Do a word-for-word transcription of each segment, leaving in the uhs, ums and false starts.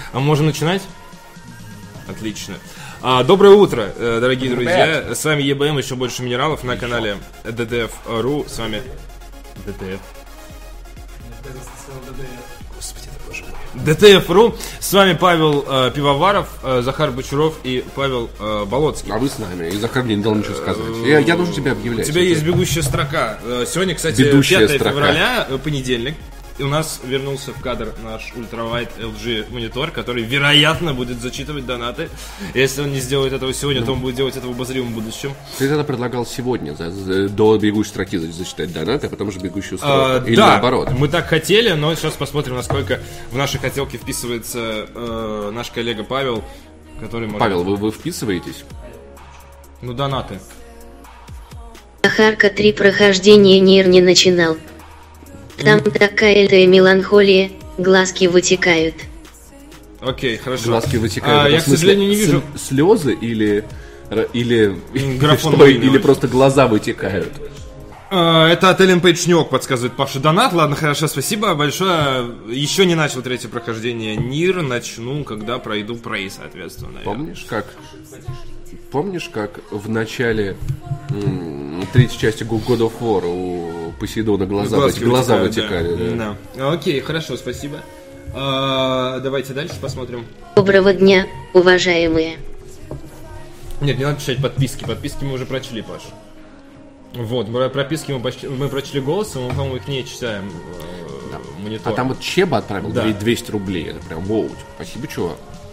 А можем начинать? Отлично. А, доброе утро, дорогие друзья. С вами ЕБМ, еще больше минералов на канале ди ти эф точка ру. С вами ди ти эф. Господи, это боже мой. ди ти эф точка ру. С вами Павел э, Пивоваров, э, Захар Бочаров и Павел э, Болоцкий. А вы с нами. И Захар мне не дал ничего сказать. Я, я должен тебя объявлять. У тебя есть бегущая строка. Сегодня, кстати, Бегущая пятое строка. февраля, понедельник. И у нас вернулся в кадр наш ультралайт эл джи монитор, который, вероятно, будет зачитывать донаты. Если он не сделает этого сегодня, ну, то он будет делать это в обозримом будущем. Ты тогда предлагал сегодня за, за, до бегущей строки зачитать донаты, а потом же бегущую строку. А, Или да, наоборот. Мы так хотели, но сейчас посмотрим, насколько в наши хотелки вписывается э, наш коллега Павел, который может... Павел, вы, вы вписываетесь? Ну, донаты. Захарка три прохождения Нир не начинал. Там mm. такая-то меланхолия, глазки вытекают. Окей, хорошо. Глазки вытекают. А, я, к сожалению, не вижу. Слезы или... Или, что, или просто глаза вытекают? А, это от Эллен Пейджнёк подсказывает Паша донат. Ладно, хорошо, спасибо большое. Еще не начал третье прохождение Нир. Начну, когда пройду Prey, соответственно. Помнишь, как... Помнишь, как в начале м- третьей части God of War у Посейдона глаза, глаза, глаза вытекали? вытекали да. Да. Окей, хорошо, спасибо. А, давайте дальше посмотрим. Доброго дня, уважаемые. Нет, не надо читать подписки. Подписки мы уже прочли, Паш. Вот, прописки мы, почти, мы прочли голосом, мы, по-моему, их не читаем. Да. Монитор. А там вот Чеба отправил да. двести рублей. Это прям воу. Спасибо, чувак.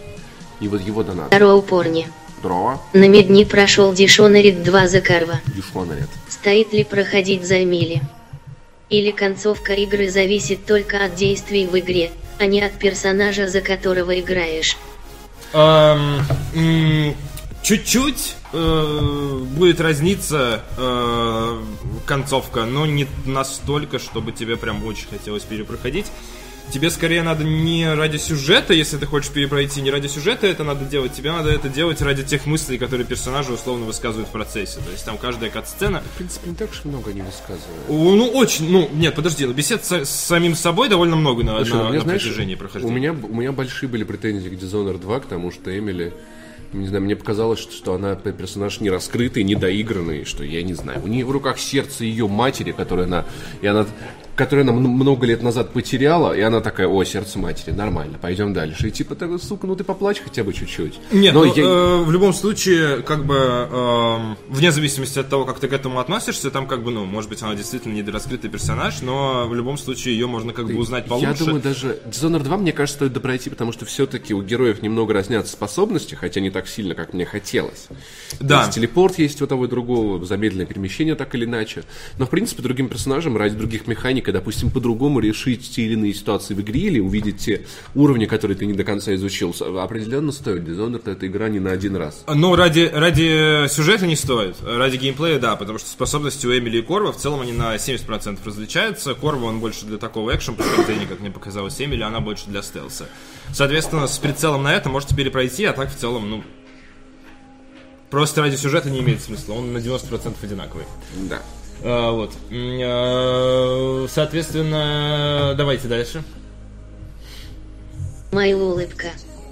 И вот его донат. Здорово, порни. Здорово. На медни прошел Дишонарит два Закарва. Дишонарит. Стоит ли проходить за мили? Или концовка игры зависит только от действий в игре, а не от персонажа, за которого играешь? Um, м- чуть-чуть э- будет разниться э- концовка, но не настолько, чтобы тебе прям очень хотелось перепроходить. Тебе скорее надо не ради сюжета, если ты хочешь перепройти, не ради сюжета это надо делать, тебе надо это делать ради тех мыслей, которые персонажи условно высказывают в процессе. То есть там каждая кат-сцена... В принципе, не так уж много они высказывают. Ну, очень, ну, нет, подожди, но бесед с, с самим собой довольно много на, Слушай, на, ну, на знаешь, протяжении прохождения. У меня, у меня большие были претензии к Dishonored два, к тому, что Эмили... Не знаю, мне показалось, что, что она персонаж не раскрытый, не доигранный, что я не знаю. У нее в руках сердце ее матери, которое она, и она, которое она много лет назад потеряла, и она такая: о, сердце матери, нормально, пойдем дальше. И типа, так, сука, ну ты поплачь хотя бы чуть-чуть. Нет, но ну, я... э, в любом случае, как бы, э, вне зависимости от того, как ты к этому относишься, там как бы, ну, может быть, она действительно недораскрытый персонаж, но в любом случае ее можно как бы узнать получше. Я думаю, даже Dishonored два, мне кажется, стоит допройти, потому что все-таки у героев немного разнятся способности, хотя не так сильно, как мне хотелось. Да. То есть телепорт есть у того и другого, замедленное перемещение так или иначе. Но, в принципе, другим персонажам ради других механик, допустим, по-другому решить те или иные ситуации в игре или увидеть те уровни, которые ты не до конца изучил, определенно стоит. Dishonored — это игра не на один раз. Но ради, ради сюжета не стоит. Ради геймплея, да, потому что способности у Эмили и Корва в целом они на семьдесят процентов различаются. Корва, он больше для такого экшен-прохождения, как мне показалось. Эмили, она больше для стелса. Соответственно, с прицелом на это можете перепройти, а так в целом, ну... Просто ради сюжета не имеет смысла, он на девяносто процентов одинаковый. Да. А, вот. А, соответственно, давайте дальше. Смайл улыбка.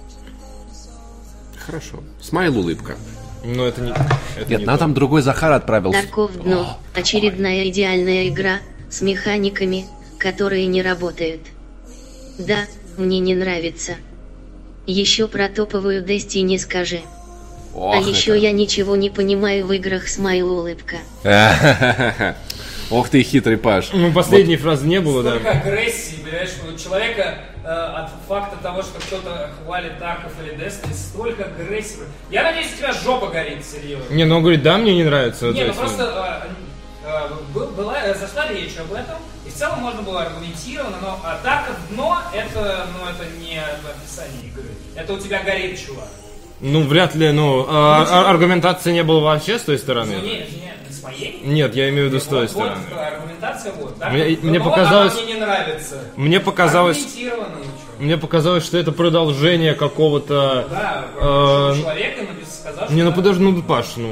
Хорошо. Смайл улыбка. Но это не... Это Нет, не нам то. там другой Захар отправил. Тарков дно. Очередная идеальная игра с механиками, которые не работают. Да, мне не нравится. Еще про топовую Destiny скажи. Ох, а еще это... я ничего не понимаю в играх Смайл улыбка. Ох ты хитрый Паш. Ну, последней вот. Фразы не было, Столько да. агрессии, понимаешь, у человека э, от факта того, что кто-то хвалит Тарков или Destiny, столько агрессии. Я надеюсь, у тебя жопа горит, серьезно. Не, ну он говорит, да, мне не нравится. Не, ну просто э, э, был, была, зашла речь об этом, и в целом можно было аргументированно, но а, Тарков дно, это, ну, это не в описании игры. Это у тебя горит, чувак. Ну, вряд ли, ну, а, а, аргументации не было вообще с той стороны. Ну, нет, нет, с моей? Нет, я имею в виду с той вот, стороны. Вот, аргументация вот. Так, Мне, ну, мне вот, показалось... она мне не нравится. Мне показалось... Аргументированно, ну, что? Мне показалось, что это продолжение какого-то... Да, э, человека сказал, что... Не, ну да. подожди, ну, Паш, ну...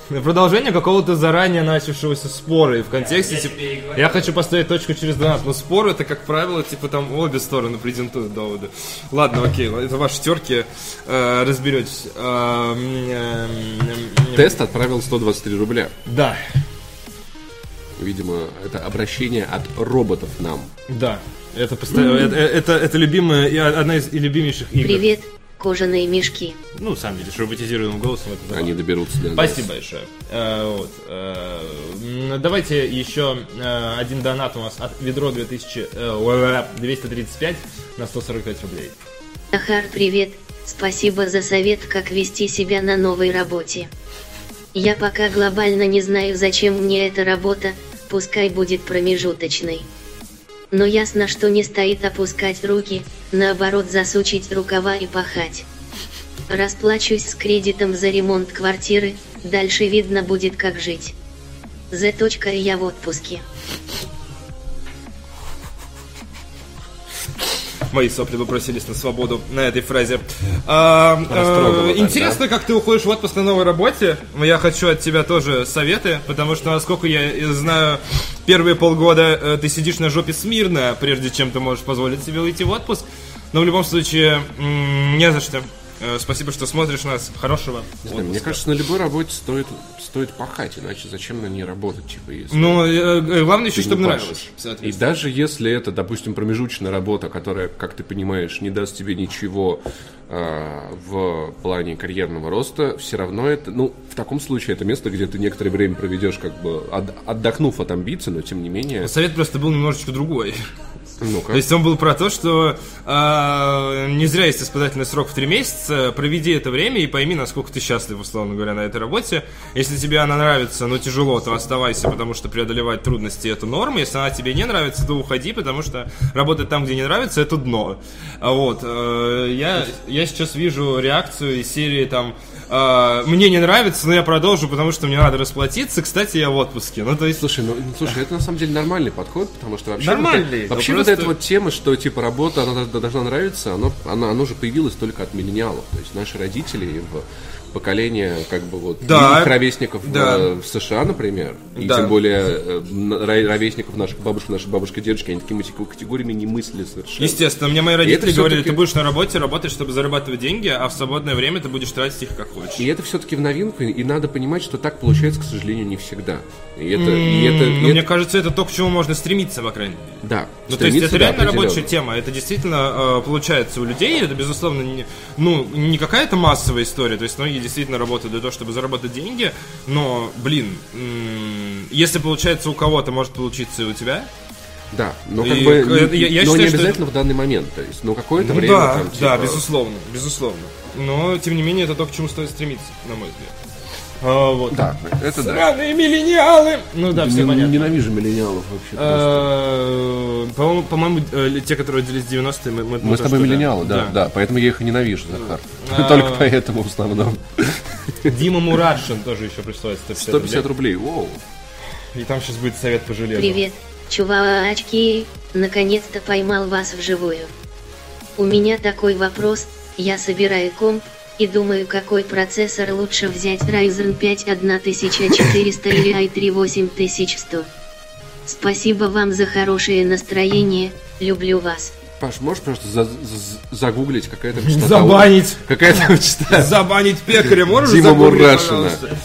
продолжение какого-то заранее начавшегося спора. И в контексте, Я типа, тебе и говорю. я хочу поставить точку через донат. Но спор это, как правило, типа там обе стороны презентуют доводы. Ладно, окей, это ваши терки, э, разберетесь. Э, э, э, Тест отправил сто двадцать три рубля. Да, Видимо, это обращение от роботов нам. да. Это, постоянно, это, это, это любимая, и одна из любимейших игр. Привет, кожаные мешки. Ну, на самом деле, с роботизированным голосом это да. Они доберутся до нас. Спасибо большое. Э, вот, э, м, давайте еще э, один донат у нас от Ведро две тысячи двести тридцать пять на сто сорок пять рублей. Захар, привет, спасибо за совет, как вести себя на новой работе. Я пока глобально не знаю, зачем мне эта работа, пускай будет промежуточной. Но ясно, что не стоит опускать руки, наоборот засучить рукава и пахать. Расплачусь с кредитом за ремонт квартиры, дальше видно будет, как жить. З. Я в отпуске. Мои сопли попросились на свободу на этой фразе. А, Растрогало э, так, интересно, как ты уходишь в отпуск на новой работе. Я хочу от тебя тоже советы, потому что, насколько я знаю, первые полгода э, ты сидишь на жопе смирно, прежде чем ты можешь позволить себе уйти в отпуск. Но в любом случае, м- не за что. Э, спасибо, что смотришь нас. Хорошего Не знаю, мне отпуска. кажется, на любой работе стоит, стоит пахать, иначе зачем на ней работать, типа, если... Ну, э, э, главное еще, ты чтобы не нравилось. пашешь. И Соответственно. даже если это, допустим, промежуточная работа, которая, как ты понимаешь, не даст тебе ничего а, в плане карьерного роста, все равно это, ну, в таком случае это место, где ты некоторое время проведешь, как бы от- отдохнув от амбиций, но тем не менее... Совет просто был немножечко другой. Ну-ка. То есть он был про то, что э, не зря есть испытательный срок в три месяца, проведи это время и пойми, насколько ты счастлив, условно говоря, на этой работе. Если тебе она нравится, но тяжело, то оставайся, потому что преодолевать трудности — это норма. Если она тебе не нравится, то уходи, потому что работать там, где не нравится, это дно. А вот, э, я, я сейчас вижу реакцию из серии там э, «Мне не нравится, но я продолжу, потому что мне надо расплатиться, кстати, я в отпуске». Ну, то есть... Слушай, ну, ну, слушай, это на самом деле нормальный подход, потому что вообще... Нормальный, вот, но вообще просто- вот эта вот тема, что типа работа, она д- должна нравиться, оно, оно, оно же появилось только от миллениалов. То есть наши родители в поколение как бы вот Да. их ровесников в, Да. э, в США, например, и Да. тем более э, н- ро- ровесников наших бабушек, наших бабушек и дедушки, они такими типа категориями не мыслили совершенно. Естественно, мне мои И родители это говорили, всё-таки- ты будешь на работе работать, чтобы зарабатывать деньги, а в свободное время ты будешь тратить их как хочешь. И это все-таки в новинку, и надо понимать, что так получается, к сожалению, не всегда. И это, и это, М, и ну, это- мне кажется, это то, к чему можно стремиться, по крайней мере. да. Ну, то есть это стремиться, да, реально определенно. рабочая тема, это действительно э, получается у людей, это, безусловно, не, ну, не какая-то массовая история, то есть многие действительно работают для того, чтобы заработать деньги, но, блин, м, если получается у кого-то, может получиться и у тебя. Да, но как И бы, к- не- я- я но считаю, не что обязательно в данный момент, то есть, но какое-то Ну время да, там, да, типа, безусловно, безусловно. Но, тем не менее, это то, к чему стоит стремиться, на мой взгляд. А, вот. Да, это да. Сраные миллениалы! Ну да, все Нен- понятно. Ненавижу миллениалов вообще. просто. Э, По-моему, по-моему, э, те, которые родились в девяностые, мы, мы, Мы с то, тобой что миллениалы, да, да, поэтому я их и ненавижу, Захар. Только поэтому в основном. Дима Мурадшин тоже еще присылает сто пятьдесят сто пятьдесят рублей, воу. И там сейчас будет совет по железу. Привет, чувачки, наконец-то поймал вас вживую. У меня такой вопрос, я собираю комп, и думаю, какой процессор лучше взять, Ryzen пять тысяча четыреста или ай три восемь тысяч сто. Спасибо вам за хорошее настроение, люблю вас. Паш, можешь просто за- за- загуглить, какая там частота? Забанить! Какая там частота? Забанить пекаря, можешь Дима загуглить, Мурашина. пожалуйста?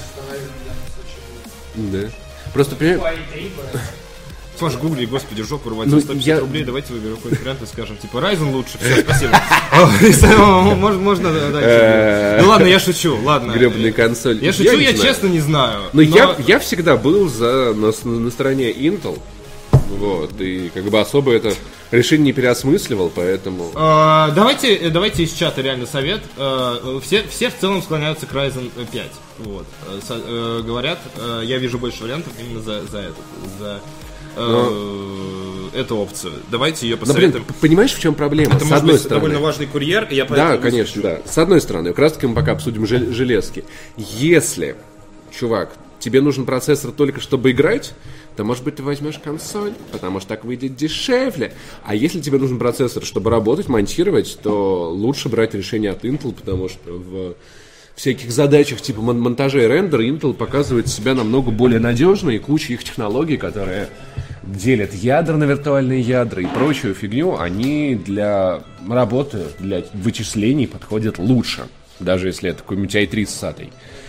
Да. Просто, понимаешь, Слушай, гугли, господи, жопу рвать Ну, за сто пятьдесят я- рублей, давайте выберем какой-то вариант и скажем, типа, Ryzen лучше, все, спасибо. Можно, можно дальше. Ну ладно, я шучу, ладно. гребаная консоль. Я шучу, не я знаю. честно не знаю. Но я, я всегда был за, на, с- на стороне Intel. Вот, и как бы особо это решение не переосмысливал, поэтому... А, Давайте, э, давайте из чата реально совет. Э, Все, все в целом склоняются к Ryzen пять. Вот. Э, со- э, Говорят, э, я вижу больше вариантов именно за, за этот, за э, эту опцию. Давайте ее Но, блин, посоветуем. п- понимаешь, в чем проблема? Это С может одной быть стороны. довольно важный курьер, и я Да, поэтому конечно, выскочу. да. С одной стороны, как раз таки мы пока обсудим жел- железки. Если, чувак, тебе нужен процессор только чтобы играть, то, может быть, ты возьмешь консоль, потому что так выйдет дешевле. А если тебе нужен процессор, чтобы работать, монтировать, то лучше брать решение от Intel, потому что в всяких задачах типа мон- монтажа и рендера Intel показывает себя намного более надежно, и куча их технологий, которые делят ядра на виртуальные ядра и прочую фигню, они для работы, для вычислений подходят лучше, даже если это какой-нибудь ай три ссатый.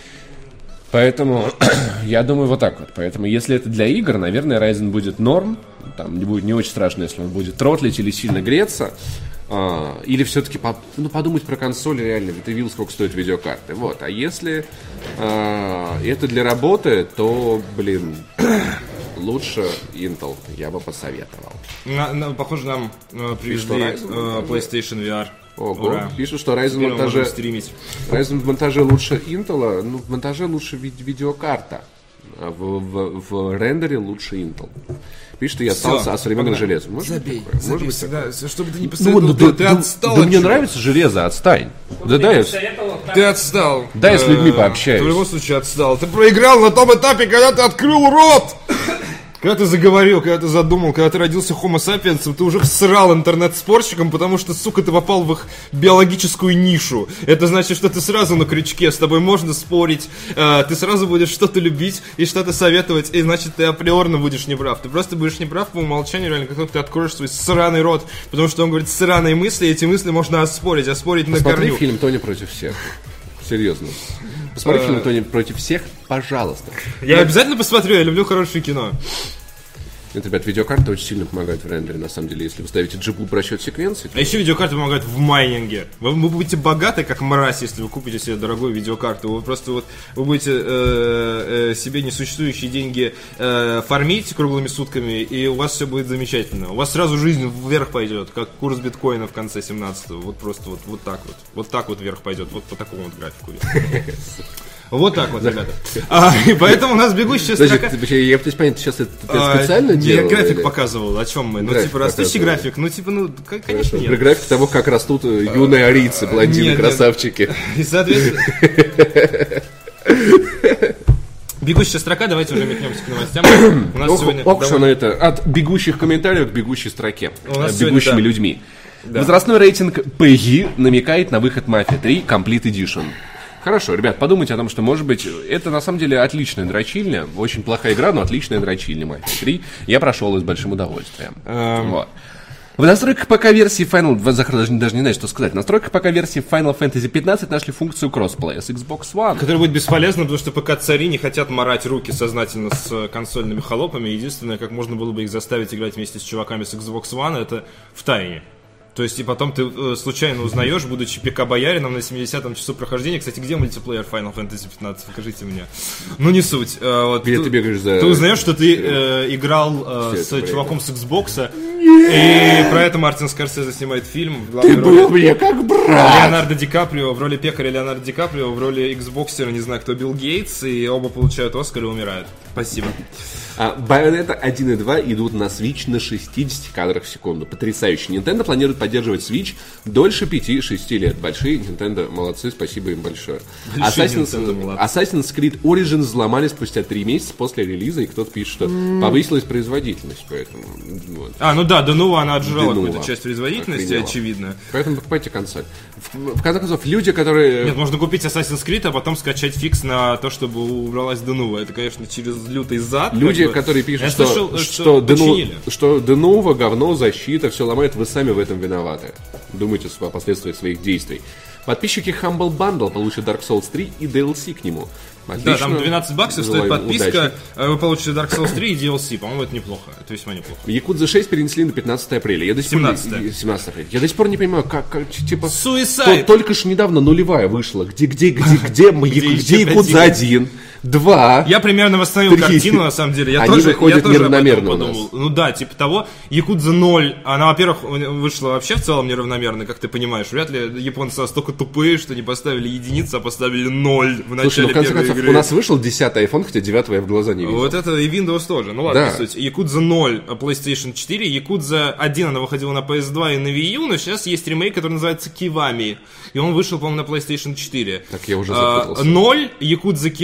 Поэтому я думаю вот так вот. Поэтому если это для игр, наверное, Ryzen будет норм. Там не будет не очень страшно, если он будет тротлить или сильно греться. А, или все-таки по, ну, подумать про консоль реально. Ты видел, сколько стоят видеокарты. Вот. А если а, это для работы, то, блин, лучше Intel я бы посоветовал. На, на, похоже, нам э, привезли э, PlayStation ви ар. Ого. Ура. Пишут, что Ryzen в монтаже, Ryzen в монтаже лучше Intel, ну, в монтаже лучше ви- видеокарта, а в, в, в рендере лучше Intel. Пишет, я остался от современных желез. Может забей, быть такое? забей, Может быть всегда, такое? чтобы ты не Ну, посоветовал, да, ты, да, ты да, отстал. да от мне чего? нравится железо, отстань. Да, да, я... Ты отстал. Да, я с людьми Э, пообщаюсь. Ты в любом случае отстал. Ты проиграл на том этапе, когда ты открыл рот. Когда ты заговорил, когда ты задумал, когда ты родился хомо сапиенсом, ты уже всрал интернет-спорщикам, потому что, сука, ты попал в их биологическую нишу. Это значит, что ты сразу на крючке, с тобой можно спорить, э, ты сразу будешь что-то любить и что-то советовать, и значит, ты априорно будешь неправ. Ты просто будешь неправ по умолчанию, реально, как только ты откроешь свой сраный рот, потому что он говорит сраные мысли, и эти мысли можно оспорить, оспорить на Посмотри корню. фильм «Тони против всех». Серьезно. Посмотри фильм «Тони против всех», пожалуйста. Я обязательно посмотрю, я люблю хорошее кино. Нет, ребят, видеокарта очень сильно помогает в рендере, на самом деле. Если вы ставите джи пи ю просчет секвенции, А еще видеокарты помогают в майнинге. Вы, вы будете богаты, как мразь, если вы купите себе дорогую видеокарту. Вы просто вот вы будете э, э, себе несуществующие деньги э, фармить круглыми сутками, и у вас все будет замечательно. У вас сразу жизнь вверх пойдет, как курс биткоина в конце семнадцатого. Вот просто вот, вот так вот. Вот так вот вверх пойдет. Вот по такому вот графику. Вот так вот, ребята. А, и поэтому у нас бегущая строка... Значит, я пытаюсь понять, сейчас это ты А, специально я делал? график или? показывал, о чем мы. Ну, График типа, растущий показывал. график. Ну, типа, ну, к- конечно, Про нет. график того, как растут э, юные арийцы, блондины, нет, нет. красавчики. И, соответственно... Бегущая строка, давайте уже метнемся к новостям. У нас Ох, сегодня ох, что довольно- на это. От бегущих комментариев к бегущей строке. У нас Э, сегодня, Бегущими да. людьми. Возрастной рейтинг пи джи намекает на выход Mafia три Complete Edition. Хорошо, ребят, подумайте о том, что, может быть, это на самом деле отличная дрочильня. Очень плохая игра, но отличная дрочильня Mafia три. Я прошел ее с большим удовольствием. Эм. Вот. В настройках ПК-версии Final... Захар даже, даже не знает, что сказать. В настройках ПК-версии Final Fantasy пятнадцать нашли функцию кроссплея с Xbox One. Который будет бесполезно, потому что ПК-цари не хотят марать руки сознательно с консольными холопами. Единственное, как можно было бы их заставить играть вместе с чуваками с Xbox One, это в тайне. То есть, и потом ты э, случайно узнаешь, будучи ПК-боярином на семидесятом часу прохождения. Кстати, где мультиплеер Final Fantasy пятнадцать? Покажите мне. Ну, не суть. Э, вот Где ты, ты бегаешь за... Ты узнаешь, что ты э, играл э, Все с это время. чуваком с Xbox, и про это Мартин Скорсезе снимает фильм в главной роли. Был мне как брат! Леонардо Ди Каприо, в роли пекаря Леонардо Ди Каприо, в роли Xboxера, не знаю кто, Билл Гейтс, и оба получают Оскар и умирают. Спасибо. А Bayonetta один и два идут на Switch на шестьдесят кадрах в секунду. Потрясающе. Nintendo планирует поддерживать Switch дольше пяти-шести лет. Большие Nintendo молодцы, спасибо им большое. Большие Assassin's, Nintendo молодцы. Assassin's Creed Origins взломали спустя три месяца после релиза, и кто-то пишет, что повысилась производительность, поэтому... Вот. А, ну да, Denuvo она отжирала Denuvo. какую-то часть производительности, Охренела. очевидно. Поэтому покупайте консоль. В, в конце концов, люди, которые... Нет, можно купить Assassin's Creed, а потом скачать фикс на то, чтобы убралась Denuvo. Это, конечно, через лютый зад. Люди, как бы. которые пишут, Я что, слышал, что, что Denuvo, починили. что Denuvo, говно, защита, все ломает, вы сами в этом виноваты. Думайте о последствиях своих действий. Подписчики Humble Bundle получат Dark Souls три и ди эл си к нему. Отлично. Да, там двенадцать баксов стоит Желаем подписка, удачи. а вы получите Dark Souls три и ди эл си. По-моему, это неплохо. Это весьма неплохо. Якудза шесть перенесли на пятнадцатое апреля. Я до сих пор не- семнадцатое. семнадцатое апреля. Я до сих пор не понимаю, как, как типа... Suicide. то- только ж недавно нулевая вышла. Где, где, где, где, мы, Где Яку- еще где Якудза один, два. Я примерно восстановил Три. картину, на самом деле. Я Они тоже, выходят я тоже об этом неравномерно у нас. подумал. Ну да, типа того. Якудза ноль, она, во-первых, вышла вообще в целом неравномерно, как ты понимаешь. Вряд ли японцы настолько тупые, что не поставили единицу, а поставили ноль в начале Слушай, ну в конце первой концов, игры. у нас вышел десятый iPhone, хотя девятого я в глаза не видел. Вот это и Windows тоже. Ну ладно, Да. не суть. Якудза ноль, а PlayStation четыре, Якудза один, она выходила на пи эс два и на Wii U, но сейчас есть ремейк, который называется Кивами. И он вышел, по-моему, на PlayStation четыре. Так, я уже А, запутался. ноль, Якудза Кивами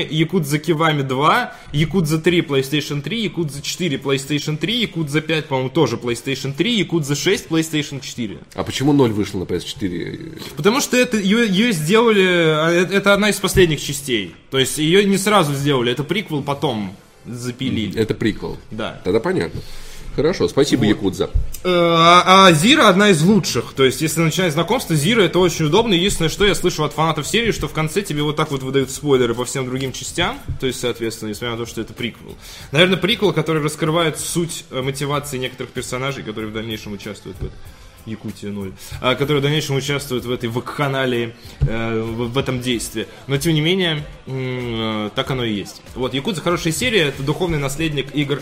три, Якудза Кивами два, Якудза три PlayStation три, Якудза четыре PlayStation три, Якудза пять, по-моему, тоже PlayStation три, Якудза шесть PlayStation четыре. А почему ноль вышла на пи эс четыре? Потому что это, ее, ее сделали, это одна из последних частей. То есть ее не сразу сделали, это приквел потом запилили. Это приквел? Да. Тогда понятно. Хорошо, спасибо, вот. Якудза. А, а Зира одна из лучших. То есть, если начинать знакомство, Зира это очень удобно. Единственное, что я слышу от фанатов серии, что в конце тебе вот так вот выдают спойлеры по всем другим частям. То есть, соответственно, несмотря на то, что это приквел. Наверное, приквел, который раскрывает суть мотивации некоторых персонажей, которые в дальнейшем участвуют в этом. Якутия ноль, а, которые в дальнейшем участвуют в этой вакханалии, э, в, в этом действии. Но, тем не менее, э, так оно и есть. Вот, Якудза хорошая серия, это духовный наследник игр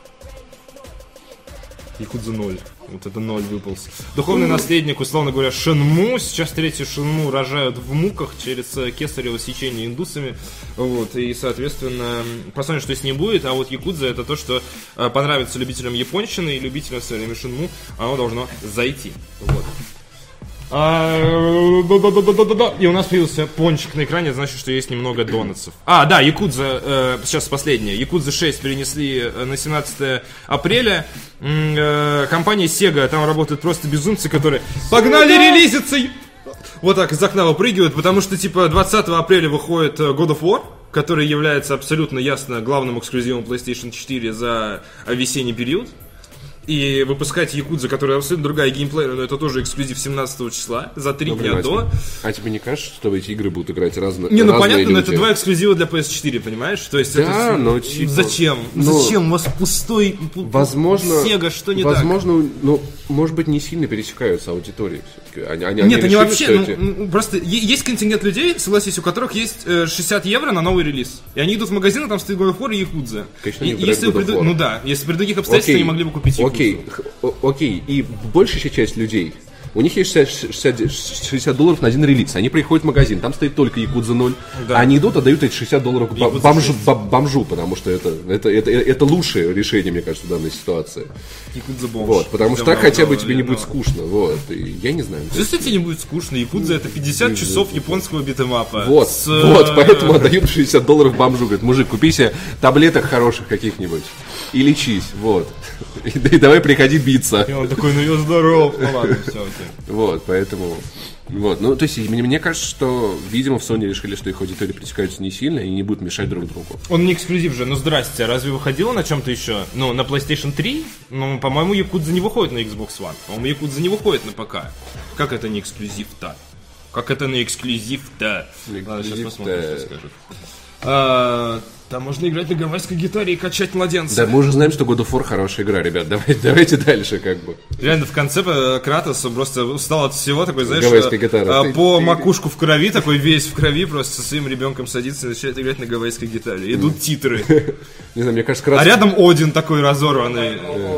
Якудза ноль. Вот это ноль выполз. Духовный наследник, условно говоря, Шенму. Сейчас третью Шенму рожают в муках через кесарево сечение индусами. Вот. И, соответственно, посмотрим, что с ней будет. А вот Якудза это то, что понравится любителям японщины и любителям в свое время Шенму. Оно должно зайти. Вот. И у нас появился пончик на экране, значит, что есть немного донатсов. А, да, Якудза, э, сейчас последнее. Якудза шесть перенесли на семнадцатое апреля. Э, компания Sega, там работают просто безумцы, которые погнали релизиться! Вот так из окна выпрыгивают, потому что, типа, двадцатого апреля выходит God of War, который является абсолютно ясно главным эксклюзивом PlayStation четыре за весенний период. И выпускать Якудза, которая абсолютно другая геймплейная, но это тоже эксклюзив семнадцатого числа, за три дня а до. Тебе, а тебе не кажется, что в эти игры будут играть разные Не, ну разные понятно, люди? но это два эксклюзива для пи эс четыре, понимаешь? То есть да, это... но типа... Зачем? Но... Зачем? У вас пустой... Возможно... Sega, что не возможно, так? Возможно, ну, может быть, не сильно пересекаются аудитории все-таки. Они, они, Нет, они, они вообще... Ну, эти... Просто есть контингент людей, согласись, у которых есть шестьдесят евро на новый релиз. И они идут в магазин, а там стоит God of War и Якудза. Конечно, и, если при... Ну да, если при других обстоятельствах они могли бы купить Якудзу. Окей, окей. И большая часть людей, у них есть шестьдесят долларов на один релиз. Они приходят в магазин, там стоит только Якудза ноль. Да. Они идут, отдают эти шестьдесят долларов бомжу, бомжу, потому что это, это, это, это лучшее решение, мне кажется, в данной ситуации. Якудза бомж. Вот, потому что так хотя бы тебе не будет скучно. Вот. И я не знаю. Если тебе не будет скучно, Якудза это пятьдесят часов японского битэмапа. Вот, с... вот, поэтому отдают шестьдесят долларов бомжу. Говорят, мужик, купи себе таблеток хороших каких-нибудь и лечись, вот. И, и давай приходи биться. И он такой, ну я здоров. Ну ладно, все, окей. Вот, поэтому... Вот, ну, то есть, мне, мне кажется, что, видимо, в Sony решили, что их аудитории пересекаются не сильно и не будут мешать друг другу. Он не эксклюзив же, ну здрасте, разве выходило на чем-то еще? Ну, на PlayStation три? Ну, по-моему, Якудза не выходит на Xbox One. По-моему, Якудза не выходит на ПК. Как это не эксклюзив-то? Как это не эксклюзив-то? Ладно, сейчас посмотрим, что скажут. А, там можно играть на гавайской гитаре и качать младенца. Да, мы уже знаем, что God of War хорошая игра, ребят. Давайте, давайте дальше, как бы. Реально, в конце Кратос просто устал от всего, такой, знаешь, гавайская гитара. А, ты, по ты... макушку в крови, такой весь в крови, просто со своим ребенком садится и начинает играть на гавайской гитаре. Идут титры. Не знаю, мне кажется, Кратос... А рядом Один такой разорванный.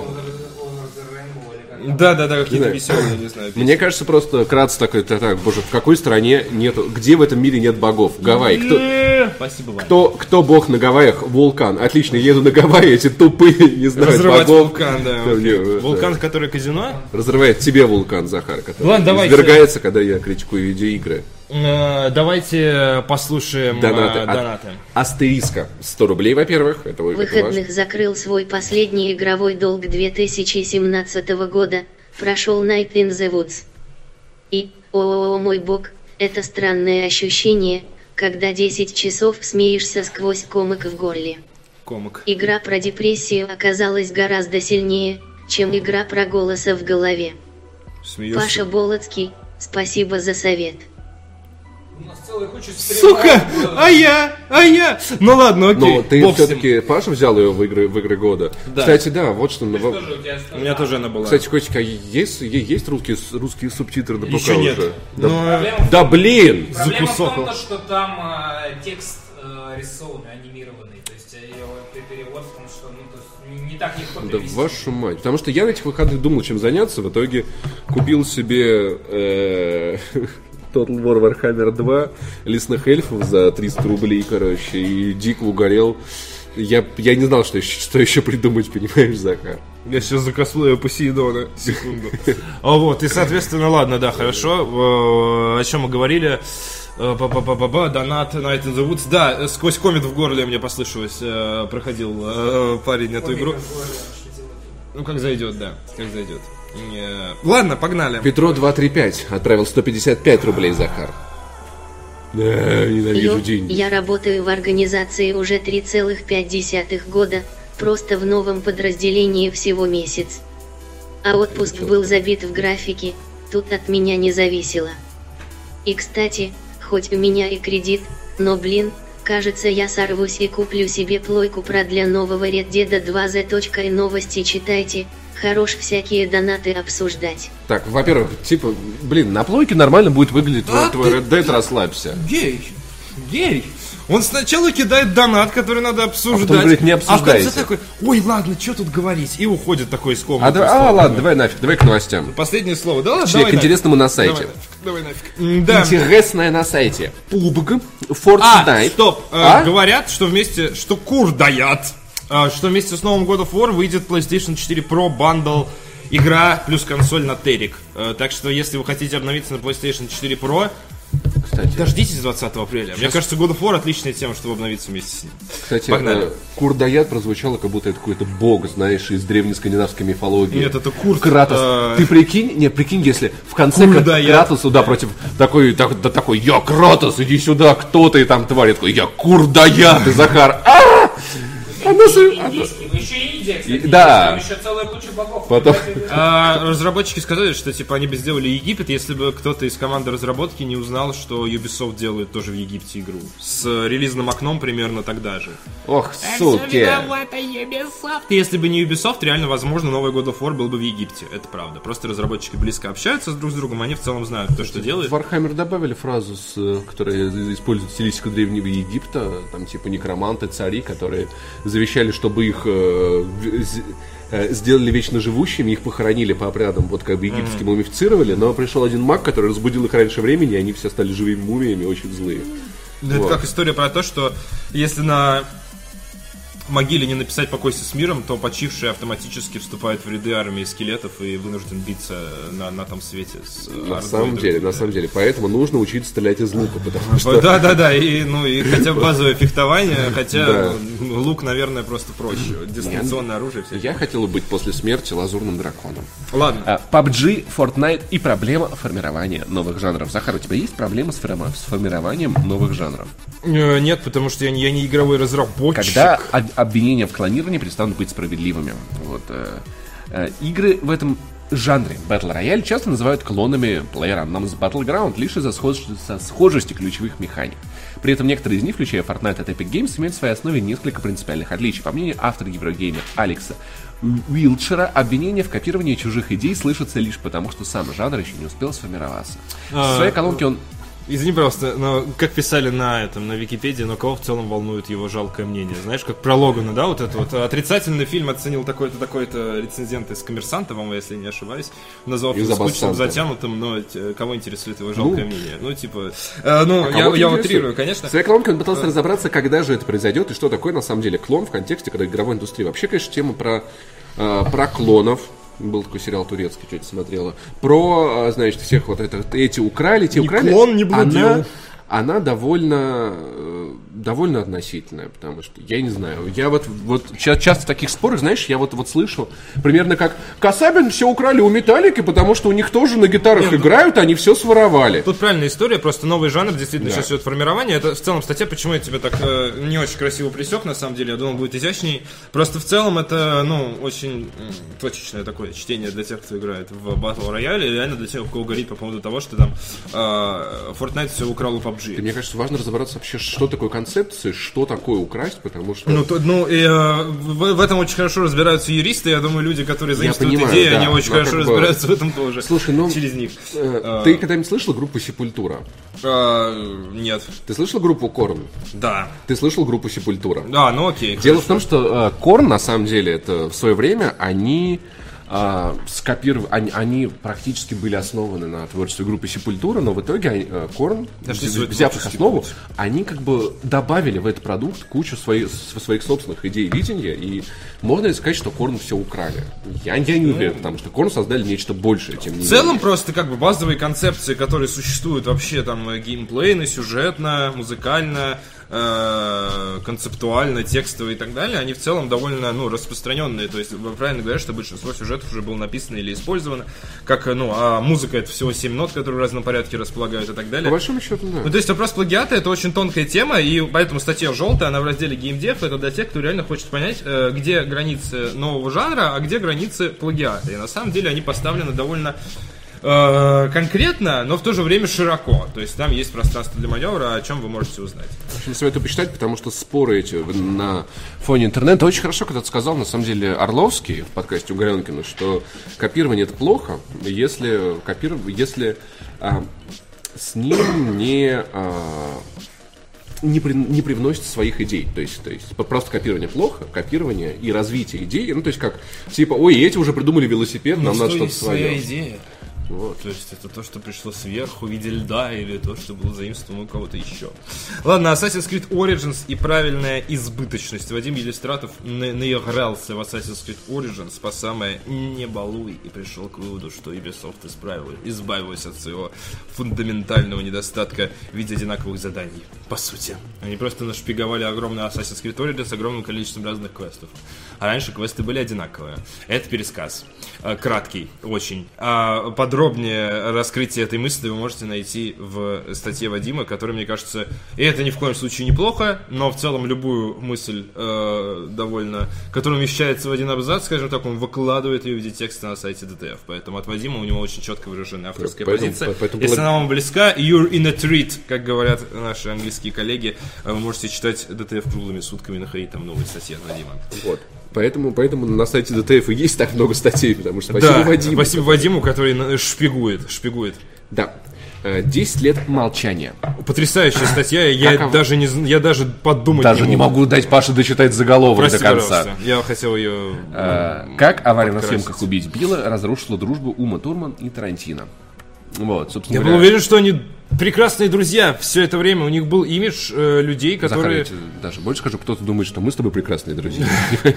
Да, да, да, какие-то веселые, не знаю. Мне кажется, просто Кратос такой, так, боже, в какой стране нету, где в этом мире нет богов? Гавайи. Кто, Спасибо, Ваня. Кто, кто бог на Гавайях? Вулкан. Отлично, еду на Гавайи, эти тупые, не знаю, разрывать богов. вулкан, да. Там, не, вулкан, да. который казино? Разрывает тебе вулкан, Захар, который Ладно, давайте. извергается, когда я критикую видеоигры. Э, давайте послушаем донаты. Э, донаты. А, Астериска. сто рублей, во-первых. Это Выходных закрыл свой последний игровой долг две тысячи семнадцатого года. Прошел Night in the Woods. И, о, мой бог, это странное ощущение, когда десять часов смеешься сквозь комок в горле. Комок. Игра про депрессию оказалась гораздо сильнее, чем игра про голоса в голове. Смеешься. Паша Болоцкий, спасибо за совет. У нас целая куча стримов. Сука! А я! А я! Ну ладно, окей. Но ты все-таки, Паша взял ее в игры, в игры года. Да. Кстати, да, вот что... Ты У, тоже, у, тебя у меня тоже она была. Кстати, Котик, а есть, есть русские, русские субтитры на ПК Еще нет. уже? Но... Да, Проблема да блин! Проблема в Закусок. том, что там э, текст э, рисованный, анимированный. То есть ее перевод, потому что ну, то есть, не, не так легко Да перевести. вашу мать. Потому что я на этих выходных думал, чем заняться. В итоге купил себе э, Total War Warhammer два, лесных эльфов за триста рублей, короче, и дико угорел. Я, я не знал, что еще, что еще придумать, понимаешь, Захар. Я сейчас закосплею Посейдона. Секунду. А вот, и, соответственно, ладно, да, хорошо. О чем мы говорили? Ба-ба-ба-ба-ба, донат, Night in the Woods. Да, сквозь комет в горле мне послышалось, э, проходил э, парень эту игру. Ну, как зайдет, да, как зайдет. Э, ладно, погнали. Петро два три пять отправил сто пятьдесят пять рублей, Захар. Да, ненавижу Йо, деньги. я работаю в организации уже три целых пять десятых года, просто в новом подразделении всего месяц. А отпуск был забит в графике, тут от меня не зависело. И кстати, хоть у меня и кредит, но блин, кажется я сорвусь и куплю себе плойку про для нового Red Dead два зет. И новости читайте, хорош всякие донаты обсуждать. Так, во-первых, типа, блин, на плойке нормально будет выглядеть твой, А твой ты- Red Dead, расслабься. Гей, гей. Он сначала кидает донат, который надо обсуждать. А потом говорит, не А в конце обсуждайте. такой, ой, ладно, что тут говорить? И уходит такой из комнаты. А, да- а, ладно, давай нафиг, давай к новостям. Последнее слово. Да ладно, Точнее, давай к нафиг. интересному на сайте. Давай нафиг, давай нафиг. М, Да. Интересное на сайте. пабг, А, Fortnite. стоп. э, А? Говорят, что вместе, что кур даят, э, что вместе с новым God of War выйдет PlayStation четыре Pro Bundle, игра плюс консоль на Терик. Э, Так что, если вы хотите обновиться на PlayStation четыре Pro, Кстати, дождитесь двадцатого апреля. Мне кажется, God of War отличная тема, чтобы обновиться вместе с ним. кстати Погнали. э, Курдаят прозвучало, как будто это какой-то бог, знаешь, из древнескандинавской мифологии. Нет, это Курт. Кратос. э, Ты прикинь, не, прикинь, если в конце Курдаят. Кратосу, да, против такой, так- да, такой, я Кратос, иди сюда, кто ты там, тварь, такой, я Курдаят, и Захар, а Оно же- Индийский, вы еще и Индия, кстати, И- да. там еще целая куча богов. Потом- А, разработчики сказали, что типа они бы сделали Египет, если бы кто-то из команды разработки не узнал, что Ubisoft делает тоже в Египте игру. С э, релизным окном примерно тогда же. Ох, суки. Если бы не Ubisoft, реально, возможно, новый God of War был бы в Египте. Это правда. Просто разработчики близко общаются с друг с другом, они в целом знают то, что делают. В Warhammer добавили фразу, с, э, которая использует стилистику древнего Египта, там типа некроманты, цари, которые завещали, чтобы их э, в- з- э, сделали вечно живущими, их похоронили по обрядам, вот как бы египетским мумифицировали, но пришел один маг, который разбудил их раньше времени, и они все стали живыми мумиями, очень злые. Это Вот. как история про то, что если на могиле не написать «покойся с миром», то почившие автоматически вступают в ряды армии скелетов и вынужден биться на, на том свете с На ордой самом друг деле, друга. на самом деле. Поэтому нужно учиться стрелять из лука, потому что... Да, да, да, и, ну, и хотя бы базовое фехтование, хотя Да. ну, лук, наверное, просто проще. Дистанционное оружие все. Я хотел бы быть после смерти лазурным драконом. Ладно. А, пабг, Fortnite и проблема формирования новых жанров. Захар, у тебя есть проблема с, форми- с формированием новых жанров? Э, Нет, потому что я не, я не игровой разработчик. Когда об- обвинения в клонировании перестанут быть справедливыми. Вот, э, э, игры в этом жанре Battle Royale часто называют клонами PlayerUnknown's Battleground лишь из-за схож- со схожести ключевых механик. При этом некоторые из них, включая Fortnite от Epic Games, имеют в своей основе несколько принципиальных отличий. По мнению автора Еврогеймер Алекса Уилчера, обвинения в копировании чужих идей слышатся лишь потому, что сам жанр еще не успел сформироваться. В своей колонке он... Извини, просто, но как писали на этом, на Википедии, но кого в целом волнует его жалкое мнение? Знаешь, как про Логана, да, вот это вот отрицательный фильм оценил такой-то, такой-то рецензент из «Коммерсанта», по-моему, если не ошибаюсь, назвал фильм Из скучным, «Аббастанта». затянутым, но э, кого интересует его жалкое мнение? Ну, типа, э, ну, А я, кого-то я интересует. утрирую, конечно. В своей колонке он пытался разобраться, когда же это произойдет и что такое на самом деле клон в контексте когда игровой индустрии. Вообще, конечно, тема про, э, про клонов. Был такой сериал турецкий, что-то смотрела. Про, э, значит, всех вот это, эти украли, те Ни украли. клон, ни блудил. Она, она довольно, э, довольно относительная, потому что, я не знаю, я вот, вот ча- часто в таких спорах, знаешь, я вот, вот слышу примерно как Касабин все украли у Металлики, потому что у них тоже на гитарах Нет, играют, они все своровали. Тут правильная история, просто новый жанр действительно Да. сейчас идет формирование. Это в целом статья, почему я тебя так э, не очень красиво присек, на самом деле, я думал, будет изящней. Просто в целом это, ну, очень м, точечное такое чтение для тех, кто играет в Battle Royale, и реально для тех, у кого горит по поводу того, что там э, Fortnite все украл у пабг. И мне кажется, важно разобраться вообще, что такое концепция, что такое украсть, потому что... Ну, то, ну и, э, в, в этом очень хорошо разбираются юристы. Я думаю, люди, которые заимствуют понимаю, идеи, да, они очень но хорошо как бы- разбираются в этом тоже. Слушай, ну, через них. э, А. ты когда-нибудь слышал группу Сепультура? Э, нет. Ты слышал группу Корн? Да. Ты слышал группу Сепультура? Да, ну окей. Дело в том, что Корн, на самом деле, это в свое время, они а, скопировали, они, они практически были основаны на творчестве группы Sepultura, но в итоге они, Корн, взяв их основу, путь. Они как бы добавили в этот продукт кучу своих, своих собственных идей видения, и можно сказать, что Корн все украли. Я, я не уверен, потому что Корн создали нечто большее, чем... В целом просто как бы базовые концепции, которые существуют вообще там геймплейно, сюжетно, музыкально, э, концептуально, текстово и так далее, они в целом довольно, ну, распространенные. То есть вы правильно говорите, что большинство сюжетов уже было написано или использовано, как, ну, а музыка это всего семь нот, которые в разном порядке располагают и так далее. По большому счету, да. Ну, то есть вопрос плагиата — это очень тонкая тема, и поэтому статья желтая, она в разделе геймдев, это для тех, кто реально хочет понять, э, где границы нового жанра, а где границы плагиата. И на самом деле они поставлены довольно конкретно, но в то же время широко. То есть там есть пространство для маневра, о чем вы можете узнать. Очень советую почитать, потому что споры эти на фоне интернета. Очень хорошо когда-то сказал, на самом деле, Орловский в подкасте у Горенкина, что копирование — это плохо, если, копир... если а, с ним не... А, Не, при, не привносит своих идей. То есть, то есть просто копирование плохо, копирование и развитие идей. Ну, то есть как, типа, ой, эти уже придумали велосипед, нам надо что-то свое. Своя идея. Вот. То есть это то, что пришло сверху в виде льда, или то, что было заимствовано у кого-то еще. Ладно, Assassin's Creed Origins и правильная избыточность. Вадим Елистратов наигрался в Assassin's Creed Origins по самое не балуй и пришел к выводу, что Ubisoft избавилась от своего фундаментального недостатка в виде одинаковых заданий. По сути. Они просто нашпиговали огромный Assassin's Creed Origins с огромным количеством разных квестов. А раньше квесты были одинаковые. Это пересказ. Краткий, очень. А подробнее раскрытие этой мысли вы можете найти в статье Вадима, которая, мне кажется, и это ни в коем случае неплохо, но в целом любую мысль э, довольно, которая вмещается в один абзац, скажем так, он выкладывает ее в виде текста на сайте ди ти эф. Поэтому от Вадима у него очень четко выраженная авторская поэтому, позиция. Поэтому, Если она вам близка, you're in a treat, как говорят наши английские коллеги, вы можете читать ди ти эф круглыми сутками, находить там новые статьи от Вадима. Вот. Поэтому, поэтому на сайте ди ти эф и есть так много статей, потому что спасибо да, Вадиму. Спасибо Вадиму, который шпигует, шпигует. Да. десять лет молчания. Потрясающая статья, я как даже, не, я даже подумать даже не могу. Даже не могу дать Паше дочитать заголовок Прости, до конца. Пожалуйста. Я хотел ее а, Как авария на съемках «Убить Билла» разрушила дружбу Умы Турман и Тарантино. Вот, собственно я говоря... был уверен, что они прекрасные друзья все это время. У них был имидж э, людей, которые... Захар, даже больше скажу, кто-то думает, что мы с тобой прекрасные друзья.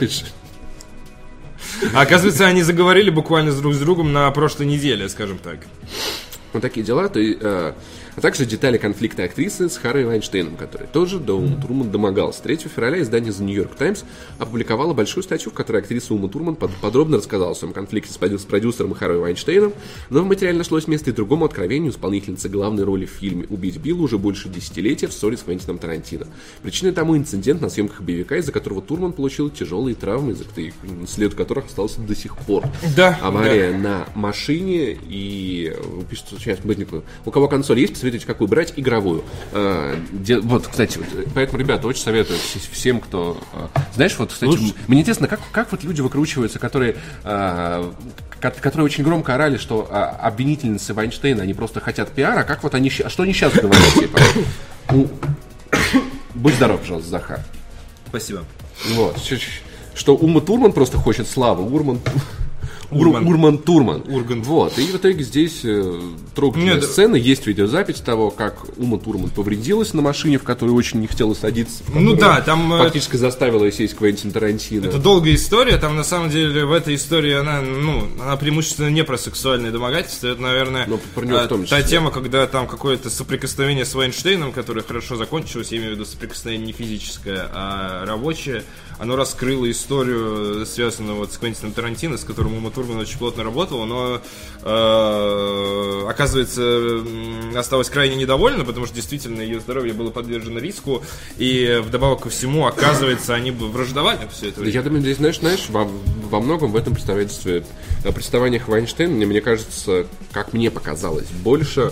А оказывается, они заговорили буквально друг с другом на прошлой неделе, скажем так. Вот такие дела. То, э, а также детали конфликта актрисы с Харви Вайнштейном, который тоже до Умы Турман домогался. третьего февраля издание The New York Times опубликовало большую статью, в которой актриса Ума Турман подробно рассказала о своем конфликте с продюсером Харви Вайнштейном, но в материале нашлось место и другому откровению исполнительницы главной роли в фильме «Убить Билла» уже больше десятилетия в ссоре с Квентином Тарантино. Причиной тому инцидент на съемках боевика, из-за которого Турман получила тяжелые травмы, след которых остался до сих пор. Да, Авария да. на машине и... Пишет, сейчас, у кого консоль есть, посмотрите, какую брать, игровую. А, де, вот, кстати, вот, поэтому, ребята, очень советую всем, кто... А, знаешь, вот, кстати, Лучше. Мне интересно, как, как вот люди выкручиваются, которые, а, которые очень громко орали, что а, обвинительницы Вайнштейна, они просто хотят пиара, как вот они... А что они сейчас говорят? Типа? Ну, будь здоров, пожалуйста, Захар. Спасибо. Вот. Что Ума Турман просто хочет славы, Урман... Урман. Урман Турман. Ургант. Вот. И в итоге здесь э, трогательная Нет, сцена. Есть видеозапись того, как Ума Турман повредилась на машине, в которую очень не хотела садиться. Ну да, там... Фактически заставила сесть Квентин Тарантино. Это долгая история. Там, на самом деле, в этой истории она, ну, она преимущественно не про сексуальные домогательства. Это, наверное, Но про него в том числе. Та тема, когда там какое-то соприкосновение с Вайнштейном, которое хорошо закончилось, я имею в виду соприкосновение не физическое, а рабочее. Оно раскрыло историю, связанную вот с Квентином Тарантино, с которым Ума Турман очень плотно работала, но, э, оказывается, осталась крайне недовольна, потому что действительно ее здоровье было подвержено риску, и вдобавок ко всему, оказывается, они бы враждовали все это время. Я думаю, здесь, знаешь, знаешь во, во многом в этом представительстве, представлениях Вайнштейна, мне, мне кажется, как мне показалось, больше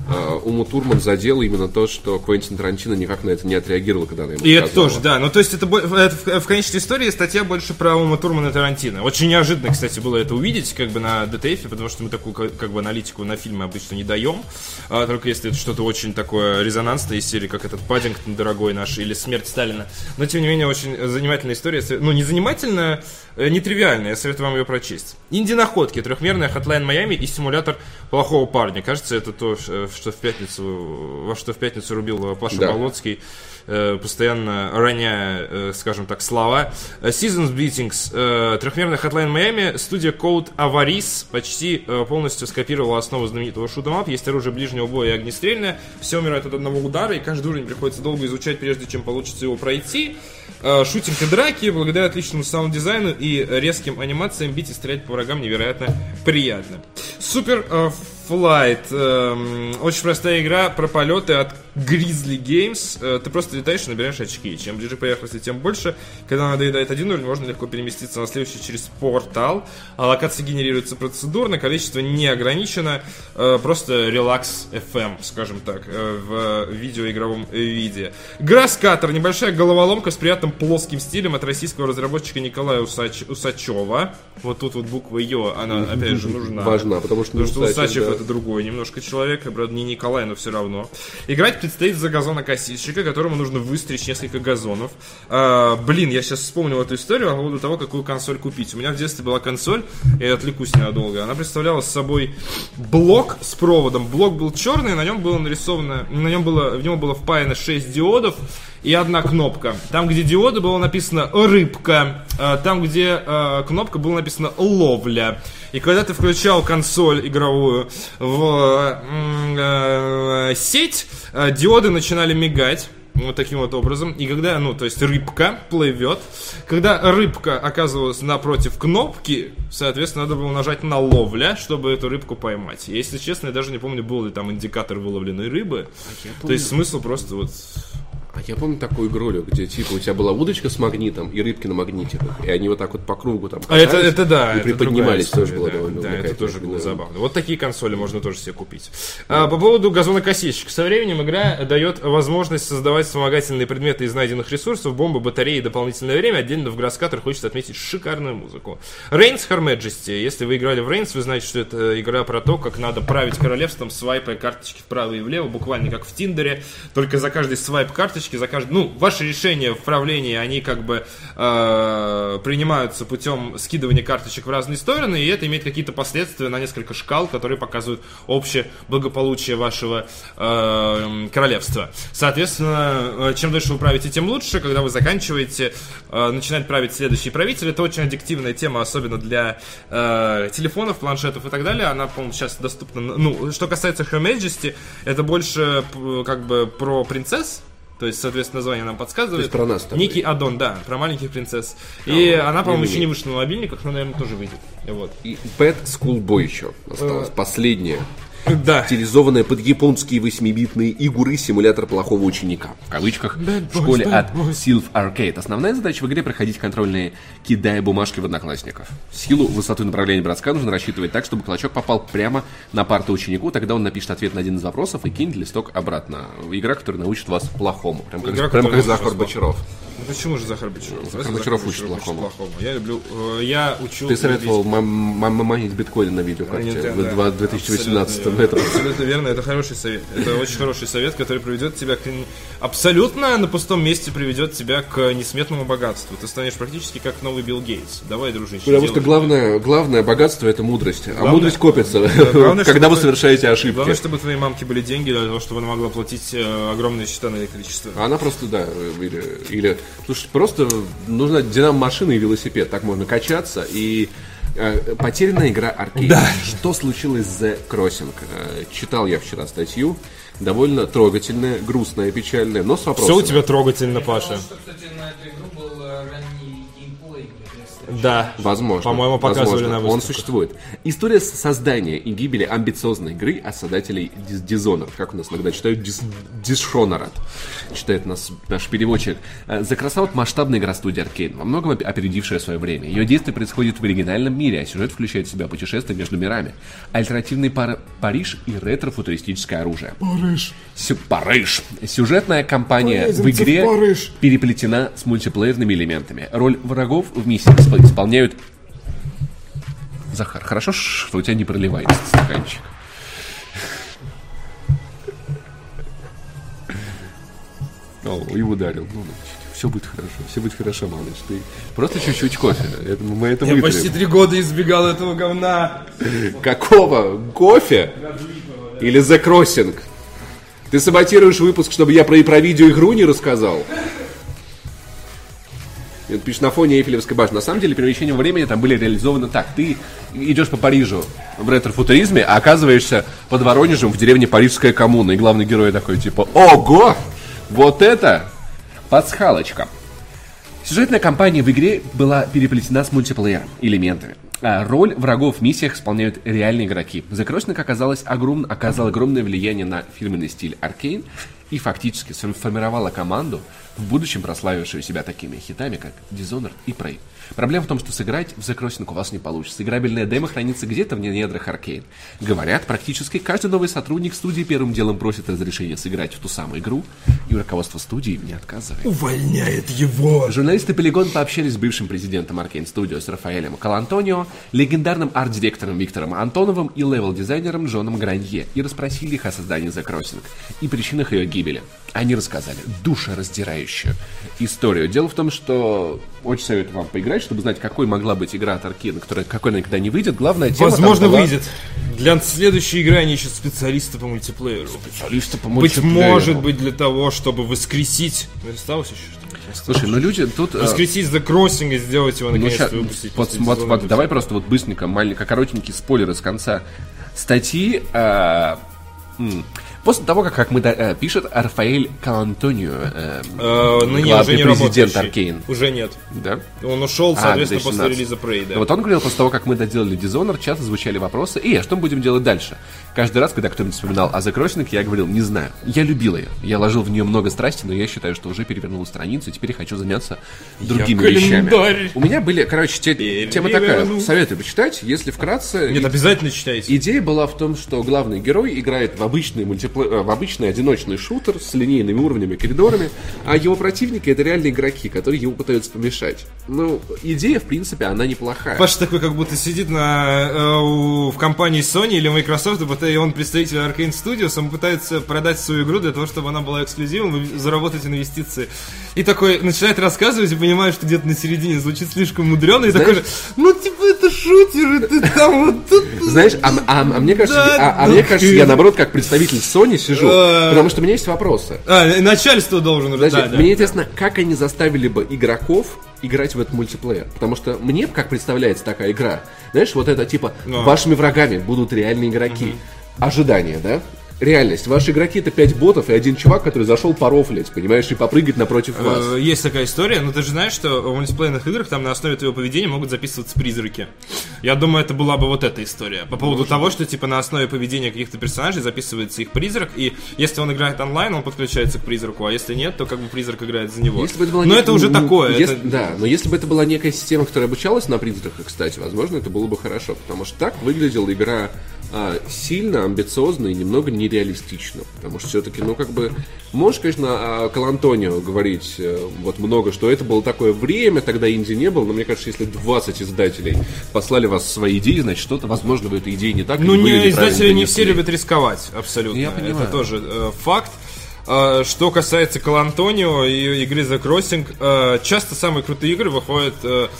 э, Уму Турман задело именно то, что Квентин Тарантино никак на это не отреагировал, когда она ему И сказала. это тоже, да. Ну, то есть, это, это в, в конечной истории статья больше про Ума Турмана и Тарантино. Очень неожиданно, кстати, было это увидеть, как бы на ди ти эф, потому что мы такую, как, как бы, аналитику на фильмы обычно не даем. А, только если это что-то очень такое резонансное из серии, как этот Паддингтон дорогой наш, или Смерть Сталина. Но, тем не менее, очень занимательная история. Ну, не занимательная, нетривиальная. Я советую вам ее прочесть. Инди-находки. Трехмерная Hotline Miami и симулятор плохого парня. Кажется, это то, что в пятницу, во что в пятницу рубил Паша да. Болоцкий, постоянно роняя, скажем так, слова. Seasons Beatings. Трехмерная Hotline Miami. Студия Code Avaris почти полностью скопировала основу знаменитого шут'ем-ап. Есть оружие ближнего боя и огнестрельное. Все умирают от одного удара, и каждый уровень приходится долго изучать, прежде чем получится его пройти. Шутинг и драки. Благодаря отличному саунд-дизайну и резким анимациям бить и стрелять по врагам невероятно приятно. Супер Flight. Э, очень простая игра про полеты от Grizzly Games. Э, ты просто летаешь и набираешь очки. Чем ближе к поверхности, тем больше. Когда надоедает один уровень, можно легко переместиться на следующий через портал. А локации генерируются процедурно, количество не ограничено. Э, просто релакс эф эм, скажем так, э, в видеоигровом виде. Грасскатер. Небольшая головоломка с приятным плоским стилем от российского разработчика Николая Усач... Усачева. Вот тут вот буква Ё, она опять же нужна. Важна, потому что, потому что Усачев, Усачев да. это другой немножко человек, правда не Николай, но все равно. Играть предстоит за газонокосильщика, которому нужно выстричь несколько газонов. А, блин, я сейчас вспомнил эту историю по поводу того, какую консоль купить. У меня в детстве была консоль, я отвлекусь ненадолго. Она представляла собой блок с проводом. Блок был черный, на нем было нарисовано, на нем было, в него было впаяно шесть диодов и одна кнопка. Там, где диоды, было написано «рыбка», там, где э, кнопка, было написано «ловля». И когда ты включал консоль игровую в э, э, сеть, э, диоды начинали мигать. Вот таким вот образом. И когда, ну, то есть рыбка плывет. Когда рыбка оказывалась напротив кнопки, соответственно, надо было нажать на ловля, чтобы эту рыбку поймать. Если честно, я даже не помню, был ли там индикатор выловленной рыбы. А то есть смысл просто вот... А я помню такую игру, где типа у тебя была удочка с магнитом и рыбки на магните, и они вот так вот по кругу там катались, а это, это да, и это приподнимались, история, тоже было да, довольно да, это тоже было да. забавно. Вот такие консоли можно тоже себе купить. Да. А, по поводу газонокосильщика. Со временем игра дает возможность создавать вспомогательные предметы из найденных ресурсов, бомбы, батареи и дополнительное время. Отдельно в Грасскатер хочется отметить шикарную музыку. Reigns Her Majesty. Если вы играли в Reigns, вы знаете, что это игра про то, как надо править королевством, свайпая карточки вправо и влево, буквально как в Тиндере. Только за каждый свайп карточки, за каждый... Ну, ваши решения в правлении, они как бы э, принимаются путем скидывания карточек в разные стороны, и это имеет какие-то последствия на несколько шкал, которые показывают общее благополучие вашего э, королевства. Соответственно, чем дольше вы правите, тем лучше. Когда вы заканчиваете, э, начинает править следующий правитель. Это очень аддиктивная тема, особенно для э, телефонов, планшетов и так далее. Она, по-моему, сейчас доступна. Ну, что касается Her Majesty, это больше как бы про принцесс. То есть, соответственно, название нам подсказывает. Про нас там. Некий аддон, да, про маленьких принцесс. И а, она, по-моему, еще не вышла на мобильниках, но, наверное, тоже выйдет. Вот. И Bad Schoolboy еще осталось. Последнее. Да. Стилизованная под японские восьмибитные игры симулятор плохого ученика. В кавычках. Bad в boys, школе bad от boys. Sylph Arcade. Основная задача в игре проходить контрольные, кидая бумажки в одноклассников. Силу, высоту и направление броска нужно рассчитывать так, чтобы клочок попал прямо на парту ученику. Тогда он напишет ответ на один из вопросов и кинет листок обратно. Игра, которая научит вас плохому. Прям как, Игра, прям как которая Захар научит вас Бочаров. Ну почему же Захар Бочаров? Захар Бочаров учит плохому. Я люблю... э, Я учу... Ты советовал маманить биткоин на видеокарте в две тысячи восемнадцатом. Это абсолютно верно, это хороший совет. Это очень хороший совет, который приведет тебя к... Абсолютно на пустом месте приведет тебя к несметному богатству. Ты станешь практически как новый Билл Гейтс. Давай, дружище. Потому что главное, главное богатство — это мудрость. А мудрость копится, когда вы совершаете ошибки. Главное, чтобы у твоей мамки были деньги для того, чтобы она могла платить э, огромные счета на электричество. А она просто, да, или... или слушай, просто нужна динамо-машина и велосипед. Так можно качаться. И э, потерянная игра аркейд. Да. Что случилось с The Crossing? Э, читал я вчера статью. Довольно трогательная, грустная, печальная, но с вопросами. Все у тебя трогательно, Паша. Что, кстати, на эту игру был ранний геймплей. Да. Возможно. По-моему, показывали возможно. на выставках. Он существует. История создания и гибели амбициозной игры от создателей Dishonored, как у нас иногда читают Dis- Dishonored, читает нас наш переводчик. The Crossout — масштабная игра студии Arkane, во многом опередившая свое время. Ее действие происходит в оригинальном мире, а сюжет включает в себя путешествия между мирами, альтернативный пар- Париж и ретро-футуристическое оружие. Париж. Сю- Париж. Сюжетная кампания Полезем в игре в Париж. переплетена с мультиплеерными элементами. Роль врагов в миссии исп- исполняют... Захар, хорошо, что у тебя не проливается стаканчик. О, и ударил. Ну, все будет хорошо, все будет хорошо, малыш. Ты просто чуть-чуть кофе. Это, мы это Я вытравим. почти три года избегал этого говна. Какого? Кофе? Или The Crossing? Ты саботируешь выпуск, чтобы я про, про видеоигру не рассказал? Это пишет на фоне Эйфелевской башни. На самом деле, перемещения во времени там были реализованы так. Ты идешь по Парижу в ретро-футуризме, а оказываешься под Воронежем в деревне Парижская коммуна. И главный герой такой, типа, ого! Вот это пасхалочка. Сюжетная кампания в игре была переплетена с мультиплеером, элементами. А роль врагов в миссиях исполняют реальные игроки. The Crossing оказалось огром... оказал огромное влияние на фирменный стиль Arkane и фактически сформировала команду, в будущем прославившую себя такими хитами, как Dishonored и Prey. Проблема в том, что сыграть в The Crossing у вас не получится. Играбельная демо хранится где-то в недрах Arkane. Говорят, практически каждый новый сотрудник студии первым делом просит разрешения сыграть в ту самую игру, и руководство студии не отказывает. Увольняет его. Журналисты Polygon пообщались с бывшим президентом Arkane Studios Рафаэлем Колантонио, легендарным арт-директором Виктором Антоновым и левел-дизайнером Джоном Гранье и расспросили их о создании The Crossing и причинах ее гибели. Они рассказали душераздирающую историю. Дело в том, что очень советую вам поиграть, чтобы знать, какой могла быть игра от Arkane, которая какой она никогда не выйдет. Главная тема Возможно, там была... выйдет. Для следующей игры они ищут специалиста по мультиплееру. Специалиста по Быть мультиплееру. может быть для того, чтобы воскресить... Осталось еще что-то? Слушай, ну люди тут... э, Воскресить The Crossing и сделать его Ну, наконец-то ща- выпустить. вот, после вот, Dishonored. вот, давай просто вот быстренько, маленько, коротенький спойлер из конца статьи. э, м, После того, как, как мы да, э, пишет Рафаэль Колантонио, э, Э, ныне уже главный не президент работающий. Arkane. Уже нет. Да? Он ушел, А, соответственно, две тысячи после семнадцатый. релиза Prey, да. И вот он говорил, после того, как мы доделали Dishonored, часто звучали вопросы: «Эй, а что мы будем делать дальше?» Каждый раз, когда кто-нибудь вспоминал о The Crossing, я говорил: не знаю, я любил ее, я ложил в нее много страсти, но я считаю, что уже перевернул страницу, и теперь я хочу заняться другими вещами. календарь У меня были, короче, те- тема такая, Переверну. советую почитать, если вкратце. Нет, обязательно читайте. Идея была в том, что главный герой играет в обычный, мультипле... э, в обычный одиночный шутер с линейными уровнями, коридорами, а его противники — это реальные игроки, которые ему пытаются помешать. Ну, идея, в принципе, она неплохая. Паша такой как будто сидит на, э, у- в компании Sony или Microsoft, и пыта- и он представитель Arkane Studios, он пытается продать свою игру для того, чтобы она была эксклюзивом и заработать инвестиции. И такой начинает рассказывать и понимает, что где-то на середине звучит слишком мудрено, и такой же, ну типа это шутер, и ты там вот тут... Знаешь, а, а- а мне кажется, Да, а, а да. мне кажется, я наоборот как представитель Sony сижу, Э. потому что у меня есть вопросы. А, и начальство должен уже, Подожди, да, да. мне интересно, как они заставили бы игроков играть в этот мультиплеер? Потому что мне, как представляется такая игра, знаешь, вот это типа Ну. вашими врагами будут реальные игроки. Ожидания, да? Реальность. Ваши игроки — это пять ботов и один чувак, который зашел порофлить, понимаешь, и попрыгать напротив вас. Э, Есть такая история, но ты же знаешь, что в мультиплеерных играх там на основе твоего поведения могут записываться призраки. Я думаю, это была бы вот эта история. По поводу того, что типа на основе поведения каких-то персонажей записывается их призрак, и если он играет онлайн, он подключается к призраку, а если нет, то как бы призрак играет за него. Если бы это была но не- это уже ну, такое. если- это- Да, но если бы это была некая система, которая обучалась на призраках, кстати, возможно, это было бы хорошо. Потому что так выглядела игра а, сильно, амбициозно и немного нереалистично. Потому что все-таки, ну, как бы, можешь, конечно, о Колантонио говорить э, вот много, что это было такое время, тогда инди не было, но мне кажется, если двадцать издателей послали вас свои идеи, значит, что-то, возможно, в этой идее не так. Ну, или вы её не, неправильно издатели не донесли. все любят рисковать, абсолютно. Я понимаю. Это тоже э, факт. Э, что касается Колантонио и игры The Crossing, э, часто самые крутые игры выходят э,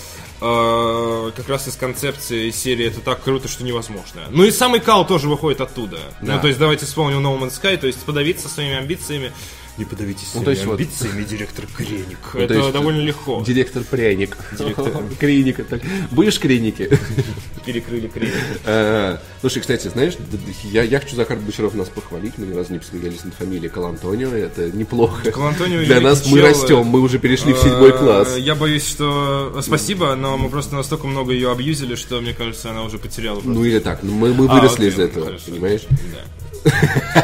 э, как раз из концепции серии «это так круто, что невозможно». Ну и самый кал тоже выходит оттуда. Да. Ну, то есть давайте вспомним No Man's Sky, то есть подавиться своими амбициями Не подавитесь Ну, своими то есть вот- амбициями, директор Креник. Ну, Это то есть- довольно легко. Директор пряник. Креник. это- Будешь креники? Перекрыли Креник. А, Слушай, кстати, знаешь, д- д- я, я хочу, Захар Бочаров, нас похвалить. Мы ни разу не посмеялись над фамилией Калантонио. Это неплохо. Калантонио Для великий нас мы чел. растем, мы уже перешли в седьмой Э, класс. Я боюсь, что... Спасибо, но мы просто настолько много ее абьюзили, что, мне кажется, она уже потеряла просто... Ну или так, мы, мы А, выросли окей, из этого, хорошо. понимаешь? Да.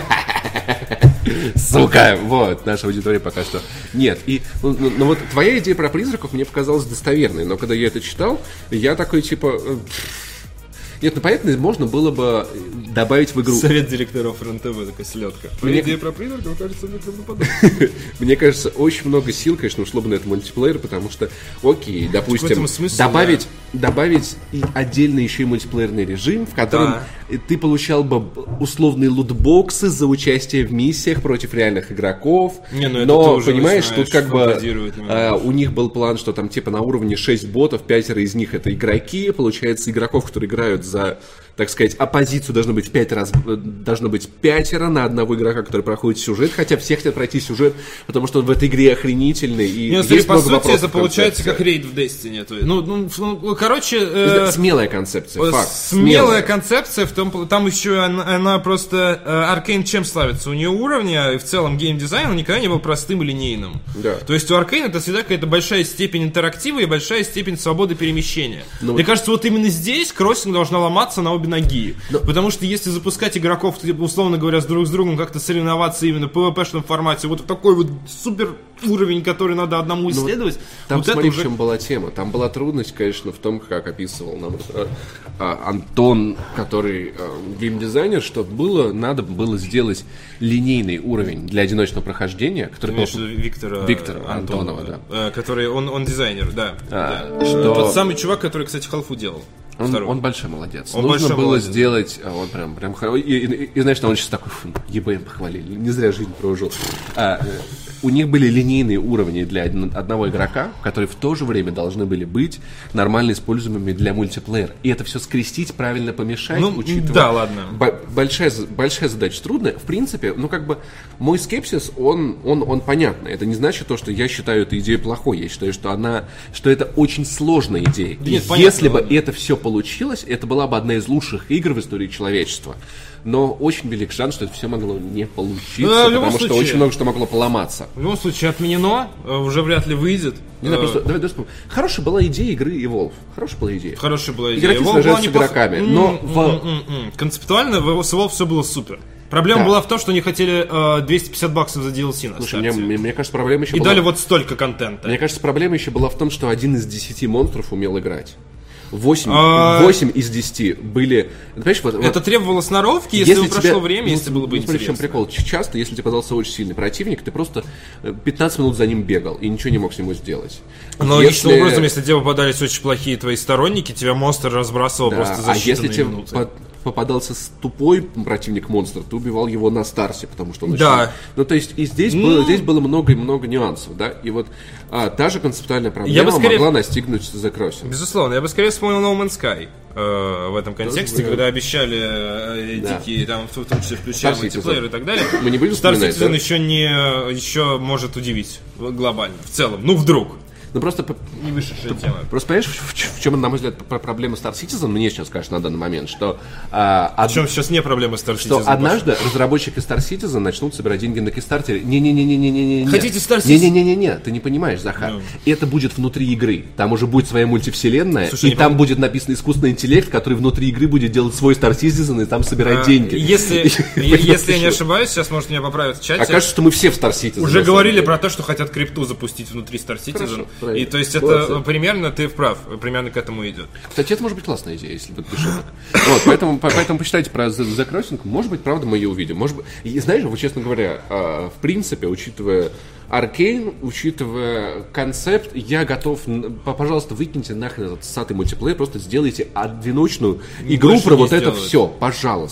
Сука, вот, наша аудитория пока что. Нет, и, ну, ну, ну вот твоя идея про призраков мне показалась достоверной, но когда я это читал, я такой, типа... э, Нет, ну понятно, можно было бы добавить в игру... Совет директоров РЕН-ТВ, такая селедка. Мне- Идея про призраков, кажется, мне правдоподобна. Мне кажется, очень много сил, конечно, ушло бы на этот мультиплеер, потому что, окей, допустим, этом смысле, добавить, добавить и отдельно еще и мультиплеерный режим, в котором Да. ты получал бы условные лутбоксы за участие в миссиях против реальных игроков. Не, ну это но, ты уже понимаешь, начинаешь тут как бы фантазировать немного. э, у них был план, что там типа на уровне шесть ботов, пятеро из них это игроки, получается, игроков, которые играют за, так сказать, оппозицию, должно быть в пять раз, э, должно быть пятеро на одного игрока, который проходит сюжет, хотя все хотят пройти сюжет, потому что он в этой игре охренительный. И Не, ну, смотри, есть по много сути, вопросов это в получается концепции. как рейд в Destiny. То есть, ну, ну, ну, короче... э, Смелая концепция, факт. Смелая концепция, в том, пл- там еще она, она просто... Аркейн чем славится? У нее уровня и в целом геймдизайн, он никогда не был простым и линейным. Да. То есть у Аркейн это всегда какая-то большая степень интерактива и большая степень свободы перемещения. Ну, Мне кажется, вот именно здесь кроссинг должна ломаться на обе ноги. Потому что если запускать игроков, типа, условно говоря, с друг с другом, как-то соревноваться именно в пи ви пи-шном формате, вот такой вот супер уровень, который надо одному исследовать, Там вот смотри, это в уже... чем была тема. Там была трудность, конечно, в том, как описывал нам э, а, Антон, который э, геймдизайнер, что было, надо было сделать линейный уровень для одиночного прохождения, который Ты был... имеешь в виду Виктора, Виктора Антонова, Антонова, Э, который, он, он дизайнер, да. А, да. что- Тот самый чувак, который, кстати, Халфу делал. Он, Второй. он большой молодец. Он Нужно большой было молодец. сделать, а, он прям, прям хоро- и, и, и, знаешь, он сейчас такой, фу, ЕБМ похвалили, не зря жизнь прожил. А, э, у них были линейные уровни для один- одного игрока, которые в то же время должны были быть нормально используемыми для мультиплеера. И это все скрестить, правильно помешать, Ну, учитывая... да, ладно. Бо- большая, з- большая задача трудная. В принципе, ну как бы мой скепсис, он, он, он понятный. Это не значит то, что я считаю эту идею плохой. Я считаю, что она, что это очень сложная идея. Да нет, И понятно, если бы ладно. это все получилось, это была бы одна из лучших игр в истории человечества. Но очень велик шанс, что это все могло не получиться, Ну, да, в любом потому что случае. очень много что могло поломаться. В любом случае, отменено, э, уже вряд ли выйдет. Не знаю, Э, просто, давай, давай вспомним. Хорошая была идея игры Evolve. Хорошая была идея. Хорошая была идея. Игроки Evolve сражаются была с неплох- игроками, М, но м, в- м, м, м. Концептуально в Evolve все было супер. Проблема Да. была в том, что они хотели э, двести пятьдесят баксов за ди эл си на Слушай, мне, старте. мне, мне кажется, проблема еще И была... дали вот столько контента. Мне кажется, проблема еще была в том, что один из десяти монстров умел играть. Восемь, А- восемь из десяти были... Понимаешь, вот, вот Это требовало сноровки, если, бы тебе- прошло время, ну, если было бы ну, смотри, в чем интересно. прикол. Ч- Часто, если тебе казался очень сильный противник, ты просто э, пятнадцать минут за ним бегал и ничего не мог с ним сделать. Но Если- личным образом, если тебе попадались очень плохие твои сторонники, тебя монстр разбрасывал Да, просто за а если считанные тебе минуты. по- попадался с тупой противник-монстр, ты убивал его на старте, потому что он Да. очень- Ну, то есть, и здесь, было, здесь было много и много нюансов, да, и вот а, та же концептуальная проблема бы скорее- могла настигнуть The Crossing. Безусловно, я бы скорее вспомнил No Man's Sky э, в этом контексте, Тоже, когда обещали э, Да. дикие, там, в том числе включая Star Citizen. мультиплеер и так далее. Мы не будем Star вспоминать, Citizen да? еще, не, еще может удивить глобально, в целом. Ну, вдруг. Ну, просто п- Не вышедшая тема. Просто понимаешь, в, ч- в чем, на мой взгляд, п- проблема Star Citizen, мне сейчас, конечно, на данный момент, что, а, од- Причем сейчас не проблема Star что Citizen. однажды разработчики Star Citizen начнут собирать деньги на Kickstarter. Не-не-не-не-не-не. Хотите Star Citizen? Не-не-не-не-не, ты не понимаешь, Захар. Ну. Это будет внутри игры. Там уже будет своя мультивселенная, Слушай, и не там пом- будет написан искусственный интеллект, который внутри игры будет делать свой Star Citizen и там собирать А, деньги. Если, если я не ошибаюсь, сейчас, может, меня поправят в чате. Окажется, что мы все в Star Citizen. Уже на самом говорили деле. про то, что хотят крипту запустить внутри Star Citizen. Хорошо, правильно. И то есть Молодцы. это примерно, ты прав, примерно к этому идет. Кстати, это может быть классная идея, если будет шуток. Вот, поэтому, по- поэтому почитайте про The, The Crossing. Может быть, правда, мы ее увидим. Может быть, и знаешь, вот, честно говоря, а, в принципе, учитывая Аркейн, учитывая концепт, я готов, н- п- пожалуйста, выкиньте нахрен этот сатый мультиплеер, просто сделайте одиночную игру Больше про не вот это сделают. все, пожалуйста.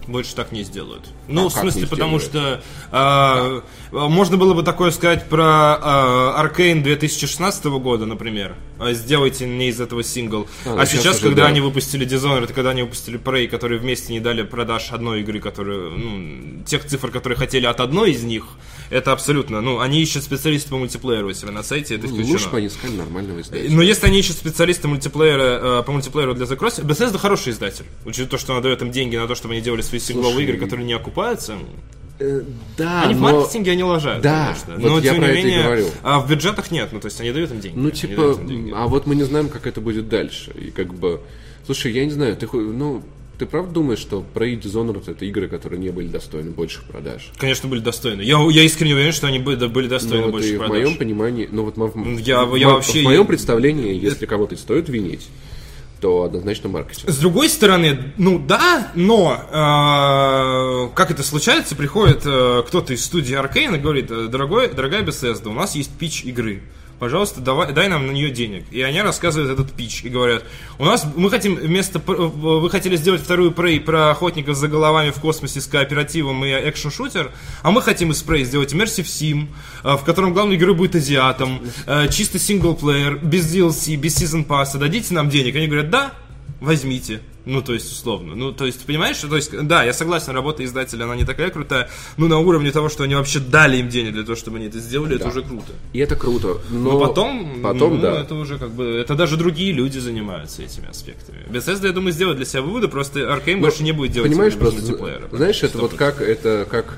Больше так не сделают. Ну, А в как смысле, не потому сделают? что э, можно было бы такое сказать про э, Arcane две тысячи шестнадцатого года, например. Э, Сделайте мне из этого сингл. А, А, ну, сейчас, сейчас уже когда да. они выпустили Dishonored, и когда они выпустили Prey, которые вместе не дали продаж одной игры, которые, ну, тех цифр, которые хотели от одной из них, это абсолютно, ну, они ищут специалистов по мультиплееру у себя на сайте, это исключено. Лучше бы они искали нормального издателя. Но если они ищут специалиста мультиплеера, э, по мультиплееру для The Cross, Bethesda хороший издатель. Учитывая то, что она дает им деньги на то, чтобы они делали свои сингловые Слушай, игры, которые не окупаются. Э, да, Они но... в маркетинге они лажают, Да, конечно. вот Но, я тем про не это и менее, говорю. а в бюджетах нет. Ну, то есть они дают им деньги. Ну, Они типа, дают им деньги. а вот мы не знаем, как это будет дальше. И как бы... Слушай, я не знаю, ты, ху- ну, ты правда думаешь, что Prey и Dishonored это игры, которые не были достойны больших продаж? Конечно, были достойны. Я, я искренне уверен, что они были, да, были достойны Ну, вот больше и в продаж. моем понимании, ну вот в, Я- в- я в- вообще- в моем представлении, если кого-то и стоит винить, то однозначно маркетинг. С другой стороны, ну да, но э, как это случается, приходит э, кто-то из студии Arcane и говорит: дорогой, дорогая Bethesda, у нас есть питч игры. Пожалуйста, давай, дай нам на нее денег. И они рассказывают этот питч и говорят: у нас мы хотим вместо вы хотели сделать вторую Prey про охотников за головами в космосе с кооперативом и экшн-шутер, а мы хотим из Prey сделать Immersive Sim, в котором главный герой будет азиатом, чисто синглплеер, без ди эл си, без сезон пасса. Дадите нам денег? Они говорят: да, возьмите. Ну, то есть, условно. Ну, то есть, понимаешь, то есть, да, я согласен, работа издателя, она не такая крутая, но на уровне того, что они вообще дали им денег для того, чтобы они это сделали, Да. это уже круто. И это круто. Но, Но потом, потом ну, да. это уже как бы, это даже другие люди занимаются этими аспектами. Bethesda, я думаю, сделает для себя выводы, просто Arcane Ну, больше не будет делать понимаешь, игры без просто, мультиплеера. знаешь, это вот сто как, это как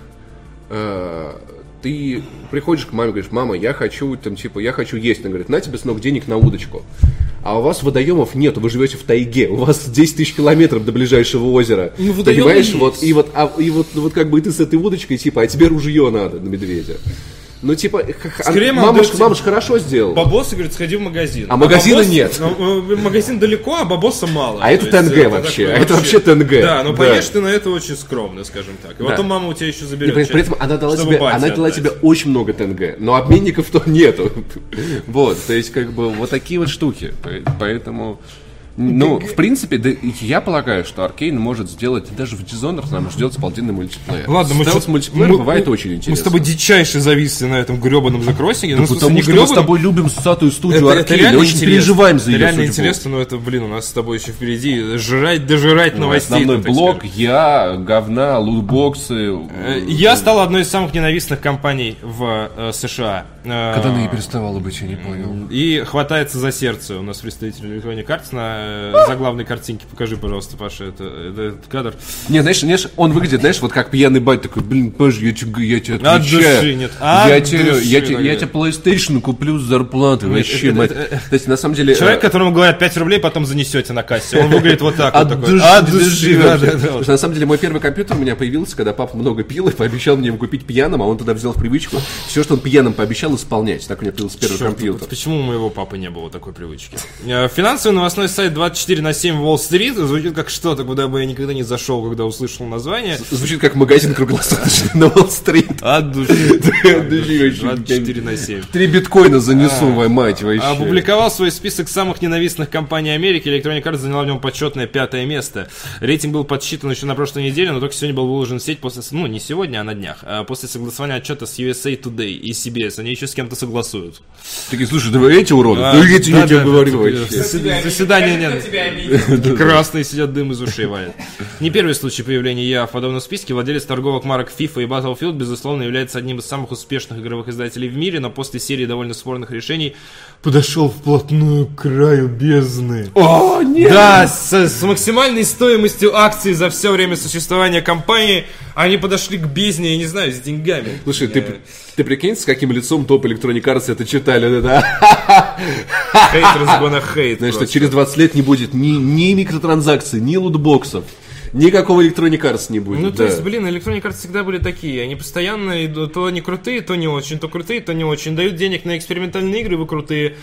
э, ты приходишь к маме, говоришь: мама, я хочу, там, типа, я хочу есть. Она говорит: на тебе, сынок, денег на удочку. А у вас водоемов нет, вы живете в тайге, у вас десять тысяч километров до ближайшего озера. Ну, водоемы понимаешь, есть. вот, и вот, а, и вот, ну, вот как бы ты с этой удочкой, типа, а тебе ружье надо на медведя. Ну, типа, х- Скорее, мама мамушка, дает мамушка хорошо сделала. Бабосы, говорит, сходи в магазин. А магазина бабос- нет. ну, э, магазин далеко, а бабоса мало. А это То есть, тенге э, вообще, такой а это вообще тенге. Да, но Да. поешь ты на это очень скромно, скажем так. И Да. потом мама у тебя еще Не, заберет. при, часть, при этом она дала, чтобы тебе, бате она дала отдать. тебе очень много тенге, но обменников-то нету. Вот, то есть, как бы, вот такие вот штуки. По- Поэтому, ну, в принципе, да, я полагаю, что Arcane может сделать, даже в Dishonored нам сделать полтинный мультиплеер. Ладно, мы сейчас- мультиплеер мы- бывает мы- очень интересно. Мы с тобой дичайше зависли на этом гребаном закроссинге. Ну, в смысле, Потому не что мы с гребаном. тобой любим сатую студию Это, это Arcane, реально очень интересно. переживаем за Это ее реально судьбу. интересно, но это, блин, у нас с тобой еще впереди жрать, дожирать Ну, новостей. Основной ну, так блок, скажем. я, говна, лутбоксы. Э, Я стал одной из самых ненавистных компаний в э, США. Э, Когда она не переставала быть, я не понял. И хватается за сердце. У нас представитель Electronic Arts на э, заглавной картинке. Покажи, пожалуйста, Паша, это, это- этот кадр. Не, знаешь, знаешь, он выглядит, знаешь, вот как пьяный бать такой: блин, Паш, я тебе, я тебе От отвечаю. души нет. Я От тебе, души, я, тебе, я наверное. тебе PlayStation куплю с зарплаты, вообще, это- мать. это- это- То есть, на самом деле... Человек, э, которому говорят пять рублей, потом занесете на кассе. Он выглядит вот так от вот. такой. души, От от души, души да, вообще. да, да. Потому что, на самом деле, мой первый компьютер у меня появился, когда папа много пил и пообещал мне его купить пьяным, а он тогда взял в привычку все, что он пьяным пообещал, исполнять. Так у меня появился первый Чёрт, компьютер. вот почему у моего папы не было такой привычки? Э, Финансовый новостной сайт двадцать четыре на семь Уолл-стрит звучит как что-то, куда бы я никогда не зашел, когда услышал название. Звучит как магазин круглосуточный на Уолл-стрит. От души. От души очень. двадцать четыре на семь. Три биткоина занесу, мать, мать, вообще. Опубликовал свой список самых ненавистных компаний Америки. Electronic Arts заняла в нем почетное пятое место. Рейтинг был подсчитан еще на прошлой неделе, но только сегодня был выложен в сеть после, ну не сегодня, а на днях, а после согласования отчета с ю эс эй Today и си би эс. Они еще с кем-то согласуют. Такие: слушай, давай эти уроды, А, да эти, я да, тебе да, говорю да, вообще. Засед- Заседания Кто нет. тебя обидел? Красные сидят, дым из ушей валит. Не первый случай появления ИА в подобном списке. Владелец торговых марок FIFA и Battlefield, безусловно, является одним из самых успешных игровых издателей в мире, но после серии довольно спорных решений подошел вплотную к краю бездны. О, нет! Да, с, с максимальной стоимостью акций за все время существования компании они подошли к бездне, я не знаю, с деньгами. Слушай, ты, ты прикинь, с каким лицом топ Electronic Arts это читали, да? Haters gonna hate. Знаешь, что просто. через двадцать лет не будет ни, ни микротранзакций, ни лутбоксов. Никакого Electronic Arts не будет. Ну, то да. есть, блин, Electronic Arts всегда были такие. Они постоянно идут, то не крутые, то не очень, то крутые, то не очень. Дают денег на экспериментальные игры, вы крутые.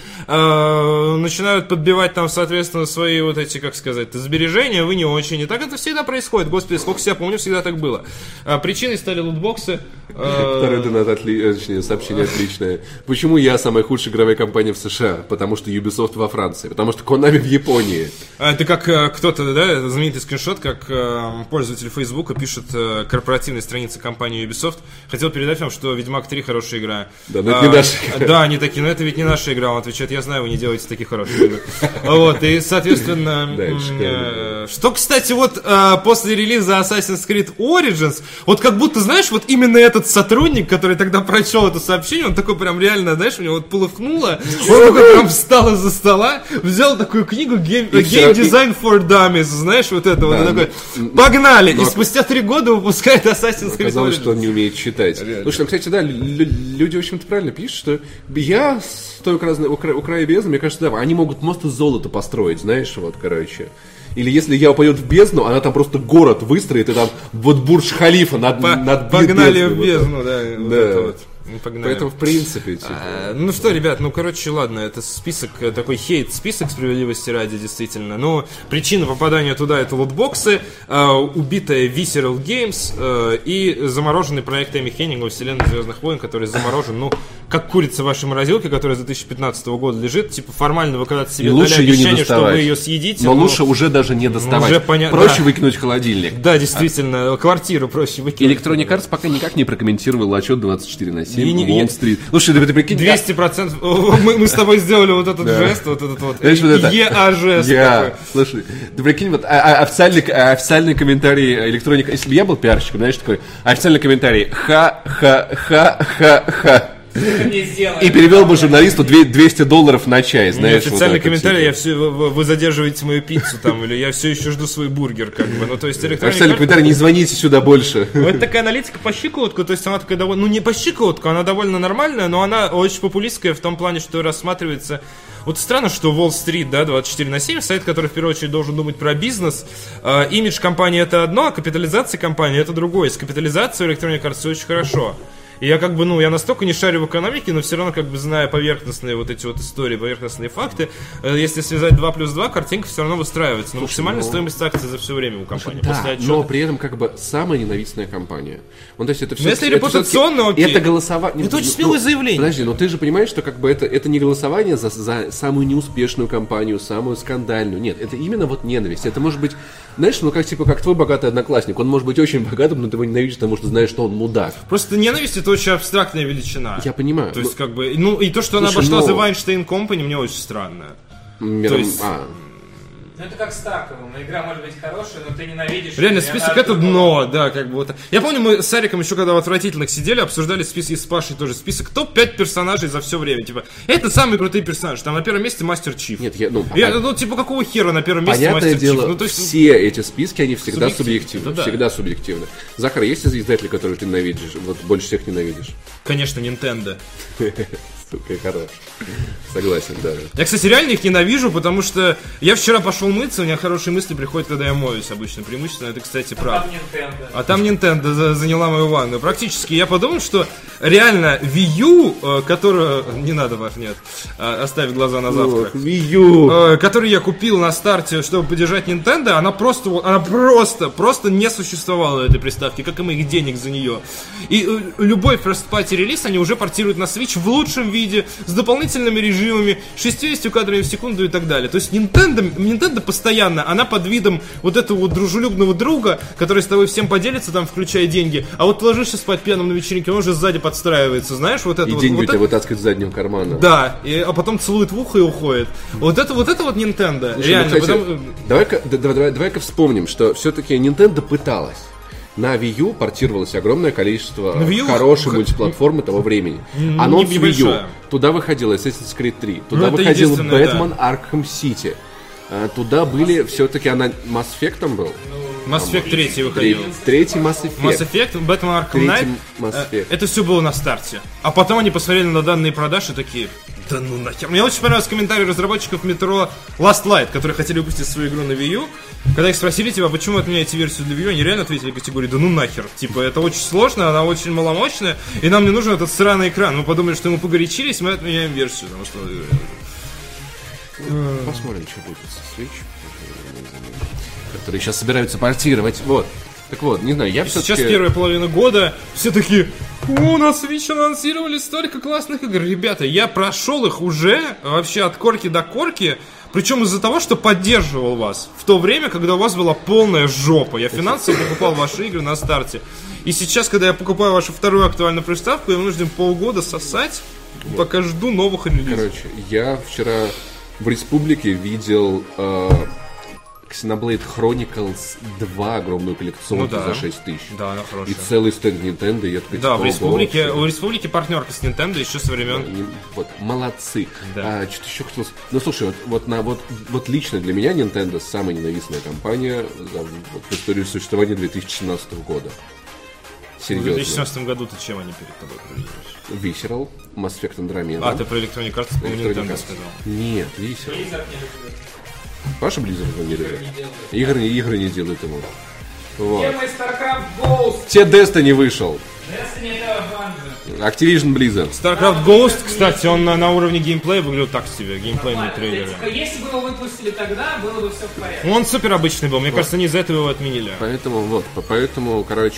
Э, начинают подбивать там, соответственно, свои вот эти, как сказать, сбережения, вы не очень. И так это всегда происходит. Господи, сколько себя помню, всегда так было. А причиной стали лутбоксы. Э, Второй донат, отли... э, точнее, сообщение отличное. Почему я самая худшая игровая компания в США? Потому что Ubisoft во Франции. Потому что Konami в Японии. Это как э, кто-то, да, знаменитый скриншот, как э, э, пользователь Фейсбука пишет э, корпоративной странице компании Ubisoft. Хотел передать вам, что Ведьмак три хорошая игра. Да, но это не наша игра. Да, они такие, но это ведь не наша игра. Он отвечает, я знаю, вы не делаете таких хороших игр. Вот, и, соответственно, что, кстати, вот после релиза Assassin's Creed Origins, вот как будто, знаешь, вот именно этот сотрудник, который тогда прочел это сообщение, он такой прям реально, знаешь, у него вот полыхнуло, он такой прям встал из-за стола, взял такую книгу Game Design for Dummies, знаешь, вот это вот, такой, погнали! И спустя три года выпускает Assassin's Creed Origins. Оказалось, что он не умеет читать. Слушай, ну, кстати, да, люди, в общем-то, правильно пишут, что я стою у края бездны, мне кажется, да, они могут мост из золота построить, знаешь, вот, короче. Или если я упадет в бездну, она там просто город выстроит, и там вот Бурдж-Халифа над, По- над Погнали бездной, в бездну, вот, да. да. Вот это вот. Ну, погнали. Поэтому, в принципе, типа... А, ну что, ребят, ну, короче, ладно, это список, такой хейт-список, справедливости ради, действительно. Но причина попадания туда — это лутбоксы, э, убитая Visceral Games э, и замороженный проект Эми Хеннинга «Вселенная Звездных войн», который заморожен, ну, как курица в вашей морозилке, которая с две тысячи пятнадцатого года лежит. Типа, формально вы когда-то себе дали обещание, что вы ее съедите. Но, но лучше уже даже не доставать. Уже поня... Проще да. выкинуть в холодильник. Да, действительно, а... квартиру проще выкинуть. Electronic Arts пока никак не прокомментировал отчет двадцать четыре на семь Уолл-стрит. Слушай, ты, ты прикинь... двести процентов мы, мы с тобой сделали вот этот жест, вот этот вот Е-А-жест. Я, слушай, ты прикинь, вот официальный, официальный комментарий Electronic... Если бы я был пиарщиком, знаешь, такой официальный комментарий ха-ха-ха-ха-ха. И перевел бы журналисту двести долларов на чай, знаешь. Официальный вот комментарий, я все, вы, вы задерживаете мою пиццу там, или я все еще жду свой бургер, как бы. Ну, то есть, официальный комментарий, не звоните сюда больше. Ну, это такая аналитика по щиколотку, то есть она такая довольно, ну не по щиколотку, она довольно нормальная, но она очень популистская в том плане, что рассматривается. Вот странно, что Уолл-стрит, да, двадцать четыре на семь, сайт, который в первую очередь должен думать про бизнес. Э, имидж компании — это одно, а капитализация компании — это другое. С капитализацией Electronic Arts все очень хорошо. И я как бы, ну, я настолько не шарю в экономике, но все равно, как бы, зная поверхностные вот эти вот истории, поверхностные факты, э, если связать два плюс два, картинка все равно выстраивается. Но максимальная но... стоимость акций за все время у компании. Да, после отчета... но при этом, как бы, самая ненавистная компания. Ну, то есть это все... Но если это репутационно, окей. Это голосование... Это очень смелое ну, заявление. Подожди, но ты же понимаешь, что, как бы, это, это не голосование за, за самую неуспешную компанию, самую скандальную. Нет, это именно вот ненависть. Это может быть, знаешь, ну, как, типа, как твой богатый одноклассник. Он может быть очень богатым, но ты его ненавидишь, потому что знаешь, что он мудак. Просто ненависть — это очень абстрактная величина. Я понимаю. То есть, как бы, ну, и то, что Слушай, она обошла но... The Weinstein Company, мне очень странно. Миром... То есть... а. Ну, это как с Тарковым. Игра может быть хорошая, но ты ненавидишь... Реально, список — это дно, да, как бы вот. Я помню, мы с Ариком еще когда в «Отвратительных» сидели, обсуждали список, и с Пашей тоже список топ пять персонажей за все время. Типа, это самые крутые персонажи. Там на первом месте Мастер Чиф. Нет, я, ну... Я, ну, типа, какого хера на первом месте Понятное Мастер дело, Чиф? Ну, то есть... все эти списки, они всегда субъективны. субъективны. Да, всегда да. субъективны. Захар, есть издатели, которые ты ненавидишь? Вот больше всех ненавидишь? Конечно, Nintendo. Сука, хорош. Согласен, да. Я, кстати, реально их ненавижу, потому что я вчера пошел мыться, у меня хорошие мысли приходят, когда я моюсь обычно, преимущественно, это, кстати, правда. А там Nintendo за- заняла мою ванну. Практически я подумал, что реально Wii U, э, которую... Не надо, Ваш, нет. Э, оставь глаза на завтра. Wii U. Э, которую я купил на старте, чтобы поддержать Nintendo, она просто, она просто, просто не существовала, этой приставки, как и моих денег за нее. И э, любой first-party релиз они уже портируют на Switch в лучшем виде, с дополнительными режимами, шестьдесят кадров в секунду и так далее. То есть Nintendo, Nintendo постоянно, она под видом вот этого вот дружелюбного друга, который с тобой всем поделится, там, включая деньги, а вот ложишься спать пьяным на вечеринке, он уже сзади подстраивается, знаешь, вот это и вот. И деньги вот у тебя это... вытаскивают из заднего кармана. Да, и, а потом целует в ухо и уходит. Вот это вот это вот Nintendo. Слушай, реально. ну, кстати, потом... давай-ка, давай, давай, давай-ка вспомним, что все-таки Nintendo пыталась. На Wii U портировалось огромное количество U... хорошей мультиплатформы того времени. Анонс Wii U. Туда выходила Assassin's Creed три. Туда ну, выходил Batman да. Arkham City. А, туда были все-таки она Mass Effect там был. Mass Effect третий выходил. Третий Mass Effect. Mass Effect, Batman Arkham Knight. Mass Effect. Это все было на старте. А потом они посмотрели на данные продаж и такие... Да ну нахер. Мне очень понравился комментарий разработчиков Metro Last Light, которые хотели выпустить свою игру на Wii U. Когда их спросили, типа, почему отменяете версию для Wii U, они реально ответили категории, да ну нахер. Типа, это очень сложно, она очень маломощная, и нам не нужен этот сраный экран. Мы подумали, что мы погорячились, мы отменяем версию. Потому что... Посмотрим, что будет со Switch, которые сейчас собираются портировать. Вот. Так вот, не знаю, я все-таки... Сейчас первая половина года, все такие, о, на Switch анонсировали столько классных игр. Ребята, я прошел их уже, вообще от корки до корки, Причем из-за того, что поддерживал вас в то время, когда у вас была полная жопа. Я финансово покупал ваши игры на старте. И сейчас, когда я покупаю вашу вторую актуальную приставку, я вынужден полгода сосать, пока жду новых релизов. Короче, я вчера в Республике видел э, Xenoblade Chronicles два, огромную коллекционку ну, да. за шесть тысяч. Да, она хорошая. И целый стенд Nintendo. Я такой, да, типа, в Республике, вообще. у Республики партнерка с Nintendo еще со времен. Не- Вот, молодцы. Да. А, что-то еще хотелось. Ну слушай, вот, вот, на, вот, вот лично для меня Nintendo самая ненавистная компания за, вот, в истории существования две тысячи семнадцатого года. В Серьезно. две тысячи семнадцатом году ты чем они перед тобой проявились? Visceral, Mass Effect Andromeda. А, ты про Electronic Arts, по-моему, Electronic Nintendo Arts. сказал. Нет, Visceral. Blizzard не любит. Паша Blizzard его не любит. Игры, игры не делают ему. Вот. Где мой StarCraft Ghost? Те Destiny вышел. Destiny это Bungie. Activision Blizzard. StarCraft Ghost, кстати, он на, на уровне геймплея выглядел так себе, геймплейные трейлеры. Если бы его выпустили тогда, было бы все в порядке. Он супер обычный был, мне кажется, они из-за этого его отменили. Поэтому, вот, по- поэтому, короче,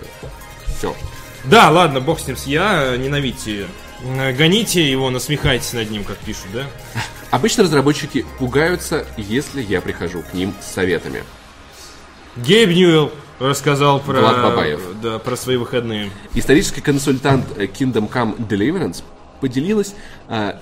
все. Да, ладно, бог с ним, я ненавидьте. Э, Гоните его, насмехайтесь над ним, как пишут, да? Обычно разработчики пугаются, если я прихожу к ним с советами. Гейб Ньюэлл рассказал про, Влад Бабаев. да, про свои выходные. Исторический консультант э, Kingdom Come Deliverance поделилась а,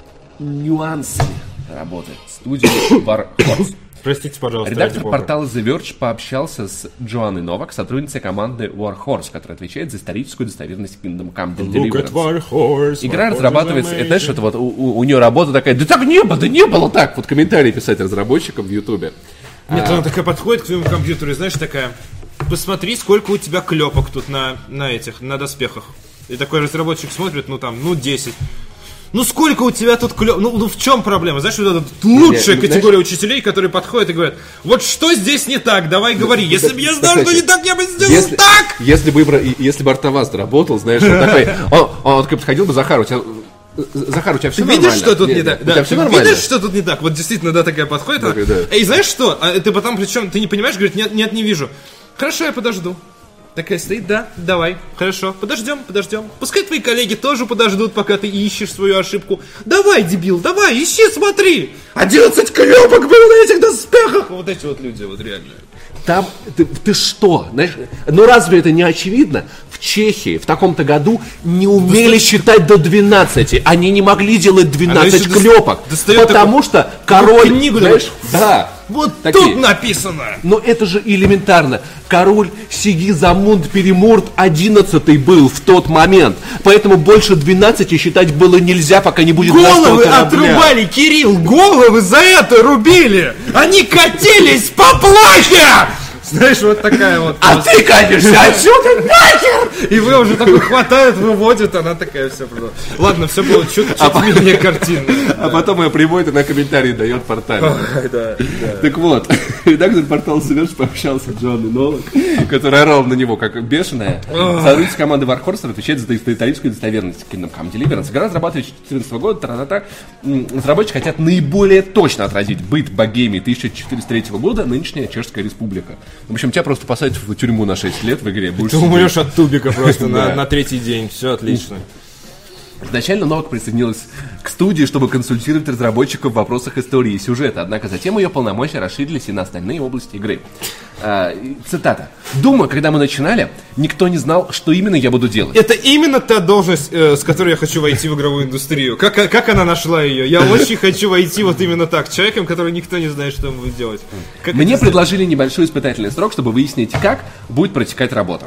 нюансами работы студии Warhorse. Простите, пожалуйста. Редактор ради бога. портала The Verge пообщался с Джоанной Новак, сотрудницей команды Warhorse, которая отвечает за историческую достоверность Kingdom Come Look at Deliverance. Warhorse, Игра Warhorse разрабатывается, is это знаешь, это вот у, у- у нее работа такая, да так не было, да не было так. Вот комментарии писать разработчикам в Ютубе. Нет, она такая подходит к твоему компьютеру и знаешь, такая, посмотри, сколько у тебя клепок тут на, на этих, на доспехах. И такой разработчик смотрит, ну там, ну десять. Ну сколько у тебя тут клёв... Ну, ну в чем проблема? Знаешь, вот это лучшая ну, категория учителей, которые подходят и говорят, вот что здесь не так, давай говори. Если бы я знал, что не так, я бы сделал Если, так! если бы Ибра- если бы Артаваст работал, знаешь, он такой, он, он такой подходил бы, Захар, у тебя, Захар, у тебя все Ты нормально? видишь, что тут Нет, не нет, так? У Да, тебя все ты нормально? видишь, что тут не так? Вот действительно, да, такая подходит. она, Такой, да. Эй, знаешь что? А ты потом, причем, ты не понимаешь, говорит, нет, нет, не вижу. Хорошо, я подожду. Такая стоит, да, давай, хорошо, подождем, подождем. Пускай твои коллеги тоже подождут, пока ты ищешь свою ошибку. Давай, дебил, давай, ищи, смотри. Одиннадцать клепок было на этих доспехах. Вот эти вот люди, вот реально. Там, ты, ты что, знаешь, ну разве это не очевидно? В Чехии в таком-то году не умели считать до двенадцати. Они не могли делать двенадцать еще клепок. дос- достает Потому что король, книгу, знаешь, да. Вот такие. тут написано. Но это же элементарно. Король Сигизамунд Перемурт одиннадцатый был в тот момент. Поэтому больше двенадцати считать было нельзя, пока не будет Головы настолько корабля. отрубали, Кирилл, головы за это рубили. Они катились по плахе. Знаешь, вот такая вот. А ты катишься отсюда нахер! И вы уже такой хватает, выводит, она такая все продала. Ладно, все было чуть, чуть менее картинно. А потом ее приводит и на комментарии дает портале. Да, Так вот, редактор портала Северш пообщался с Джоанной Новак, которая орала на него как бешеная. Сотрудница команды Warhorse отвечает за историческую достоверность Kingdom Come Deliverance. Игра разрабатывается с две тысячи четырнадцатого года. Тра-та-та. М, Разработчики хотят наиболее точно отразить быт богемии тысяча четыреста третьего года, нынешняя Чешская Республика. В общем, тебя просто посадят в тюрьму на шесть лет в игре. Будешь Ты сидеть. умрешь от тубика просто Да. на, на третий день. Все отлично. Изначально Новак присоединилась к студии, чтобы консультировать разработчиков в вопросах истории и сюжета, однако затем ее полномочия расширились и на остальные области игры. А, и цитата. «Думаю, когда мы начинали, никто не знал, что именно я буду делать. Это именно та должность, э, с которой я хочу войти в игровую индустрию. Как, как она нашла ее? Я очень хочу войти вот именно так, человеком, который никто не знает, что он будет делать. Как Мне это предложили небольшой испытательный срок, чтобы выяснить, как будет протекать работа.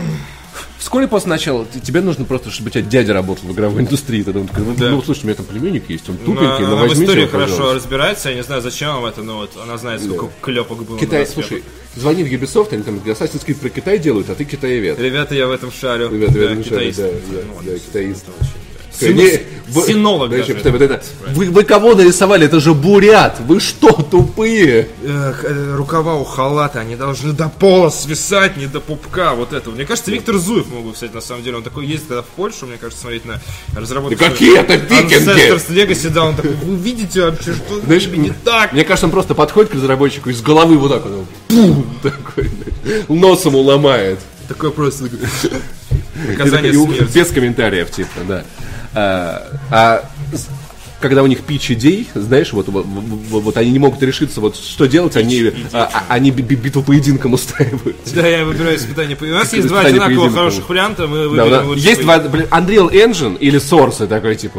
Вскоре после начала т- тебе нужно просто, чтобы у тебя дядя работал в игровой индустрии. Тогда он такой, ну, Да. ну, слушай, у меня там племянник есть, он Она, тупенький, но она в возьмите истории его, хорошо пожалуйста». разбирается, я не знаю, зачем вам это, но вот она знает, сколько клепок было. Китай, на доспехах. слушай, звони в Ubisoft, они там Assassin's Creed про Китай делают, а ты китаевед. Ребята, я в этом шарю. Ребята, да, я не шарю, китаист. да, Ну, да, ладно, да, китаист. Син- Не, вы- Синолог да, даже. еще, представь, вот это. Вы, вы кого нарисовали? Это же бурят. Вы что, тупые? Эх, э, рукава у халата, они должны до пола свисать, не до пупка, вот это. Мне кажется, Виктор Зуев мог бы, кстати, на самом деле, он такой ездит когда в Польшу, мне кажется, смотреть на разработку. Да какие это викинги? Ancestors Legacy, да, он такой, вы видите вообще, что Знаешь, не так? Мне кажется, он просто подходит к разработчику и с головы вот так вот, пум, такой, носом уломает. Такое просто И наказание такой, и смерти. без комментариев, типа, да. А, а с- когда у них пич идей, знаешь, вот, вот, вот, вот они не могут решиться, вот что делать, пич, они, а, они битву поединком устраивают. Да, я выбираю испытание. У нас есть два одинаково хороших варианта, мы выберем да, лучше. Есть два, блин, Unreal Engine или Source, такой типа.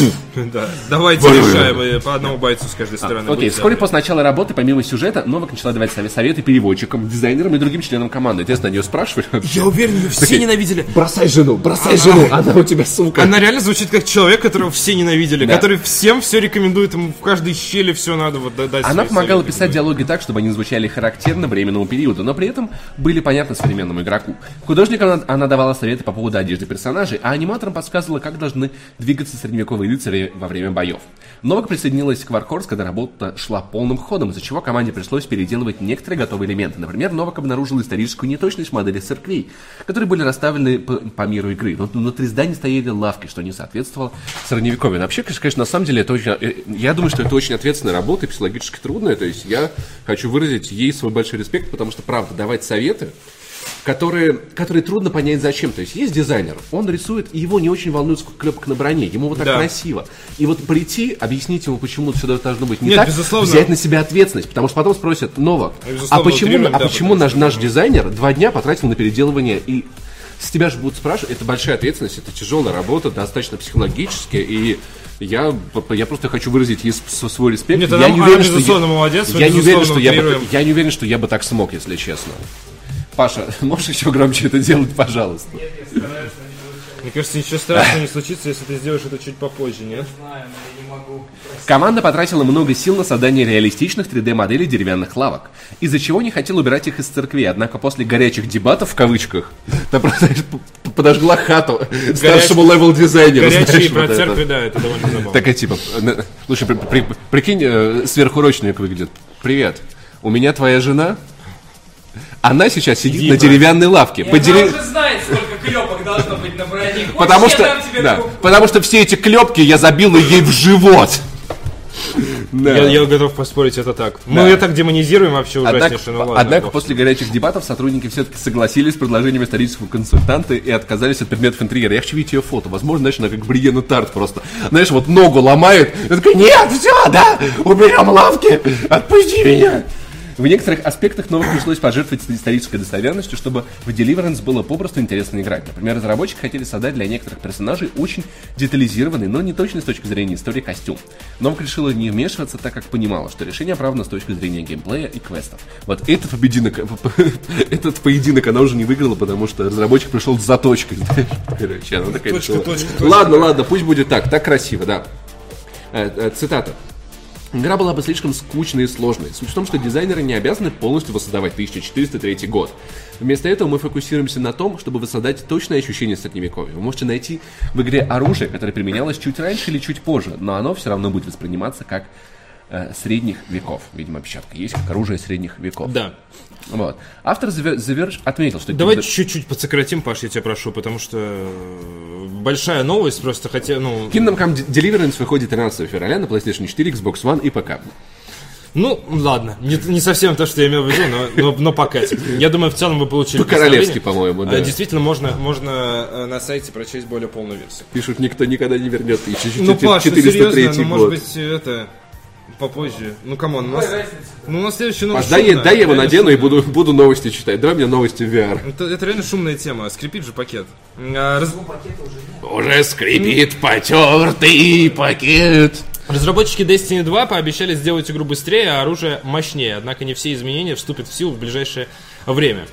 Да, давайте решаем, по одному бойцу с каждой стороны. А, окей, вскоре после начала работы, помимо сюжета, Новак начала давать советы переводчикам, дизайнерам и другим членам команды. Естественно, они ее спрашивали. Я уверен, ее все Такие, ненавидели. Бросай жену, бросай жену, она у тебя сука. Она реально звучит как человек, которого все ненавидели, да. который всем все рекомендует, ему в каждой щели все надо вот дать. Она помогала писать диалоги так, чтобы они звучали характерно временному периоду, но при этом были понятны современному игроку. Художникам она, она давала советы по поводу одежды персонажей, а аниматорам подсказывала, как должны двигаться средневековые рыцари во время боев. Новак присоединилась к Warhorse, когда работа шла полным ходом, из-за чего команде пришлось переделывать некоторые готовые элементы. Например, Новак обнаружил историческую неточность в модели церквей, которые были расставлены по, по миру игры. Но внутри зданий стояли лавки, что не соответствовало средневековью. Но вообще, конечно, на самом деле, это очень, я думаю, что это очень ответственная работа и психологически трудная. То есть я хочу выразить ей свой большой респект, потому что, правда, давать советы, Которые, которые трудно понять зачем. То есть есть дизайнер, он рисует, и его не очень волнует, сколько клепок на броне, ему вот так да. красиво. И вот прийти, объяснить ему, почему все должно быть не Нет, так, безусловно. взять на себя ответственность, потому что потом спросят, Новак, а почему, а почему наш, наш дизайнер два дня потратил на переделывание, и с тебя же будут спрашивать, это большая ответственность, это тяжелая работа, достаточно психологическая, и я, я просто хочу выразить ей свой респект. Нет, я, она, не уверен, что я, молодец, я, не уверен, что я, бы, я не уверен, что я бы так смог, если честно. Паша, можешь еще громче это делать, пожалуйста? Нет, я стараюсь, Мне кажется, ничего страшного не случится, если ты сделаешь это чуть попозже, нет? Не знаю, но я не могу. Команда потратила много сил на создание реалистичных три дэ-моделей деревянных лавок, из-за чего не хотела убирать их из церкви, однако после горячих дебатов, в кавычках, та просто подожгла хату старшему левел-дизайнеру. Горячие про церкви, да, это довольно забавно. Такая типа, слушай, прикинь, сверхурочно выглядит. Привет, у меня твоя жена... Она сейчас сидит Дима. на деревянной лавке. И Подели... она уже знает, сколько клепок должно быть на броне. Хочешь, потому, что, да, потому что все эти клепки я забил ей в живот. Да. Я, я готов поспорить, это так. Да. Мы ее так демонизируем вообще ужаснейше. Однако, ну, ладно, однако после горячих дебатов сотрудники все-таки согласились с предложением исторического консультанта и отказались от предметов интерьера. Я хочу видеть ее фото. Возможно, знаешь, она как Бриена Тарт просто. Знаешь, вот ногу ломает. Я такой, нет, все, да, уберем лавки, отпусти меня. В некоторых аспектах Новак пришлось пожертвовать исторической достоверностью, чтобы в Deliverance было попросту интересно играть. Например, разработчики хотели создать для некоторых персонажей очень детализированный, но не точный с точки зрения истории костюм. Новак решила не вмешиваться, так как понимала, что решение оправдано с точки зрения геймплея и квестов. Вот этот поединок, этот поединок она уже не выиграла, потому что разработчик пришел с заточкой. Короче, она такая точка, точка, точка. Ладно, ладно, пусть будет так, так красиво, да. Цитата. Игра была бы слишком скучной и сложной. Суть в том, что дизайнеры не обязаны полностью воссоздавать тысяча четыреста третий год. Вместо этого мы фокусируемся на том, чтобы воссоздать точное ощущение средневековья. Вы можете найти в игре оружие, которое применялось чуть раньше или чуть позже, но оно все равно будет восприниматься как э, средних веков. Видимо, опечатка есть, как оружие средних веков. Да. Вот. Автор The Verge отметил, что... Давай чуть-чуть подсократим, Паш, я тебя прошу, потому что большая новость, просто хотя, ну... Kingdom Come Deliverance выходит тринадцатого февраля на PlayStation четыре, Xbox One и ПК. Ну, ладно, не, не совсем то, что я имел в виду, но, но, но пока. Я думаю, в целом вы получили... По-королевски, по-моему, да. Действительно, можно, можно на сайте прочесть более полную версию. Пишут, никто никогда не вернет тысяча четыреста третий ну, Паш, ну, серьезно, ну, год. может быть, это... Попозже. Ну, камон, у нас... Ну, у нас следующая новость. Паш, дай, дай я его надену и буду, буду новости читать. Давай мне новости в ви ар. Это, это реально шумная тема. Скрипит же пакет. А, раз... уже, уже скрипит потертый пакет. Разработчики Destiny два пообещали сделать игру быстрее, а оружие мощнее. Однако не все изменения вступят в силу в ближайшее время.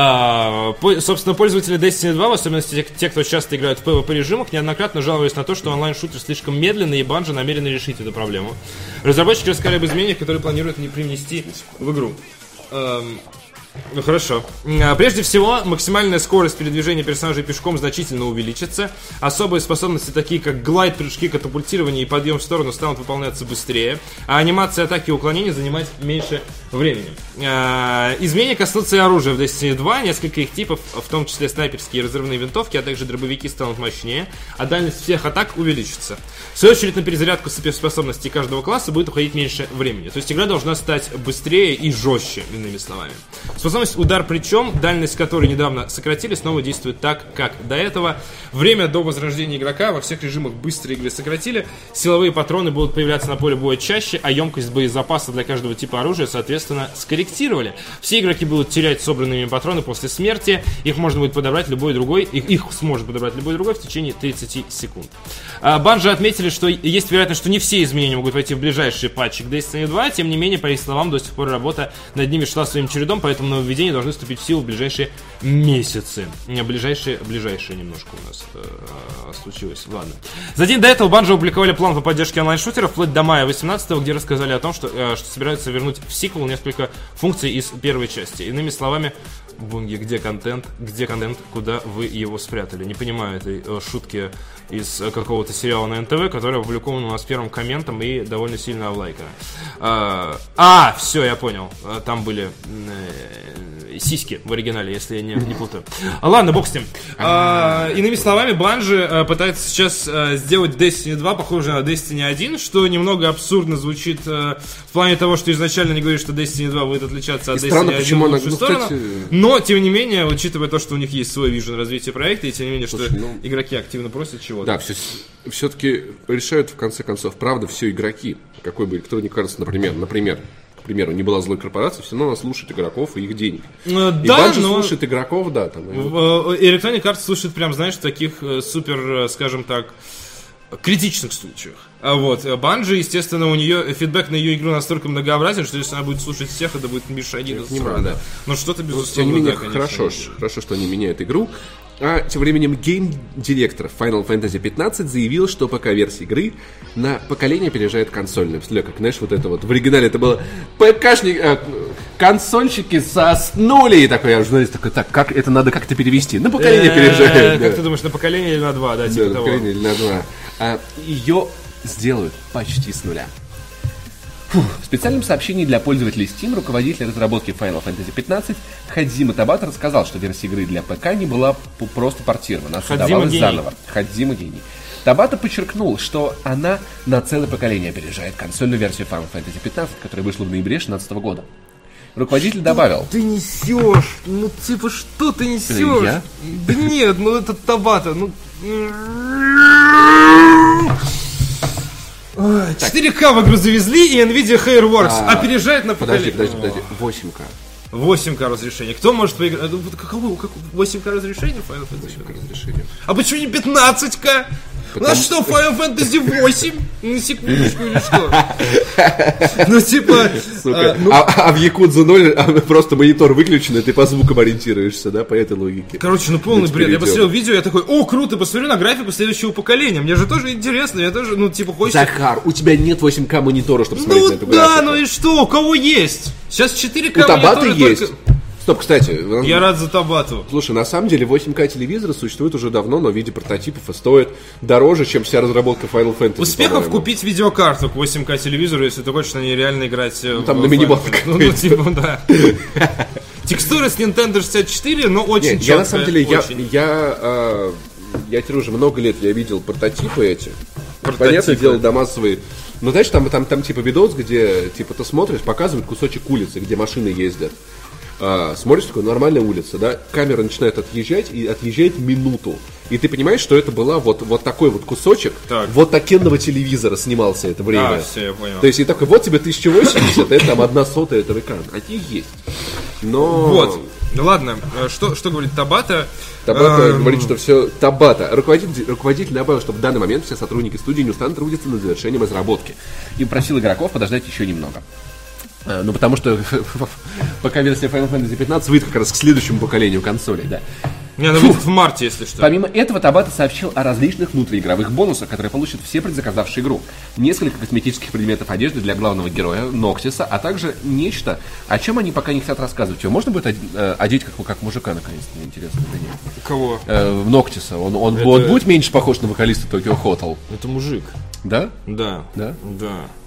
А, по, собственно, пользователи Destiny два, в особенности те, те, кто часто играют в пи ви пи режимах, неоднократно жаловались на то, что онлайн-шутер слишком медленный, и Bungie намерены решить эту проблему. Разработчики рассказали об изменениях, которые планируют не привнести в игру. Эм... Ну хорошо. Прежде всего, максимальная скорость передвижения персонажей пешком значительно увеличится. Особые способности, такие как глайд, прыжки, катапультирование и подъем в сторону, станут выполняться быстрее, а анимация атаки и уклонения занимать меньше времени. Изменения коснутся и оружия в Destiny два. Несколько их типов, в том числе снайперские и разрывные винтовки, а также дробовики, станут мощнее, а дальность всех атак увеличится. В свою очередь, на перезарядку способностей каждого класса будет уходить меньше времени. То есть игра должна стать быстрее и жестче, иными словами. С Способность удар плечом, дальность которой недавно сократили, снова действует так, как до этого. Время до возрождения игрока во всех режимах быстрой игры сократили. Силовые патроны будут появляться на поле боя чаще, а емкость боезапаса для каждого типа оружия, соответственно, скорректировали. Все игроки будут терять собранные ими патроны после смерти. Их можно будет подобрать любой другой. Их, их сможет подобрать любой другой в течение тридцати секунд. Банжи отметили, что есть вероятность, что не все изменения могут войти в ближайшие патчи к Destiny два. Тем не менее, по их словам, до сих пор работа над ними шла своим чередом, поэтому нововведения должны вступить в силу в ближайшие месяцы. Ближайшие, ближайшие немножко у нас э, случилось. Ладно. За день до этого Банжи опубликовали план по поддержке онлайн-шутеров вплоть до мая восемнадцатого, где рассказали о том, что, э, что собираются вернуть в сиквел несколько функций из первой части. Иными словами, Бунги, где контент, где контент, куда вы его спрятали? Не понимаю этой э, шутки из э, какого-то сериала на эн тэ вэ, которая опубликована у нас первым комментом и довольно сильно облайкана. А, а, все, я понял. Там были э, сиськи в оригинале, если я не, не путаю. А, ладно, бог с ним. А, иными словами, Банжи э, пытается сейчас э, сделать Destiny два похоже на Destiny один, что немного абсурдно звучит э, в плане того, что изначально они говорили, что Destiny два будет отличаться от и Destiny странно, один почему в она, лучшую ну, сторону. кстати... Но, тем не менее, учитывая то, что у них есть свой вижен развития проекта, и тем не менее, Слушай, что ну... игроки активно просят чего-то. Да, все, все-таки решают, в конце концов, правда, все игроки. Какой бы, кто не кажется, например, например, к примеру, не была злой корпорацией, все равно она слушает игроков и их денег. Ну, и да, Банжи но... слушает игроков, да. Там, и... Electronic Arts слушает прям, знаешь, в таких супер, скажем так, критичных случаях. А вот, Банжи, естественно, у нее фидбэк на ее игру настолько многообразен, что если она будет слушать всех, это будет мешанина с понимаю, да. Но что-то, безусловно, тем не менее, да, хорошо, хорошо, что они меняют игру. А тем временем гейм-директор Final Fantasy пятнадцать заявил, что ПК-версия игры на поколение опережает консольную. Представляю, как, знаешь, вот это вот в оригинале это было ПКшник, э, консольщики соснули. И такой, я журналист такой, так, как это надо как-то перевести? На поколение опережает. Как ты думаешь, на поколение или на два, да, типа того? На поколение или на два. Ее сделают почти с нуля. Фух. В специальном сообщении для пользователей Steam руководитель разработки Final Fantasy пятнадцать Хадзима Табата рассказал, что версия игры для ПК не была просто портирована, а создавалась заново. Хадзима гений. Табата подчеркнул, что она на целое поколение опережает консольную версию Final Fantasy пятнадцать, которая вышла в ноябре две тысячи шестнадцатого года. Руководитель добавил: ты несешь? Ну типа что ты несешь? Я? Да нет, ну это Табата, ну... четыре ка в игру завезли, и Nvidia Hairworks а, опережает на поколение. Подожди, подожди, подожди. восемь ка. восемь ка разрешение. Кто может поиграть? Каково? Как, восемь ка разрешение Final Fantasy? восемь ка разрешение. А почему не пятнадцать ка? Потому... У нас что, Final Fantasy восемь? На секундочку или что? Ну, типа... Сука. А, ну... а, а в Якудзу ноль просто монитор выключен, и ты по звукам ориентируешься, да, по этой логике. Короче, ну полный бред. Я посмотрел видео, я такой, о, круто, посмотрю на графику следующего поколения. Мне же тоже интересно, я тоже, ну, типа, хочется... Захар, у тебя нет восемь ка монитора, чтобы смотреть ну, на эту да, графику. Ну да, ну и что? У кого есть? Сейчас четыре ка у Табаты есть. Только... Стоп, кстати. Я рад за Табату. Слушай, на самом деле восемь ка телевизоры существуют уже давно, но в виде прототипов и стоят дороже, чем вся разработка Final Fantasy. Успехов по-моему. Купить видеокарту к восемь ка телевизору, если ты хочешь на ней реально играть. Ну, там на мини-балках. Ну, ну, типа, да. Текстуры с Nintendo шестьдесят четыре, но очень четкая. Я на самом деле, я, я, я теперь уже много лет я видел прототипы эти. Понятное дело, до массовые. Ну, знаешь, там, там, там типа видос, где типа ты смотришь, показывают кусочек улицы, где машины ездят. А, смотришь, такой нормальная улица, да, камера начинает отъезжать и отъезжает минуту. И ты понимаешь, что это была вот, вот такой вот кусочек так. вот такенного телевизора снимался это время. А, все, я понял. То есть и такой, вот тебе тысяча восемьдесят, это там одна сотая этого экрана. Они есть. Но... Вот. Ну ладно, что, что говорит Табата? Табата эм... говорит, что все... Табата. Руководитель, руководитель добавил, что в данный момент все сотрудники студии неустанно трудятся над завершением разработки. И просил игроков подождать еще немного. Ну, потому что пока версия Final Fantasy пятнадцать выйдет как раз к следующему поколению консолей, да. Не, она выйдет в марте, если что. Помимо этого, Табата сообщил о различных внутриигровых бонусах, которые получат все предзаказавшие игру. Несколько косметических предметов одежды для главного героя, Ноктиса, а также нечто, о чем они пока не хотят рассказывать. Его можно будет одеть как, как мужика, наконец-то, мне интересно. Кого? Э, Ноктиса. Он, он, Это... он будет меньше похож на вокалиста Tokyo Hotel? Это мужик. Да? Да. Да? Да.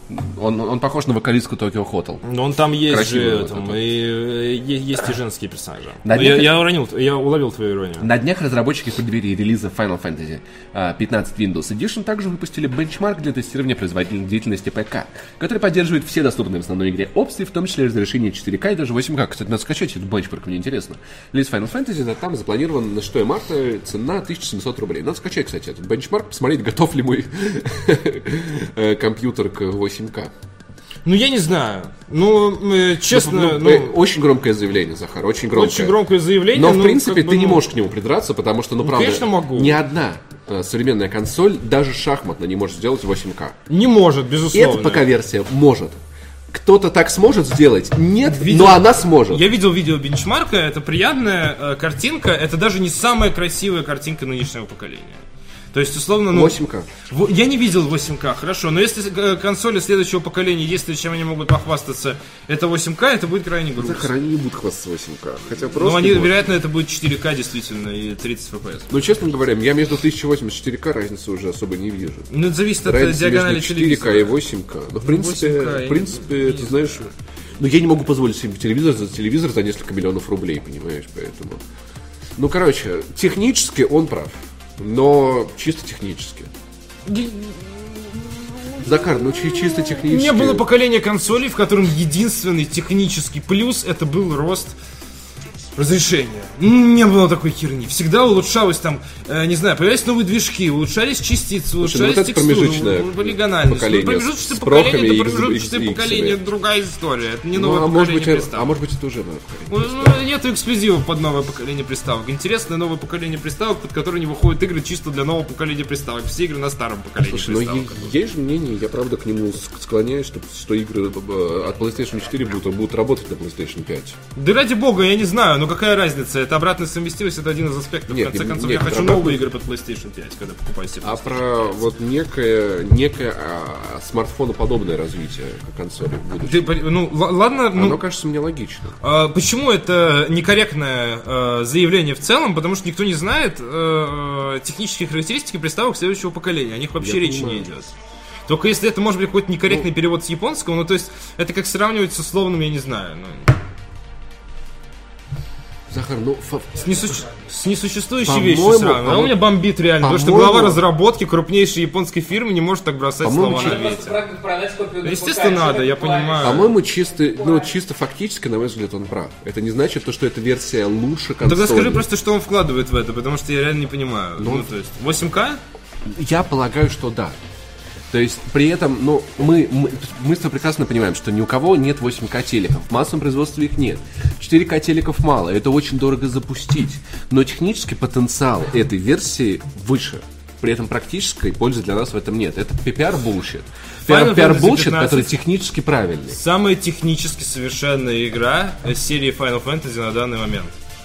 Он, он похож на вокалистку Tokyo Hotel. Но он там есть Красивый же, вот там, этот. и, и есть и женские персонажи. На я, днях- я уронил, я уловил твою иронию. На днях разработчики в преддверии релиза Final Fantasy а, пятнадцать Windows Edition также выпустили бенчмарк для тестирования производительной деятельности ПК, который поддерживает все доступные в основной игре опции, в том числе разрешение четыре ка и даже восемь ка. Кстати, надо скачать этот бенчмарк, мне интересно. Релиз Final Fantasy, да, там запланирован на шестое марта, цена тысяча семьсот рублей. Надо скачать, кстати, этот бенчмарк, посмотреть, готов ли мой компьютер к восемь ка. Ну, я не знаю. Ну, э, честно, Ну, ну, э, очень громкое заявление, Захар, очень громкое. очень громкое заявление. Но, в ну, принципе, как бы, ты не ну, можешь к нему придраться, потому что, ну, правда, конечно, могу. ни одна э, современная консоль, даже шахматная, не может сделать восемь ка. Не может, безусловно. Эта ПК-версия может. Кто-то так сможет сделать? Нет, Видел- но она сможет. Я видел видео бенчмарка, это приятная э, картинка, это даже не самая красивая картинка нынешнего поколения. То есть, условно, ну... восемь ка. в- Я не видел восемь ка, хорошо, но если э, консоли следующего поколения, если чем они могут похвастаться, это восемь ка, это будет крайне грустно. Захар, они не будут хвастаться восемь ка. Хотя Ну, просто... они, вот. вероятно, это будет четыре ка действительно и тридцать эф пи эс. Ну, честно говоря, я между тысяча восемьдесят и четыре ка разницы уже особо не вижу. Ну, это зависит от э, Разница диагонали между четыре ка и телевизора. восемь ка. Ну, в принципе, восемь ка, я в принципе, ты знаешь... Ну, я не могу позволить себе телевизор за телевизор за несколько миллионов рублей, понимаешь, поэтому... Ну, короче, технически он прав. Но чисто технически. Закар, ну чи- чисто У технически. меня было поколение консолей, в котором единственный технический плюс это был рост разрешения. М, Не было такой херни. Всегда улучшалось там, э, не знаю, появлялись новые движки, улучшались частицы, ну улучшались вот это текстуры, промежуточное у- полигональность. поколение Ну, промежуточное с поколение, прохами это и промежуточное икс- поколение, иксами. другая история. Это не Ну, новое а может поколение быть, это, приставок. а может быть, это уже новое поколение. Ну, ну, нету эксклюзивов под новое поколение приставок. Интересное новое поколение приставок, под которое не выходят игры чисто для нового поколения приставок. Все игры на старом поколении Слушай, ну приставок. е- есть же мнение, я правда к нему ск- склоняюсь, что, что игры э, от PlayStation четыре будут, будут работать на PlayStation пять. Да ради бога, я не знаю, но какая разница? Это обратная совместимость, это один из аспектов. Нет, в конце не- концов, нет, я хочу обратно- новые игры под PlayStation пять, когда покупаю себе. А про вот некое, некое а, смартфоноподобное развитие консоли в будущем. Ты, пон- ну, л- ладно, ну, Оно кажется мне логично. а, почему это некорректное а, заявление в целом? Потому что никто не знает а, технические характеристики приставок следующего поколения. О них вообще Я речи понимаю. не идет. Только если это может быть какой-то некорректный перевод с японского, ну то есть это как сравнивать с условным, я не знаю, ну, Захар, ну... фа- с, несуще- с несуществующей По-моему, вещью сравнивать. А у по-моему- меня бомбит реально, потому что по-моему- глава разработки крупнейшей японской фирмы не может так бросать По-моему, слова на че- ветер. Просто продать копию Ну, естественно, надо, я понимаю. По-моему, чисто, ну, чисто фактически, на мой взгляд, он прав. Это не значит, то, что эта версия лучше консоли. Тогда скажи просто, что он вкладывает в это, потому что я реально не понимаю. Ну, то есть, восемь ка? Я полагаю, что да. То есть, при этом, ну, мы, мы, мы с тобой прекрасно понимаем, что ни у кого нет восемь ка телеков. В массовом производстве их нет. четыре ка телеков мало, это очень дорого запустить. Но технический потенциал этой версии выше. При этом практической пользы для нас в этом нет. Это пиар-булщит. Final Пиар-булщит, Fantasy пятнадцать. который технически правильный. Самая технически совершенная игра серии Final Fantasy на данный момент.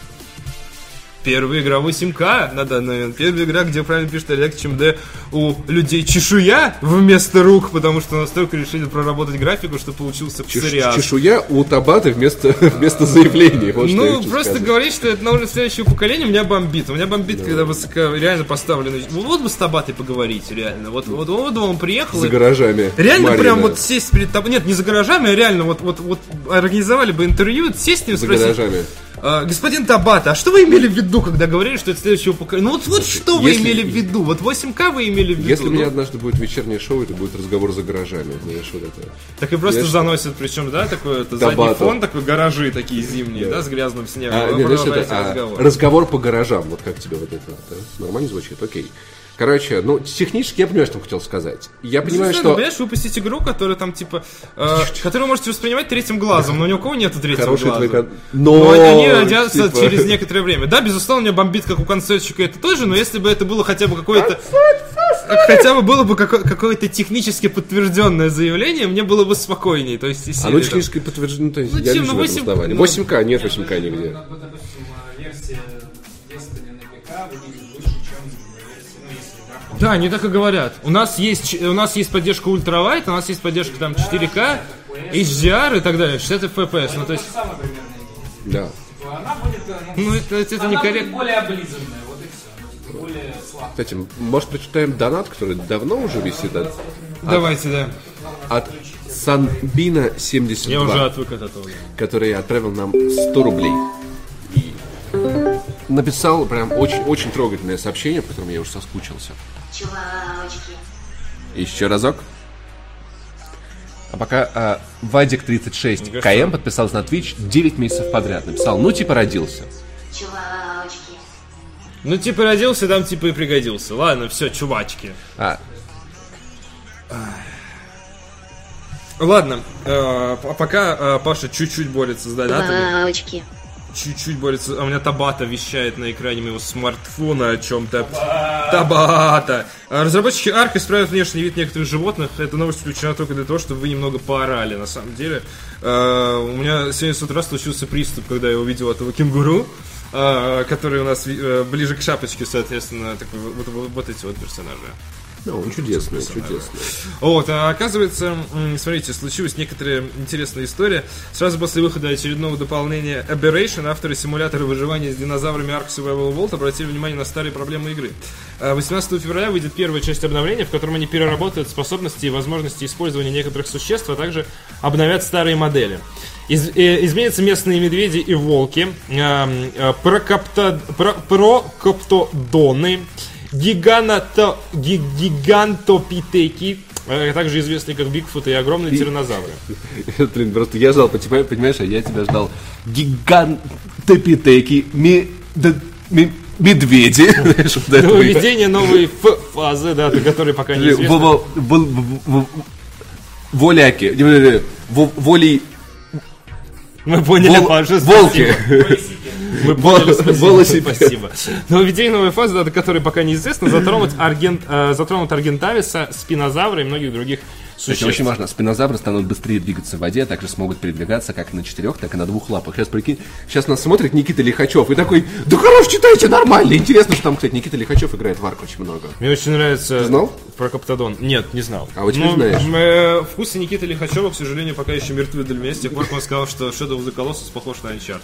Первая игра восемь ка на данный момент. Первая игра, где правильно пишет Олег ЧМД, у людей чешуя вместо рук, потому что настолько решили проработать графику, что получился Чеш- псориаз. чешуя у Табаты вместо, вместо заявлений. Вот что я Ну, хочу просто сказать. говорить, что это на уровне следующего поколения, меня бомбит. У меня бомбит, когда высоко реально поставленный. Вот бы с Табатой поговорить, реально. Вот, вот, вот бы он приехал. За и- гаражами. Реально Марина. прям вот сесть перед тобой. Нет, не за гаражами, а реально вот, вот, вот организовали бы интервью, сесть с ним и За спросить. гаражами. «А, господин Табата, а что вы имели в виду, когда говорили, что это следующего поколения? Ну вот, вот что вы если- имели в виду? Вот восемь ка вы имели в виду? Если у меня Ну, однажды будет вечернее шоу, это будет разговор за гаражами. Знаешь, вот это. так и просто я- заносят, причем, да, такой это, задний Табата. фон, такой гаражи такие зимние, да, с грязным снегом. А, Вы не, знаешь, продолжаете это, а, разговор. разговор по гаражам. Вот как тебе вот это? Да? Нормально звучит? Окей. Короче, ну, технически я понимаю, что он хотел сказать. Я понимаю, Ну, что... понимаешь, выпустить игру, которая там, типа, э, которую вы можете воспринимать третьим глазом, но ни у кого нету третьего Хороший глаза. твой кон- Но, Но, они родятся типа- через некоторое время. Да, безусловно, меня бомбит, как у консольщика это тоже, но если бы это было хотя бы какое-то... Хотя бы было бы какое- какое-то технически подтвержденное заявление, мне было бы спокойнее. То есть, из Оно серии, там, технически подтверждено, то есть Ну, я чем, вижу ну, в этом восемь- основании. ну, восемь ка, нет восемь ка нигде. Ну, допустим, версия Destiny на ПК выглядит лучше, чем версия, ну, если графон. Да, они так и говорят. У нас есть, ч- у нас есть поддержка ультралайт, у нас есть поддержка там четыре ка, эйч ди ар и так далее, шестьдесят эф пи эс. Ну, то есть, Самая примерная идея. Да. Она будет, э, ну, ну, это, это она некорректно. будет более облизанная, вот и все. Более сладко. Кстати, может, прочитаем донат, который давно уже висит от, Давайте, да. от Санбина семьдесят два, Я уже отвык от этого. который отправил нам сто рублей. И написал прям очень, очень трогательное сообщение, по которому я уже соскучился. Чувачки. Еще разок. А пока а, Вадик тридцать шесть КМ подписался на Twitch девять месяцев подряд. Написал, ну типа родился. Чувачки. Ну, типа родился, там типа и пригодился. Ладно, все, чувачки. А, Ладно, э, пока э, Паша чуть-чуть борется с донатами. Чувачки. Чуть-чуть борется. А у меня Табата вещает на экране моего смартфона о чем-то. Табата! Разработчики Арк исправят внешний вид некоторых животных. Эта новость включена только для того, чтобы вы немного поорали. На самом деле, э, у меня сегодня с утра случился приступ, когда я увидел этого кенгуру, э, который у нас э, ближе к шапочке, соответственно, такой, вот, вот, вот эти вот персонажи. ну, он чудесный, чудесный. Вот, а оказывается, смотрите, случилась некоторая интересная история. Сразу после выхода очередного дополнения Aberration авторы симулятора выживания с динозаврами Ark Survival Evolved обратили внимание на старые проблемы игры. восемнадцатого февраля выйдет первая часть обновления, в котором они переработают способности и возможности использования некоторых существ, а также обновят старые модели. Из, э, изменятся местные медведи и волки, э, э, прокопто, про, прокоптодоны, Гиганато, ги, гигантопитеки, а также известные как Бигфут и огромные тираннозавры. Блин, просто я ждал, понимаешь, а я тебя ждал. Гигантопитеки, ми, да, ми, медведи. Введение новой фазы, да, которой пока не известно. Воляки, волей... Мы поняли, Паша, волки. Мы поняли, спасибо, спасибо. Но введение новой фазы, до которой пока неизвестно, затронут, аргент, э, затронут Аргентависа, спинозавра и многих других существ. Это очень важно. Спинозавры станут быстрее двигаться в воде, а также смогут передвигаться как на четырех, так и на двух лапах. Сейчас прикинь, сейчас нас смотрит Никита Лихачев и такой, да хорош, читайте, нормально. Интересно, что там, кстати, Никита Лихачев играет в Арк очень много. Мне очень нравится... Ты знал? Прокоптодон. Нет, не знал. А вот теперь знаешь. Э, вкусы Никиты Лихачева, к сожалению, пока еще мертвы для меня. С тех пор, как он сказал, что Shadow of the Colossus похож на Uncharted.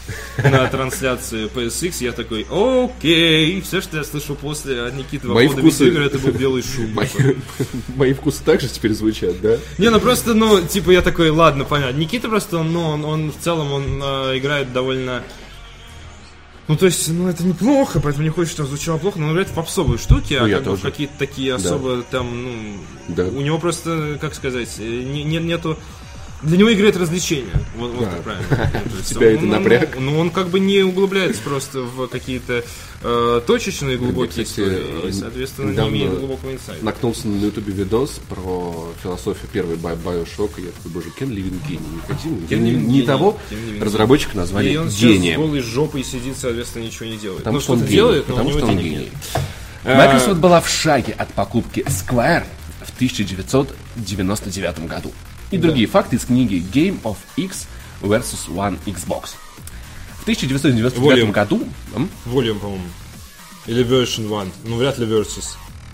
На трансляции пи эс икс я такой, окей, все, что я слышу после от Никиты по поводу видеоигр, это был белый шум. Мои, мои вкусы также теперь звучат, да? Не, ну просто, ну, типа, я такой, ладно, понятно. Никита просто, ну, он, он в целом, он э, играет довольно... Ну, то есть, ну, это неплохо, поэтому не хочется, чтобы звучало плохо, но он играет в попсовые штуки, ну, а как бы какие-то такие особо, да. там, ну... Да. У него просто, как сказать, не, не, нету... Для него игры это развлечение. Вот, вот да. как правильно. Ну, тебя это напряг? Ну, ну, он как бы не углубляется просто в какие-то э, точечные глубокие истории, и, соответственно, не имеет глубокого инсайта. Наткнулся на ютубе видос про философию первой Bioshock, и я такой, боже, Кен Ливин гений. Не хотим, Кен не, не того разработчика назвали гением. И он гением. сейчас с голой жопой сидит, соответственно, ничего не делает. Потому ну, что он что-то гений. делает, но Потому у него что он денег гений. нет. Microsoft была в шаге от покупки Square в тысяча девятьсот девяносто девятом году. И другие да. факты из книги Game of X versus One Xbox. В тысяча девятьсот девяносто девятом году... Volume, по-моему. Или Version One. Ну, вряд ли Versus.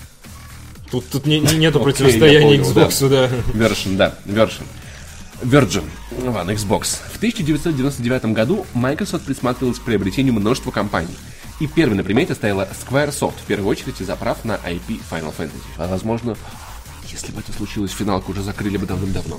Тут, тут не, не, нету okay, противостояния понял, Xbox, да. да. Version, да. Version. Virgin One Xbox. В тысяча девятьсот девяносто девятом году Microsoft присматривалась к приобретению множества компаний. И первой на примете стояла Squaresoft, в первую очередь из-за прав на ай пи Final Fantasy. А возможно... Если бы это случилось, финалку уже закрыли бы давным-давно.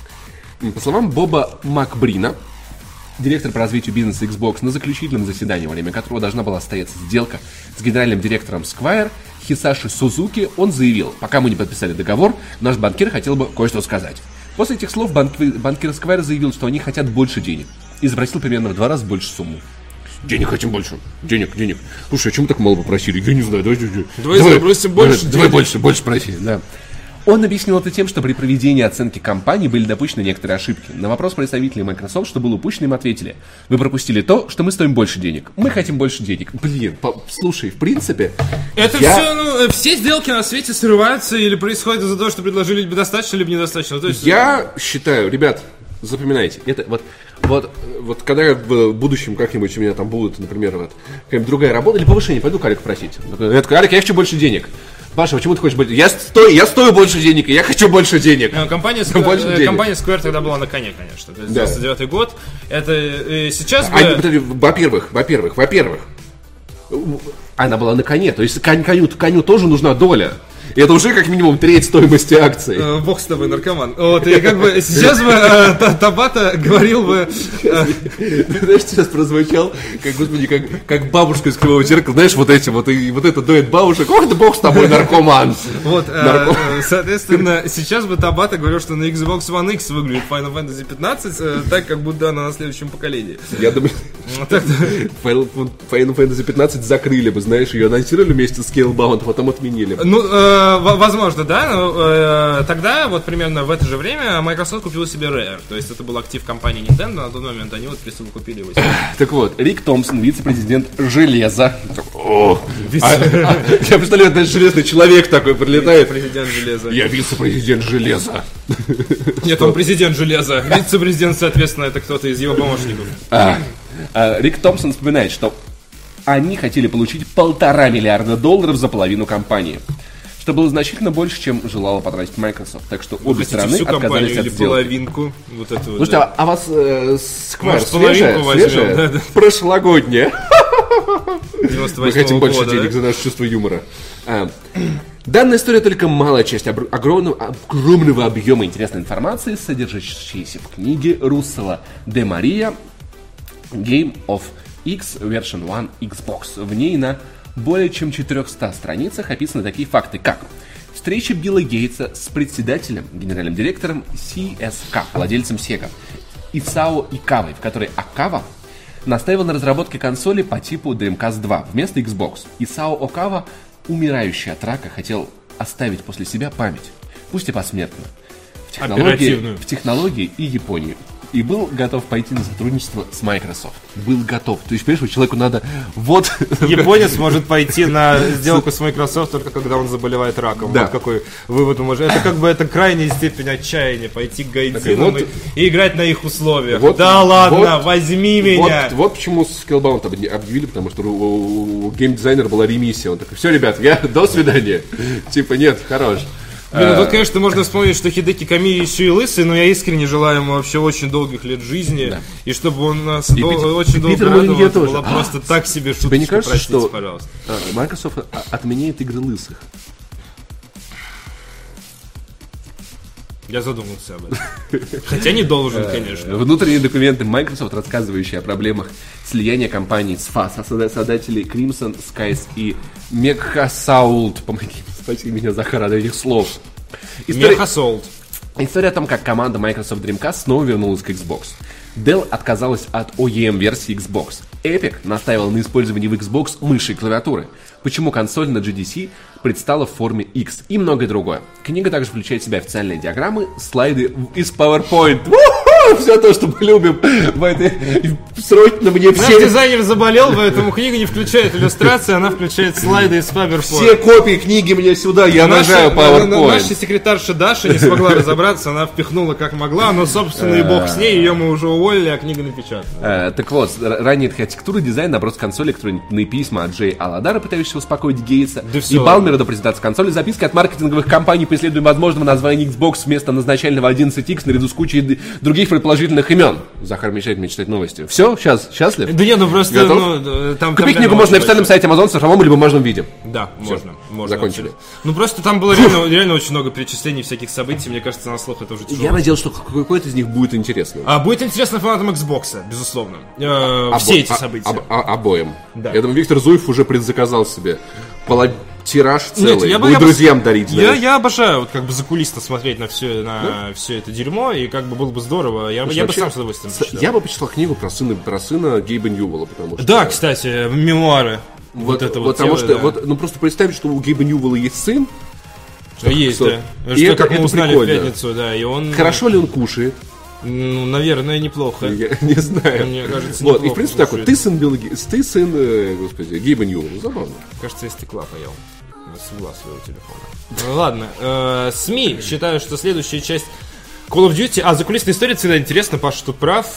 По словам Боба Макбрина, директор по развитию бизнеса Xbox, на заключительном заседании, во время которого должна была состояться сделка с генеральным директором Square Хисаши Сузуки, он заявил, пока мы не подписали договор, наш банкир хотел бы кое-что сказать. После этих слов банк- банкир Square заявил, что они хотят больше денег, и запросил примерно в два раза больше сумму. Денег хотим больше. Денег, денег. Слушай, а чему так мало попросили? Я не знаю. Давай, давай, давай запросим больше. Давай, давай больше, больше проси, да. Он объяснил это тем, что при проведении оценки компании были допущены некоторые ошибки. На вопрос представителей Microsoft, что было упущено, им ответили: вы пропустили то, что мы стоим больше денег. Мы хотим больше денег. Блин, по- слушай, в принципе... Это я... все, ну, все сделки на свете срываются или происходят из-за того, что предложили либо достаточно, либо недостаточно. То есть... Я считаю, ребят, запоминайте, это вот... Вот, вот когда в будущем как-нибудь у меня там будут, например, вот, какая-нибудь другая работа или повышение, пойду к Алику просить. Я такой: Алик, я хочу больше денег. Паша, почему ты хочешь больше? Я стою, я стою больше денег, и я хочу больше денег. No, компания, Square, больше денег. Компания Square тогда была на коне, конечно. То есть девяносто девятый да. год. Это э, сейчас. Они, бы... Во-первых, во-первых, во-первых, Она была на коне, то есть коню, коню, коню тоже нужна доля. И это уже как минимум треть стоимости акций. Э, Бог с тобой, наркоман. Вот, и как бы сейчас бы э, Та- Табата говорил бы... э, Ты знаешь, сейчас прозвучал, как, господи, как, как бабушка из Кривого Зеркала. Знаешь, вот эти вот, и вот это дует бабушек. Ох ты, Бог с тобой, наркоман. Вот, э, Нарко- э, соответственно, сейчас бы Табата говорил, что на Xbox One X выглядит Final Fantasy пятнадцать э, так, как будто она на следующем поколении. Я думаю, Вот так- Final Final Fantasy пятнадцать закрыли бы, знаешь, ее анонсировали вместе с Scalebound, а потом отменили бы. Ну, э, в- возможно, да, но э, тогда, вот примерно в это же время, Microsoft купила себе Rare. То есть это был актив компании Nintendo, на тот момент они вот присовокупили его себе. Так вот, Рик Томпсон, вице-президент Железа. О, а- а- я представляю, это железный человек такой прилетает. Президент Железа. Я вице-президент Железа. Нет, он президент Железа. Вице-президент, соответственно, это кто-то из его помощников. А, а, Рик Томпсон вспоминает, что они хотели получить полтора миллиарда долларов за половину компании, что было значительно больше, чем желала потратить Microsoft. Так что обе Хотите стороны всю компанию отказались от или сделки. половинку? Вот эту вот, Слушайте, да. а, а вас э, Сквайр Может, половинку свежая? возьмем, свежая? да, да. Прошлогодняя. девяносто Мы восьмого хотим больше года, денег да? за наше чувство юмора. А, данная история только малая часть обр- огромного, огромного объема интересной информации, содержащейся в книге Руссела де Мария Game of X Version один Xbox. В ней на более чем четырехстах страницах описаны такие факты, как встреча Билла Гейтса с председателем, генеральным директором си эс кей, владельцем Sega, Исао Икавой, в которой Акава настаивал на разработке консоли по типу Dreamcast два вместо Xbox. Исао Окава, умирающий от рака, хотел оставить после себя память, пусть и посмертно, в технологии, Оперативную. в технологии и Японию. И был готов пойти на сотрудничество с Microsoft. Был готов. То есть, понимаешь, человеку надо вот... Японец может пойти на сделку с Microsoft только когда он заболевает раком. Да. Вот какой вывод мы можем. Это как бы это крайняя степень отчаяния. Пойти к гайдинам вот- и, и играть на их условиях. Вот- да ладно, вот- возьми Вот, меня. вот почему Scalebound объ- объявили, потому что у, у геймдизайнера была ремиссия. Он такой, все, ребят, я до свидания. Типа, нет, хорош. Блин, ну тут, конечно, можно вспомнить, что Хидеки Камии еще и лысый, но я искренне желаю ему вообще очень долгих лет жизни. Да. И чтобы он нас И дол- Питер- очень и долго Питер Молинье радовал. Это тоже. была А, просто так себе шуточка. Тебе не кажется, простите, что пожалуйста. а, Microsoft а- отменяет игры лысых? Я задумался об этом. Хотя не должен, конечно. Внутренние документы Microsoft, рассказывающие о проблемах слияния компаний с ФАС, создателей Crimson Skies и Mechassault. Помоги, спаси меня, Захар, от этих слов. История, Мехасолт. история о том, как команда Microsoft Dreamcast снова вернулась к Xbox. Dell отказалась от о и эм-версии Xbox. Epic настаивал на использовании в Xbox мыши и клавиатуры. Почему консоль на джи ди си предстала в форме X и многое другое. Книга также включает в себя официальные диаграммы, слайды из PowerPoint. Все то, что мы любим в этой... Срочно мне Наш все... дизайнер заболел, поэтому книга не включает иллюстрации, она включает слайды из PowerPoint. Все копии книги мне сюда, я Наша, нажаю на- на- PowerPoint. наша секретарша Даша не смогла разобраться, она впихнула как могла, но, собственно, и бог с ней, ее мы уже уволили, а книга напечатана. Э, так вот, р- ранее архитектура, дизайн, наброс консоли, электронные письма от Джей Аладара, пытающегося успокоить Гейтса, Да и всё. Балмера до презентации консоли, записки от маркетинговых компаний по исследованию возможного названия Xbox вместо назначального одиннадцать икс наряду с кучей д- других предположительных имен. Захар мешает мне читать новости. Все, сейчас, счастлив? Да нет, ну просто, Готов? ну, э, там... Купить там книгу реально можно на очень официальном сайте Amazon в цифровом или бумажном виде. Да, можно, можно. закончили. абсолютно. Ну просто там было реально, реально очень много перечислений всяких событий, мне кажется, на слух это уже тяжело. Я надеялся, что какой-то из них будет интересным. А будет интересно фанатам Xbox, безусловно. Э, Обо- все эти а- события. об- а- обоим. Да. Я думаю, Виктор Зуев уже предзаказал себе пола- тираж Нет, целый. я бы- Будет я бы- друзьям дарить. Я, знаешь. я обожаю вот как бы закулисно смотреть на все, на все это дерьмо, и как бы было бы здорово. Я, бы- я бы Вообще, сам с удовольствием с- почитал. Я бы почитал книгу про сына, про сына Гейба Ньюэлла, потому что... Да, кстати, мемуары. Вот, это вот. Потому тело, что, да. вот, ну просто представить, что у Гейба Ньюэлла есть сын. Что есть, что- да. и Что, это- как мы это узнали прикольно. в пятницу, да, и он... Хорошо ли он кушает? Ну, наверное, неплохо. Я не знаю. Мне кажется, вот, и в неплохо принципе так вот, кушает. ты сын Билла Ге- ты сын, э, господи, Гейба Ньюэлла, забавно. Кажется, из стекла поел. С угла своего телефона. Ну, ладно. э, СМИ считают, что следующая часть Call of Duty... А, закулисная история всегда интересно, Паша тут прав.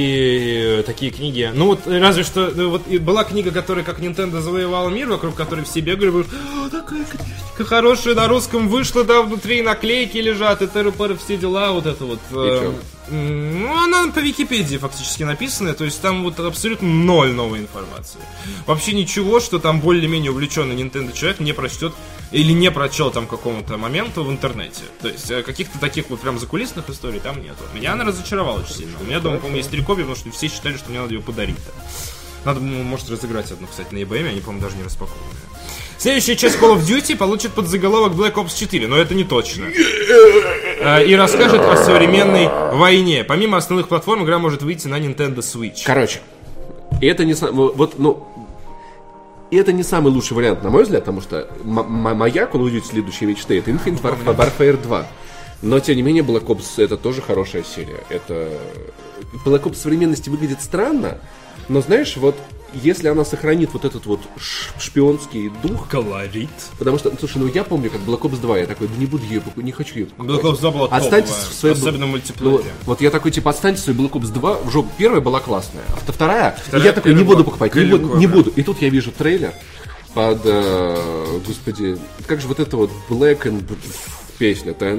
И э, такие книги... Ну вот, разве что... ну, вот и была книга, которая как Nintendo завоевала мир, вокруг которой все бегали, говорят, «О, такая книжечка демка хорошая на русском вышла, да, внутри наклейки лежат, и ТР-пэр, все дела, вот это вот. Э, ну, она по Википедии фактически написана, то есть там вот абсолютно ноль новой информации. Вообще ничего, что там более-менее увлеченный Nintendo человек не прочтет или не прочел там какому-то моменту в интернете. То есть каких-то таких вот прям закулисных историй там нету. Меня она разочаровала очень сильно. У меня дома, по-моему, есть три копии, потому что все считали, что мне надо ее подарить-то. Надо, может, разыграть одну, кстати, на и би эм, они, по-моему, даже не распакованные. Следующая часть Call of Duty получит подзаголовок Black Ops четыре, но это не точно. И расскажет о современной войне. Помимо основных платформ, игра может выйти на Nintendo Switch. Короче, это не... Вот, ну... И это не самый лучший вариант, на мой взгляд, потому что м- м- моя Call of Duty следующая мечта — это Infinite Warfare два. Но, тем не менее, Black Ops — это тоже хорошая серия. Это... Black Ops в современности выглядит странно, но, знаешь, вот если она сохранит вот этот вот шпионский дух... Колорит. Потому что, слушай, ну я помню, как Black Ops два, я такой, да не буду ее покупать, не хочу ее покупать. Black Ops два была топовая, в своей... особенно в мультиплеере. Ну, вот я такой, типа, отстаньте свой Black Ops два в жопу. Первая была классная, а вторая, вторая и я такой, не буду покупать, не, буду, не да. буду. И тут я вижу трейлер под, э, господи, как же вот это вот Black and... песня. Вот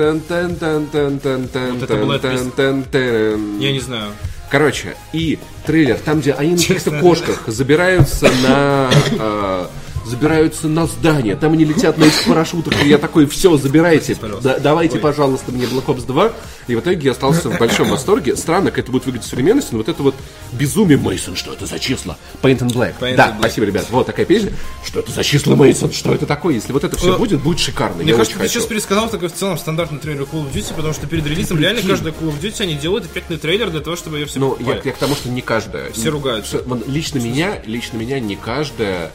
это была песня. Я не знаю. Короче, и трейлер, там, где они на каких-то кошках забираются на... Э, забираются на здание, там они летят на этих парашютах, и я такой, все, забирайте, да, давайте, Ой. пожалуйста, мне Black Ops два. И в итоге я остался в большом восторге. Странно, как это будет выглядеть в современности, но вот это вот безумие. Мейсон, что это за числа? Paint and Black. Paint да, and Black. Спасибо, ребят. Вот такая песня. Что это за числа, Мейсон? Что это такое? Если вот это все но... будет, будет шикарно. Мне я кажется, ты сейчас пересказал такой в целом стандартный трейлер Call of Duty, потому что перед релизом реально каждая Call of Duty они делают эффектный трейлер для того, чтобы ее все Ну, я, я к тому, что не каждая. Все ругаются. Лично меня, лично меня не каждая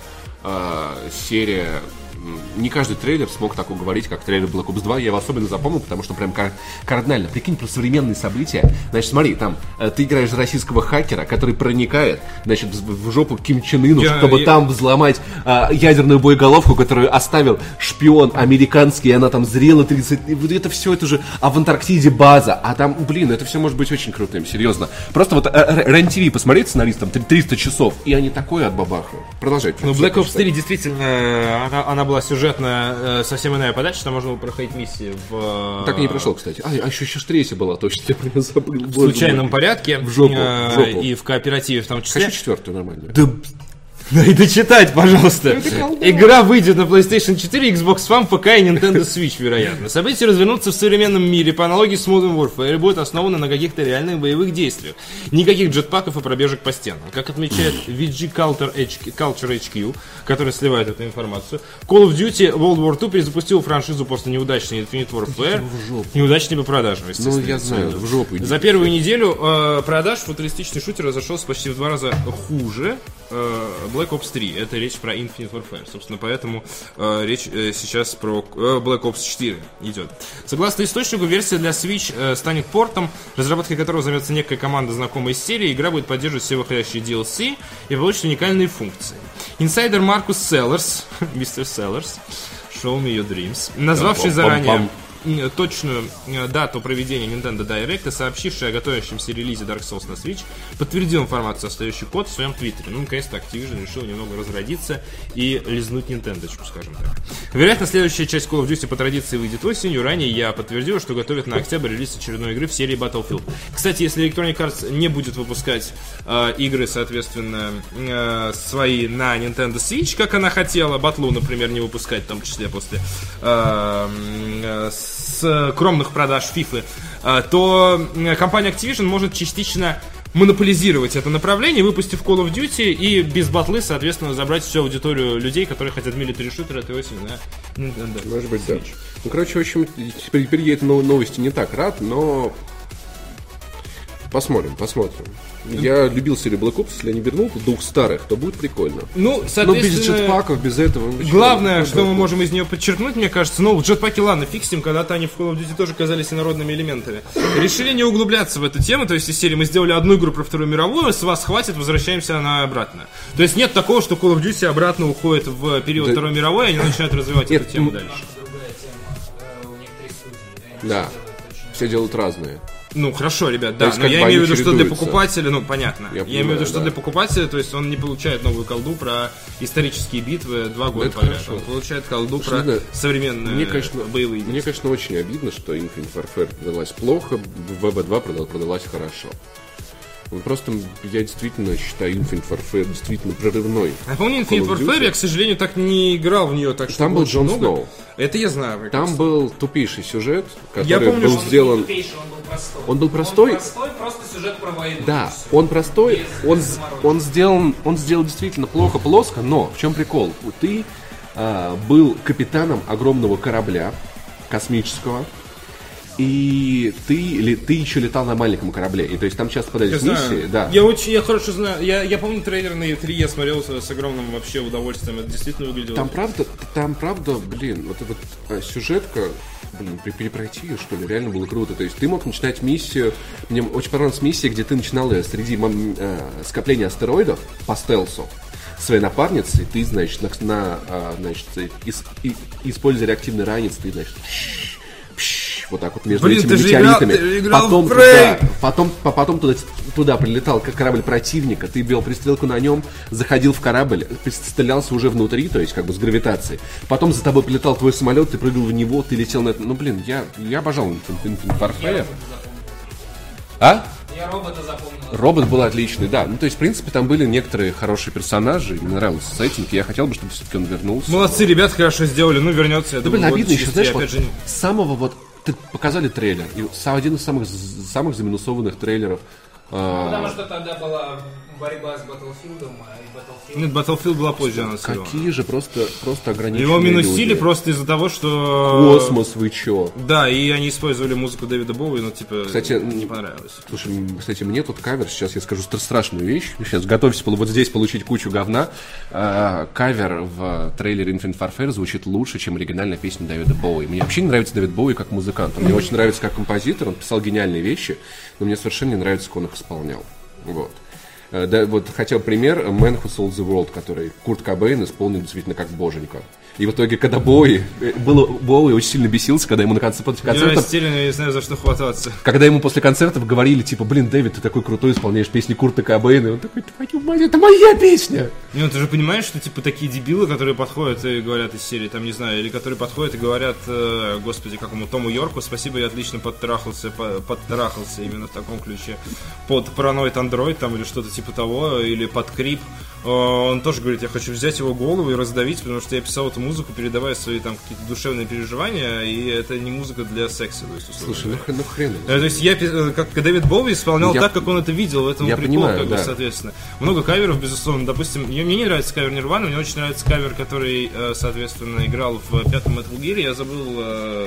серия, не каждый трейлер смог так уговорить, как трейлер Black Ops два. Я его особенно запомнил, потому что прям кар- кардинально. Прикинь, про современные события. Значит, смотри, там э, ты играешь за российского хакера, который проникает, значит, в, в жопу Ким Чен Ыну, я, чтобы я... там взломать э, ядерную боеголовку, которую оставил шпион американский, и она там зрела тридцать... Это все, это же... А в Антарктиде база. А там, блин, это все может быть очень крутым, серьезно. Просто вот э, РЕН-ТВ посмотреть сценаристам триста часов, и они такое отбабахают. Продолжайте. Ну, Black Ops четыре действительно, она, она была сюжетная, э, совсем иная подача, там можно было проходить миссии в... Так и не прошел, кстати. А, а еще, еще третья была, точно, я прям забыл. В случайном порядке. В жопу, э, в жопу. И в кооперативе в том числе. Хочу четвертую нормально. Да... Дай дочитать, пожалуйста. Игра выйдет на PlayStation четыре, Xbox One, ПК и Nintendo Switch, вероятно. События развернутся в современном мире по аналогии с Modern Warfare и будет основано на каких-то реальных боевых действиях. Никаких джетпаков и пробежек по стенам. Как отмечает ви джи Culture эйч кью, который сливает эту информацию, Call of Duty World War два перезапустил франшизу после неудачной Infinite Warfare. Неудачными продажами, естественно. Ну, я знаю, в жопу. За первую неделю э, продаж футуристичный шутер разошелся почти в два раза хуже э, Black Ops три. Это речь про Infinite Warfare. Собственно, поэтому э, речь э, сейчас про э, Black Ops четыре идет. Согласно источнику, версия для Switch э, станет портом, разработкой которого займется некая команда, знакомая из серии. Игра будет поддерживать все выходящие ди эл си и получит уникальные функции. Инсайдер Маркус Селлерс, мистер Селлерс, Show Me Your Dreams, назвавший заранее точную дату проведения Nintendo Direct и сообщивший о готовящемся релизе Dark Souls на Switch, подтвердил информацию о стоящий код в своем твиттере. Ну, наконец-то Activision решил немного разродиться и лизнуть Nintendo-чку, скажем так. Вероятно, следующая часть Call of Duty по традиции выйдет осенью. Ранее я подтвердил, что готовят на октябрь релиз очередной игры в серии Battlefield. Кстати, если Electronic Arts не будет выпускать э, игры, соответственно, э, свои на Nintendo Switch, как она хотела, Батлу, например, не выпускать, в том числе после э, э, с кромных продаж FIFA, то компания Activision может частично монополизировать это направление, выпустив Call of Duty и без батлы, соответственно, забрать всю аудиторию людей, которые хотят милитари-шутеры этой осени на Nintendo. Может быть, да. Ну, короче, в общем, теперь, теперь я этой новости не так рад, но посмотрим, посмотрим. Я любил серию Black Ops, если они вернут двух старых, то будет прикольно. Ну, соответственно... Но без джетпаков, без этого... Главное, что мы можем из нее подчеркнуть, мне кажется, ну, джетпаки, ладно, фиг с ним, когда-то они в Call of Duty тоже казались инородными элементами. Решили не углубляться в эту тему, то есть из серии мы сделали одну игру про Вторую мировую, с вас хватит, возвращаемся на обратно. То есть нет такого, что Call of Duty обратно уходит в период да. Второй мировой, и они начинают развивать нет, эту тему ну... дальше. Да, все делают разные. Ну, хорошо, ребят, да, есть, но как я бы имею в они виду, что для чередуются. покупателя, ну, понятно. Я Я, понимаю, имею в виду, что да. для покупателя, то есть он не получает новую колду про исторические битвы два года Это подряд. хорошо. Он получает колду Слушай, про ну да, современные Мне, конечно, боевые мне, конечно, очень обидно, что Infinite Warfare продалась плохо, ви би два продал- продалась хорошо. Ну, просто я действительно считаю Infinite Warfare действительно прорывной. Я помню, Call Infinite of Duty. Warfare, я, к сожалению, так не играл в нее, так что Там был очень Джон много. Сноу. Это я знаю. как Там раз. был тупейший сюжет, который Я помню, был что он сделан... Тупейший, он был простой. Он был простой? Он простой, просто сюжет про войну. Да, и всё. он простой, Без- он, без с- заморочек. он сделан, он сделан действительно плохо, плоско, но в чем прикол? Ты а, был капитаном огромного корабля космического, и ты, ли- ты еще летал на маленьком корабле, и то есть там часто Я подались знаю. миссии, да. Я очень, я хорошо знаю. Я, я помню трейлер на и три, я смотрел с, с огромным вообще удовольствием. Это действительно выглядело. Там правда, там правда, блин, вот эта вот а, сюжетка, блин, при- перепройти ее, что ли, реально было круто. То есть ты мог начинать миссию, мне очень понравилась миссия, где ты начинал её среди мам- э, скопления астероидов по стелсу своей напарницей, ты, значит, на, на, а, значит, ис- и- используя реактивный ранец, ты, значит, пш- пш, вот так вот между Блин, этими ты же играл- метеоритами. ты играл в потом, Prey! да, потом, по- потом туда, туда прилетал как корабль противника, ты бил пристрелку на нем, заходил в корабль, стрелялся уже внутри, то есть как бы с гравитацией. Потом за тобой прилетал твой самолет, ты прыгал в него, ты летел на это. Ну, блин, я, я обожал Infinite Warfare. А? Я робота запомнил. Робот был отличный, да. Ну, то есть, в принципе, там были некоторые хорошие персонажи. Мне нравился сеттинг, и я хотел бы, чтобы все-таки он вернулся. Молодцы, ребят, хорошо сделали. Ну, вернется, я Да, думаю, блин, года обидно еще, через знаешь, три, вот опять же, с самого вот... Ты показали трейлер, и са- один из самых, з- самых заминусованных трейлеров. а, Потому что тогда была борьба с Battlefield, а и Battlefield... Нет, Battlefield была позже анонсирована. Какие же просто, просто ограниченные Его минусили люди. просто из-за того, что... Космос, вы чё? Да, и они использовали музыку Дэвида Боуи, но типа Кстати, не м, понравилось. Слушай, м, кстати, мне тут кавер, сейчас я скажу стра- страшную вещь. Сейчас готовься пол- вот здесь получить кучу говна. А, кавер в трейлере Infinite Warfare звучит лучше, чем оригинальная песня Дэвида Боуи. Мне вообще не нравится Дэвид Боуи как музыкант. Он мне очень нравится как композитор, он писал гениальные вещи, но мне совершенно не нравится, как он их исполнял. Вот. Э, Да, вот хотел пример Man Who Sold the World, который Курт Кобейн исполнил действительно как боженька. И в итоге, когда Боуи, э, было, Боуи очень сильно бесился, когда ему на конце, после Я концертов, растерян, я не знаю, за что хвататься. когда ему после концертов говорили, типа, блин, Дэвид, ты такой крутой, исполняешь песни Курта Кобейна, и он такой, твою мать, это моя песня! Ну, ты же понимаешь, что, типа, такие дебилы, которые подходят и говорят из серии, там, не знаю, или которые подходят и говорят, э, господи, какому Тому Йорку, спасибо, я отлично подтрахался, по- подтрахался именно в таком ключе, под Paranoid Android, там, или что-то типа того, или под Крип. Э, он тоже говорит, я хочу взять его голову и раздавить, потому что я писал эту музыку, передавая свои, там, какие-то душевные переживания, и это не музыка для секса, то есть, условно Слушай, ну, говоря. хрен- ну хрен. Э, То есть я, пи- э, как Дэвид Боуи исполнял Я- так, как он это видел, в этом я прикол, понимаю, как бы, да. соответственно. Много каверов, безусловно. Допустим, я- мне не нравится кавер Нирваны, мне очень нравится кавер, который, э, соответственно, играл в пятом Metal Gear. Я забыл... э,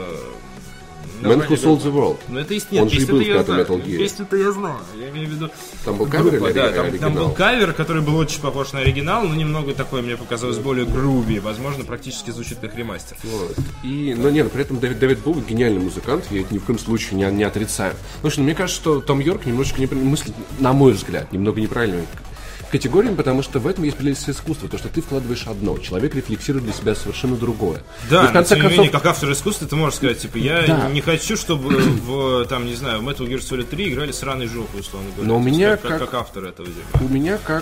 Man название Who Sold группы. the World. Ну это есть нет, Он же и песню-то был в я пятом знаю. Metal Gear. Песню-то я знаю. Я имею в виду. Там был кавер группа, или да, ори- там, там оригинал? был кавер, который был очень похож на оригинал, но немного такой, мне показалось, более груби. Возможно, практически звучит как ремастер. Вот. И, но нет, при этом Дэвид, Дэвид Боуи гениальный музыкант, я это ни в коем случае не, не отрицаю. Потому что ну, мне кажется, что Том Йорк немножечко не, мыслит, на мой взгляд, немного неправильно категориями, потому что в этом есть прелесть искусства, то, что ты вкладываешь одно, человек рефлексирует для себя совершенно другое. Да, И в конце но тем не концов, менее, как автор искусства, ты можешь сказать, типа, я Да. не хочу, чтобы в, там, не знаю, в Metal Gear Solid три играли сраной жопой, условно говоря. Но у То есть меня как, как, как- как автор этого дела. у меня как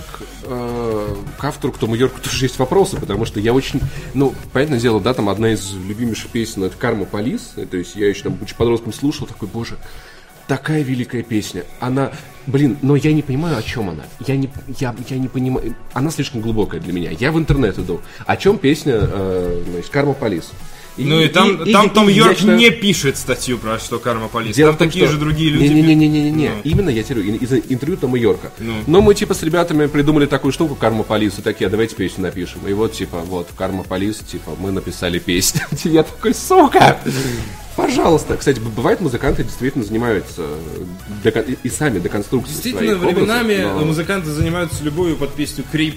э, к автору, к Тому Йорку тоже есть вопросы, потому что я очень, ну, понятное дело, да, там одна из любимейших песен это «Карма Полис», то есть я еще там, будучи подростком, слушал, такой, боже, такая великая песня. Она, блин, но я не понимаю, о чем она. Я не, я, я не понимаю. Она слишком глубокая для меня. Я в интернет иду. О чем песня, э, значит, «Карма Полис». Ну и там, и- там и- Том и я Йорк считаю- не пишет статью про что Карма Полис. Дело Там в том, такие что- же другие люди. Не-не-не-не-не-не. Ну. Именно я тебе говорю, из интервью Тома Йорка. Ну. Но мы типа с ребятами придумали такую штуку «Карма Полис», и такие, а давайте песню напишем. И вот типа, вот «Карма Полис», типа, мы написали песню. Я такой, сука! Пожалуйста. Кстати, б- бывает, музыканты действительно занимаются деко- и, и сами деконструкцией Действительно, своих образов, временами но- музыканты занимаются любовью под песню Крип,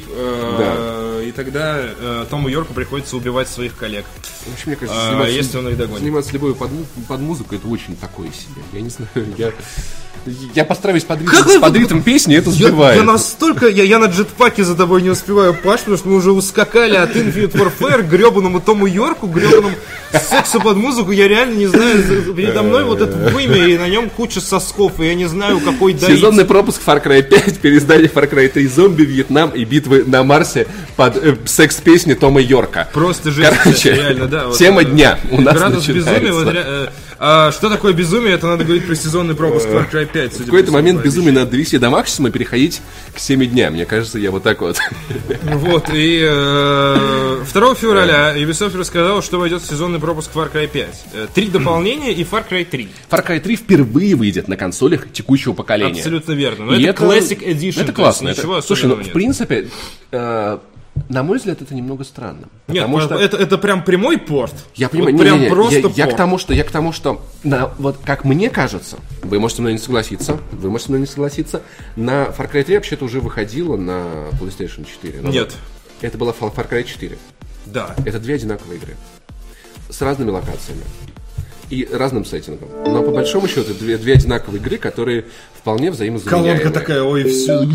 э, и тогда э, Тому Йорку приходится убивать своих коллег. В общем, мне кажется, А, заниматься, если он их догонит. заниматься любовью под, му- под музыку, это очень такое себе. Я не знаю, я... Я постараюсь под Как ритм, вы- под ритм песни, это Я, сбивает. я настолько, я, я на джетпаке за тобой не успеваю, Паш, потому что мы уже ускакали от Infinite Warfare к гребаному Тому Йорку, гребаному сексу под музыку. Я реально не знаю, передо мной вот это вымя, и на нем куча сосков, и я не знаю, какой доить. Сезонный пропуск Far Cry пять, переиздание Far Cry три, зомби, Вьетнам и битвы на Марсе под э, секс-песни Тома Йорка. Просто жесть, Короче, реально, да. Вот, тема э, дня у нас градус начинается. безумия, вот, ре- э, а что такое безумие, это надо говорить про сезонный пропуск Far Cry пять. В какой-то момент безумие надо довести до максимума и переходить к семи дням. Мне кажется, я вот так вот. Вот, и э, второго февраля Ubisoft рассказал, что войдет в сезонный пропуск Far Cry пять. Э, Три дополнения и Far Cry три. Far Cry три впервые выйдет на консолях текущего поколения. Абсолютно верно. Но И это Classic Edition. Это то классно. есть ничего Это- Слушай, ну, особенного в нет. принципе, э, на мой взгляд, это немного странно. Нет, Потому что... это, это прям прямой порт. Я понимаю, вот не, прям не, не, просто я, я порт. к тому, что я к тому, что на, вот как мне кажется, вы можете со мной не согласиться, вы можете со мной не согласиться, на Far Cry три вообще-то уже выходило на PlayStation четыре. Но Нет. Это была Far Cry четыре. Да. Это две одинаковые игры с разными локациями и разным сеттингом. Но по большому счету две, две одинаковые игры, которые вполне взаимозаменяемые. Колонка такая, ой, все.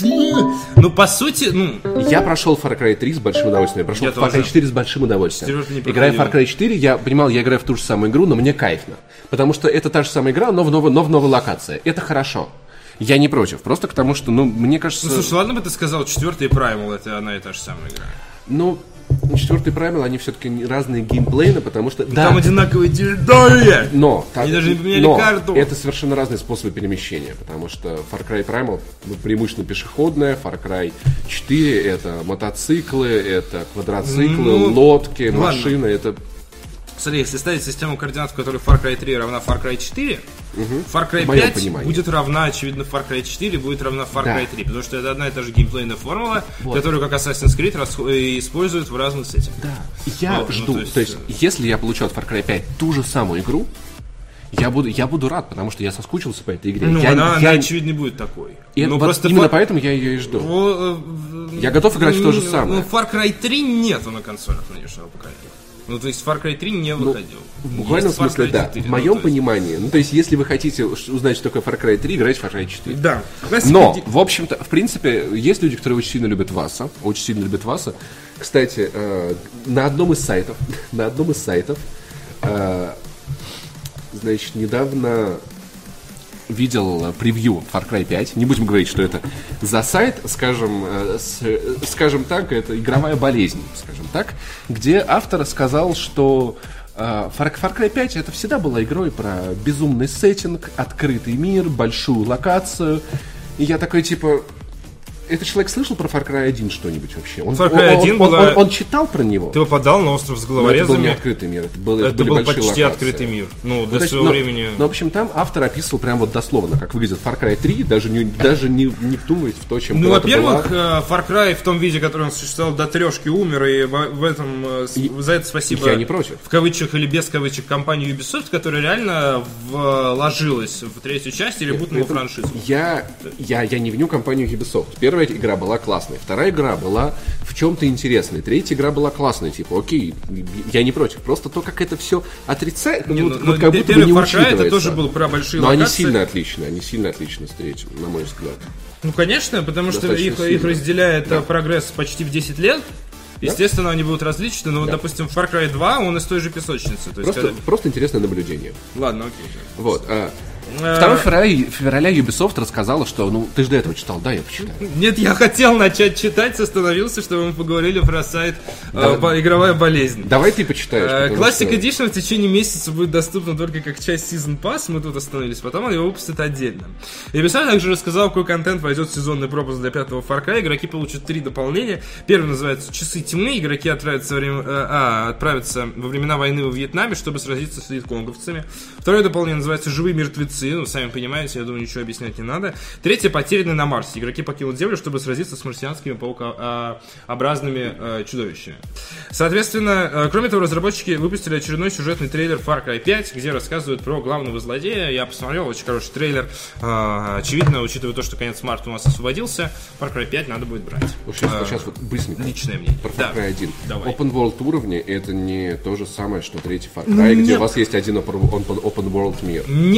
Ну, по сути, ну, Я прошел Far Cry три с большим удовольствием. Я прошел Я Far Cry тоже. четыре с большим удовольствием. Сережа не Играя в Far проходил. Cry четыре, я понимал, я играю в ту же самую игру, но мне кайфно. Потому что это та же самая игра, но в новой, но в новой локации. Это хорошо. Я не против. Просто к тому, что, ну, мне кажется... ну, слушай, ладно бы ты сказал, четвертый Primal, это одна и та же самая игра. Ну, четвертый правило, они все-таки разные геймплейны, потому что... Да, Там одинаковые территории. но, Они даже не поменяли но карту. это совершенно разные способы перемещения, потому что Far Cry Primal ну, преимущественно пешеходная, Far Cry четыре это мотоциклы, это квадроциклы, Ну, лодки, ладно. машины, это... Смотри, если ставить систему координат, в которой Far Cry три равна Far Cry четыре, Far Cry В моем пять понимании. будет равна, очевидно, Far Cry четыре, будет равна Far Да. Cry три, потому что это одна и та же геймплейная формула, которую, как Assassin's Creed, расхо- э, используют в разных сеттингах. Да. Я Ну, ну, жду, то то есть, есть, если я получу от Far Cry пять ту же самую игру, я буду, я буду рад, потому что я соскучился по этой игре. Ну, я, она, я- она, очевидно, не будет такой. и ну, вот просто именно Far- поэтому я ее и жду. О, э, Я готов играть в то же ну, самое. Ну, Far Cry три нету на консолях нынешнего поколения. Ну, то есть Far Cry три не выходил. В буквальном Есть Far смысле, Cry да. четыре, В ну, моем то есть- понимании. Ну, то есть, если вы хотите ш- узнать, что такое Far Cry три, играйте в Far Cry четыре. Да. Но, в общем-то, в принципе, есть люди, которые очень сильно любят Васа. Очень сильно любят Васа. Кстати, э, на одном из сайтов, на одном из сайтов, э, значит, недавно видел превью Far Cry пять. Не будем говорить, что это за сайт, скажем, э, с- э, скажем так, это игровая болезнь, скажем так, где автор сказал, что э, Far, Far Cry пять это всегда была игрой про безумный сеттинг, открытый мир, большую локацию. И я такой, типа, этот человек слышал про Far Cry один что-нибудь вообще? Он, Far Cry он- один он- была- он- он читал про него? Ты попадал на остров с Но это был не головорезами. открытый мир, это, был, это, Это были был большие почти локации. открытый мир. Ну, Ну, до то есть, своего но- времени. но, в общем, там автор описывал прям вот дословно, как выглядит Far Cry три, даже не, даже не, не вдумываясь в то, чем Ну, когда-то во-первых, была. э, Far Cry в том виде, который он существовал до трешки, умер, и в, в этом э, с- И- за это спасибо. я не против. В кавычках или без кавычек компании Ubisoft, которая реально вложилась в третью часть и ребутнула Это- франшизу. Я, я, я не виню компанию Ubisoft. Первая игра была классной, вторая игра была в чем-то интересной, третья игра была классной, типа, окей, я не против. Просто то, как это все отрицает, Не, вот, ну, вот ну, как будто бы первый не Far Cry это учитывается. тоже был про большие Но они локации. сильно отличны, они сильно отличны с третьим, на мой взгляд. Ну, конечно, потому что Достаточно их, сильно. их разделяет э, прогресс почти в десять лет. Естественно, они будут различны, но, вот, допустим, Far Cry два, он из той же песочницы. То есть, Просто, когда- просто интересное наблюдение. Ладно, окей. Вот. а, Э, второго февраля, февраля Ubisoft рассказала, что, ну, ты же до этого читал, да, я почитаю. Нет, я хотел начать читать, остановился, чтобы мы поговорили про сайт э, Да. по- «Игровая болезнь». Давай ты почитаешь. Э, потому Classic что- Edition в течение месяца будет доступна только как часть Season Pass, мы тут остановились, потом его выпустят отдельно. Ubisoft также рассказал, какой контент войдет в сезонный пропуск для пятого Far Cry. Игроки получат три дополнения. Первый называется «Часы тьмы». Игроки отправятся, во время- э, а, отправятся во времена войны во Вьетнаме, чтобы сразиться с вьетконговцами. Второе дополнение называется «Живые мертвецы». Ну, сами понимаете, я думаю, ничего объяснять не надо. Третье «Потерянные на Марсе». Игроки покинут Землю, чтобы сразиться с марсианскими паукообразными э, чудовищами. Соответственно, э, кроме того, разработчики выпустили очередной сюжетный трейлер Far Cry пять, где рассказывают про главного злодея. Я посмотрел, очень хороший трейлер. Э, очевидно, учитывая то, что конец марта у нас освободился, Far Cry пять надо будет брать. Вот сейчас, Э, вот сейчас вот быстренько. Личное мнение. Про Far Да. Cry один. Давай. Open World уровни это не то же самое, что третий Far Cry, где Нет. у вас есть один open, open- open World мир. Не было классического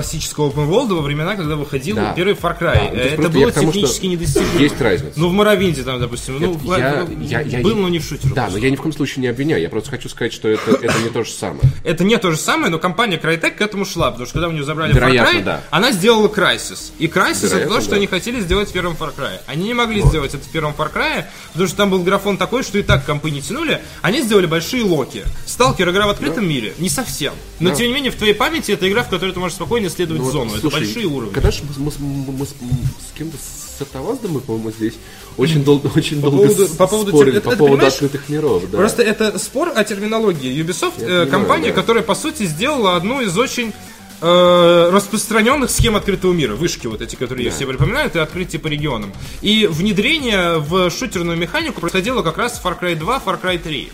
классического open world во времена, когда выходил Да. первый Far Cry. Да, ну, то есть Это просто было я к тому, технически что недостижимо. есть разница. Ну, в Моровинде там, допустим, ну, Это я- я- я был, не- но не в шутере. Да, но я ни в коем случае не обвиняю. Я просто хочу сказать, что это, это не то же самое. Это не то же самое, но компания Crytek к этому шла, потому что когда у нее забрали Вероятно, Far Cry, да. она сделала Crysis. И Crysis это Вероятно, то, что да. они хотели сделать в первом Far Cry. Они не могли сделать это в первом Far Cry, потому что там был графон такой, что и так компы не тянули. Они сделали большие локи. Сталкер игра в открытом мире? Не совсем. Но Да. тем не менее, в твоей памяти это игра, в которой ты можешь спокойно исследовать Ну, зону. слушай, это большие уровни. Когда же мы, мы- мы с, с кем-то с Атаваздом мы, по-моему, здесь очень долго, очень долго поводу- с- по поводу спорили тер- по это- поводу понимаешь, открытых миров. Да. Просто это спор о терминологии. Ubisoft Я э, понимаю, компания, да. которая по сути сделала одну из очень э, распространенных схем открытого мира. Вышки вот эти, которые Да. все припоминают, и открытие по регионам. И внедрение в шутерную механику происходило как раз в Far Cry два, Far Cry три.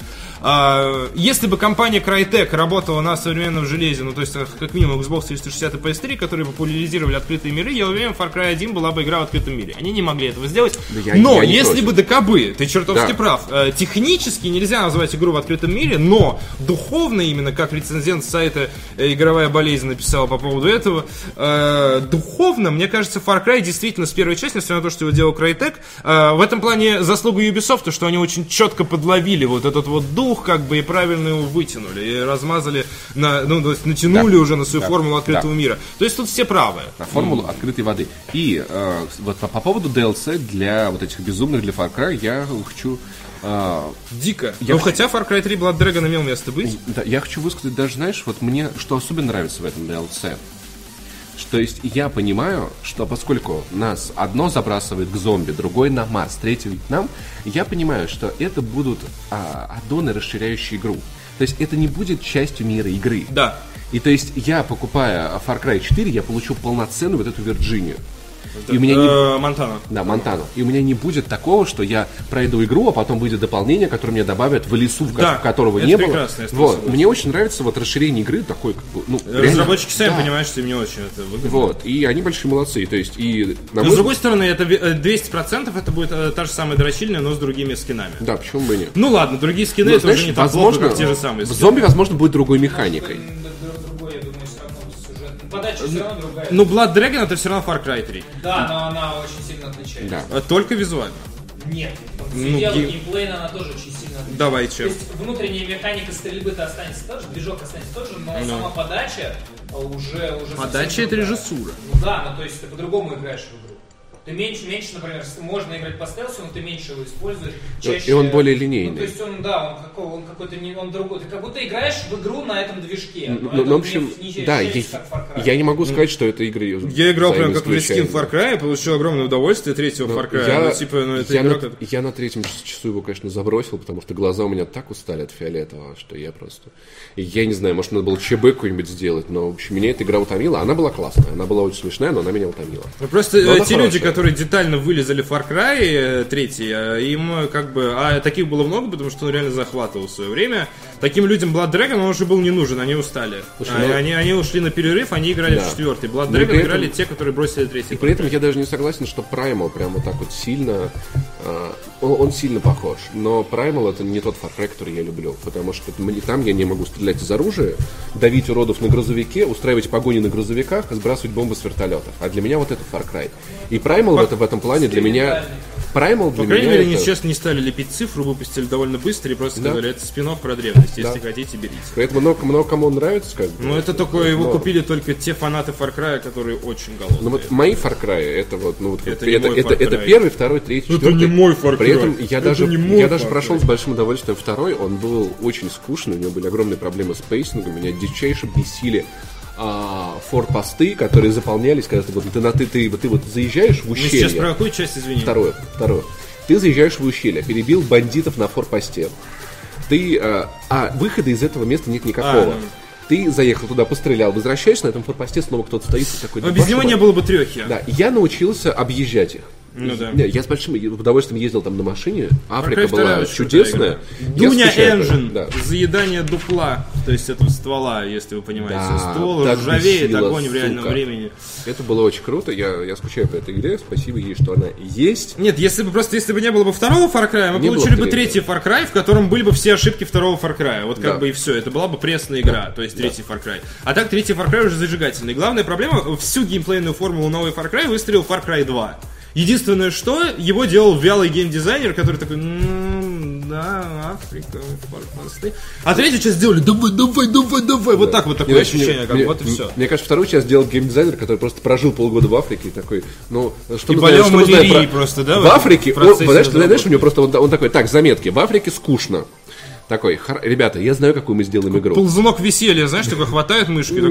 А, если бы компания Crytek работала на современном железе, ну то есть как минимум Xbox триста шестьдесят и пи эс три, которые популяризировали открытые миры, я уверен, Far Cry один была бы игра в открытом мире. Они не могли этого сделать. Да я- но я не если против. бы докобы, ты чертовски Да. прав, э, технически нельзя назвать игру в открытом мире, но духовно именно, как рецензент сайта э, «Игровая болезнь» написал по поводу этого, э, духовно, мне кажется, Far Cry действительно с первой части, несмотря на то, что его делал Crytek, э, в этом плане заслуга Ubisoft, что они очень четко подловили вот этот вот дух, как бы, и правильно его вытянули, и размазали, на, ну, то есть натянули Да. уже на свою Да. формулу открытого Да. мира. То есть тут все правы. На формулу открытой воды. И э, вот по, по поводу ди эл си для вот этих безумных, для Far Cry, я хочу... э, Дико. Я Но хочу- хотя Far Cry три Blood Dragon имел место быть. Да, я хочу высказать даже, знаешь, вот мне что особенно нравится в этом ди эл си. Что, то есть я понимаю, что поскольку нас одно забрасывает к зомби, другой на Марс, третий к нам, я понимаю, что это будут а, аддоны, расширяющие игру. То есть это не будет частью мира игры. Да. И то есть я, покупая Far Cry четыре, я получу полноценную вот эту Вирджинию. И у меня не... Э, Монтана. Да, Монтану. И у меня не будет такого, что я пройду игру, а потом выйдет дополнение, которое мне добавят в лесу, в, ко- Да, в которого это не было. прекрасно, я с тобой Вот. согласен. Мне очень нравится вот расширение игры такой, как бы, ну, реально- Разработчики сами Да. понимают, что им не очень это выгодно. Вот. И они большие молодцы. И, то есть, и на Но мой с другой стороны, это ви- э, двести процентов это будет э, та же самая дрочильня, но с другими скинами. Да, почему бы и нет? Ну ладно, другие скины Ну, это знаешь, уже не так возможно, плохо, как те же самые в скины. зомби, возможно, будет другой механикой. Другой, я думаю, все равно сюжет. Подача все равно другая. Ну, Blood Dragon это все равно Far Cry три. Да, но она очень сильно отличается. Да. А Только визуально. Нет, Ну, дело, ге- геймплейно она тоже очень сильно отличается. Давай, То чем? есть внутренняя механика стрельбы-то останется тоже, движок останется тоже, но Ну. сама подача э, уже... уже Подача совсем это другая. режиссура. Ну да, ну то есть ты по-другому играешь в игру. Ты меньше, меньше, например, с- можно играть по стелсу, но ты меньше его используешь. Чаще, И он более линейный. Ну, то есть он, да, он, какой, он какой-то не, он другой. Ты как будто играешь в игру на этом движке. Ну, но ну, это в общем, не- не да, я, ощущается, как Far Cry. я не могу сказать, что это игры Я играл прям как в взаимоисключаемые. рескин Far Cry, получил огромное удовольствие третьего Far Cry. Я, Ну, типа, ну это я, игра, на, как- я на третьем час- часу его, конечно, забросил, потому что глаза у меня так устали от фиолетового, что я просто... и Я не знаю, может, надо было ЧБ какой-нибудь сделать, но, в общем, меня эта игра утомила. Она была классная, она была очень смешная, но она меня утомила. Ну, просто Но э, она те люди, хорошая. которые детально вылезали в Far Cry э, третий, э, им э, как бы... А таких было много, потому что он реально захватывал в свое время. Таким людям Blood Dragon, он уже был не нужен, они устали. Слушай, А, ну- они, они ушли на перерыв, они играли Да. в четвертый. Blood Ну, и Dragon при этом- играли те, которые бросили третий. И при этом я даже не согласен, что Primal прям вот так вот сильно... э, он, он сильно похож. Но Primal это не тот Far Cry, который я люблю. Потому что мне- там я не могу стрелять из оружия, давить уродов на грузовике, устраивать погони на грузовиках, сбрасывать бомбы с вертолетов. А для меня вот это Far Cry. И Primal в, этом, в этом плане для меня... Primal для По крайней меня мере, они это- честно не стали лепить цифру, выпустили довольно быстро и просто Да. сказали, это спин-офф про древность, если Да. хотите, берите. Поэтому много, много кому он нравится, как бы. Ну это только его Но- купили только те фанаты Far Cry, которые очень голодные. Ну вот мои Far Cry, это вот, ну вот Это это, не это, мой это, Far это Cry. первый, второй, третий, Это четвертый. не мой Far При Cry. этом я Это даже, не мой я даже Far прошел Cry. с большим удовольствием второй, он был очень скучный, у него были огромные проблемы с пейсингом, меня дичайше бесили а, форпосты, которые заполнялись, когда ты вот ты, на- ты, ты, ты вот заезжаешь в Мы ущелье. сейчас про какую часть, извини? Второе, второе. Ты заезжаешь в ущелье, перебил бандитов на форпосте. Ты, а, а выхода из этого места нет никакого. А, ну. Ты заехал туда, пострелял, возвращаешься, на этом форпосте снова кто-то стоит и такой... Но «Да без вашу него мать». не было бы трехи. Да, я научился объезжать их. Ну да. Не, я с большим удовольствием ездил там на машине. Африка Far Cry была два чудесная. Я Дуня скучаю, Engine, да. заедание дупла, то есть этого ствола, если вы понимаете. Да, Ствол так ржавеет, бесило, огонь в реальном сука. времени. Это было очень круто. Я, я скучаю по этой игре. Спасибо ей, что она есть. Нет, если бы просто если бы не было бы второго Far Cry, мы Не получили было бы третьего. третий Far Cry, в котором были бы все ошибки второго Far Cry. Вот как Да. бы и все. Это была бы пресная игра, то есть третий Far Cry. А так третий Far Cry уже зажигательный. Главная проблема, всю геймплейную формулу новой Far Cry выстрелил Far Cry два. Единственное, что его делал вялый геймдизайнер, который такой, ну, да, Африка, форпосты. А третью часть сделали, давай, давай, давай, давай. Вот так вот такое Мне, ощущение, мне, как мне, вот и все. Мне кажется, вторую часть сделал геймдизайнер, который просто прожил полгода в Африке и такой, ну, что И мы болел знаем, что мы знаем малярией про- просто, да, В в этом Африке, он, процессе знаешь, знаешь, разработки. у него просто он, он такой, так, заметки, в Африке скучно. Такой, «Хар- ребята, я знаю, какую мы сделаем игру. Ползунок веселья, знаешь, такой хватает мышки. Так,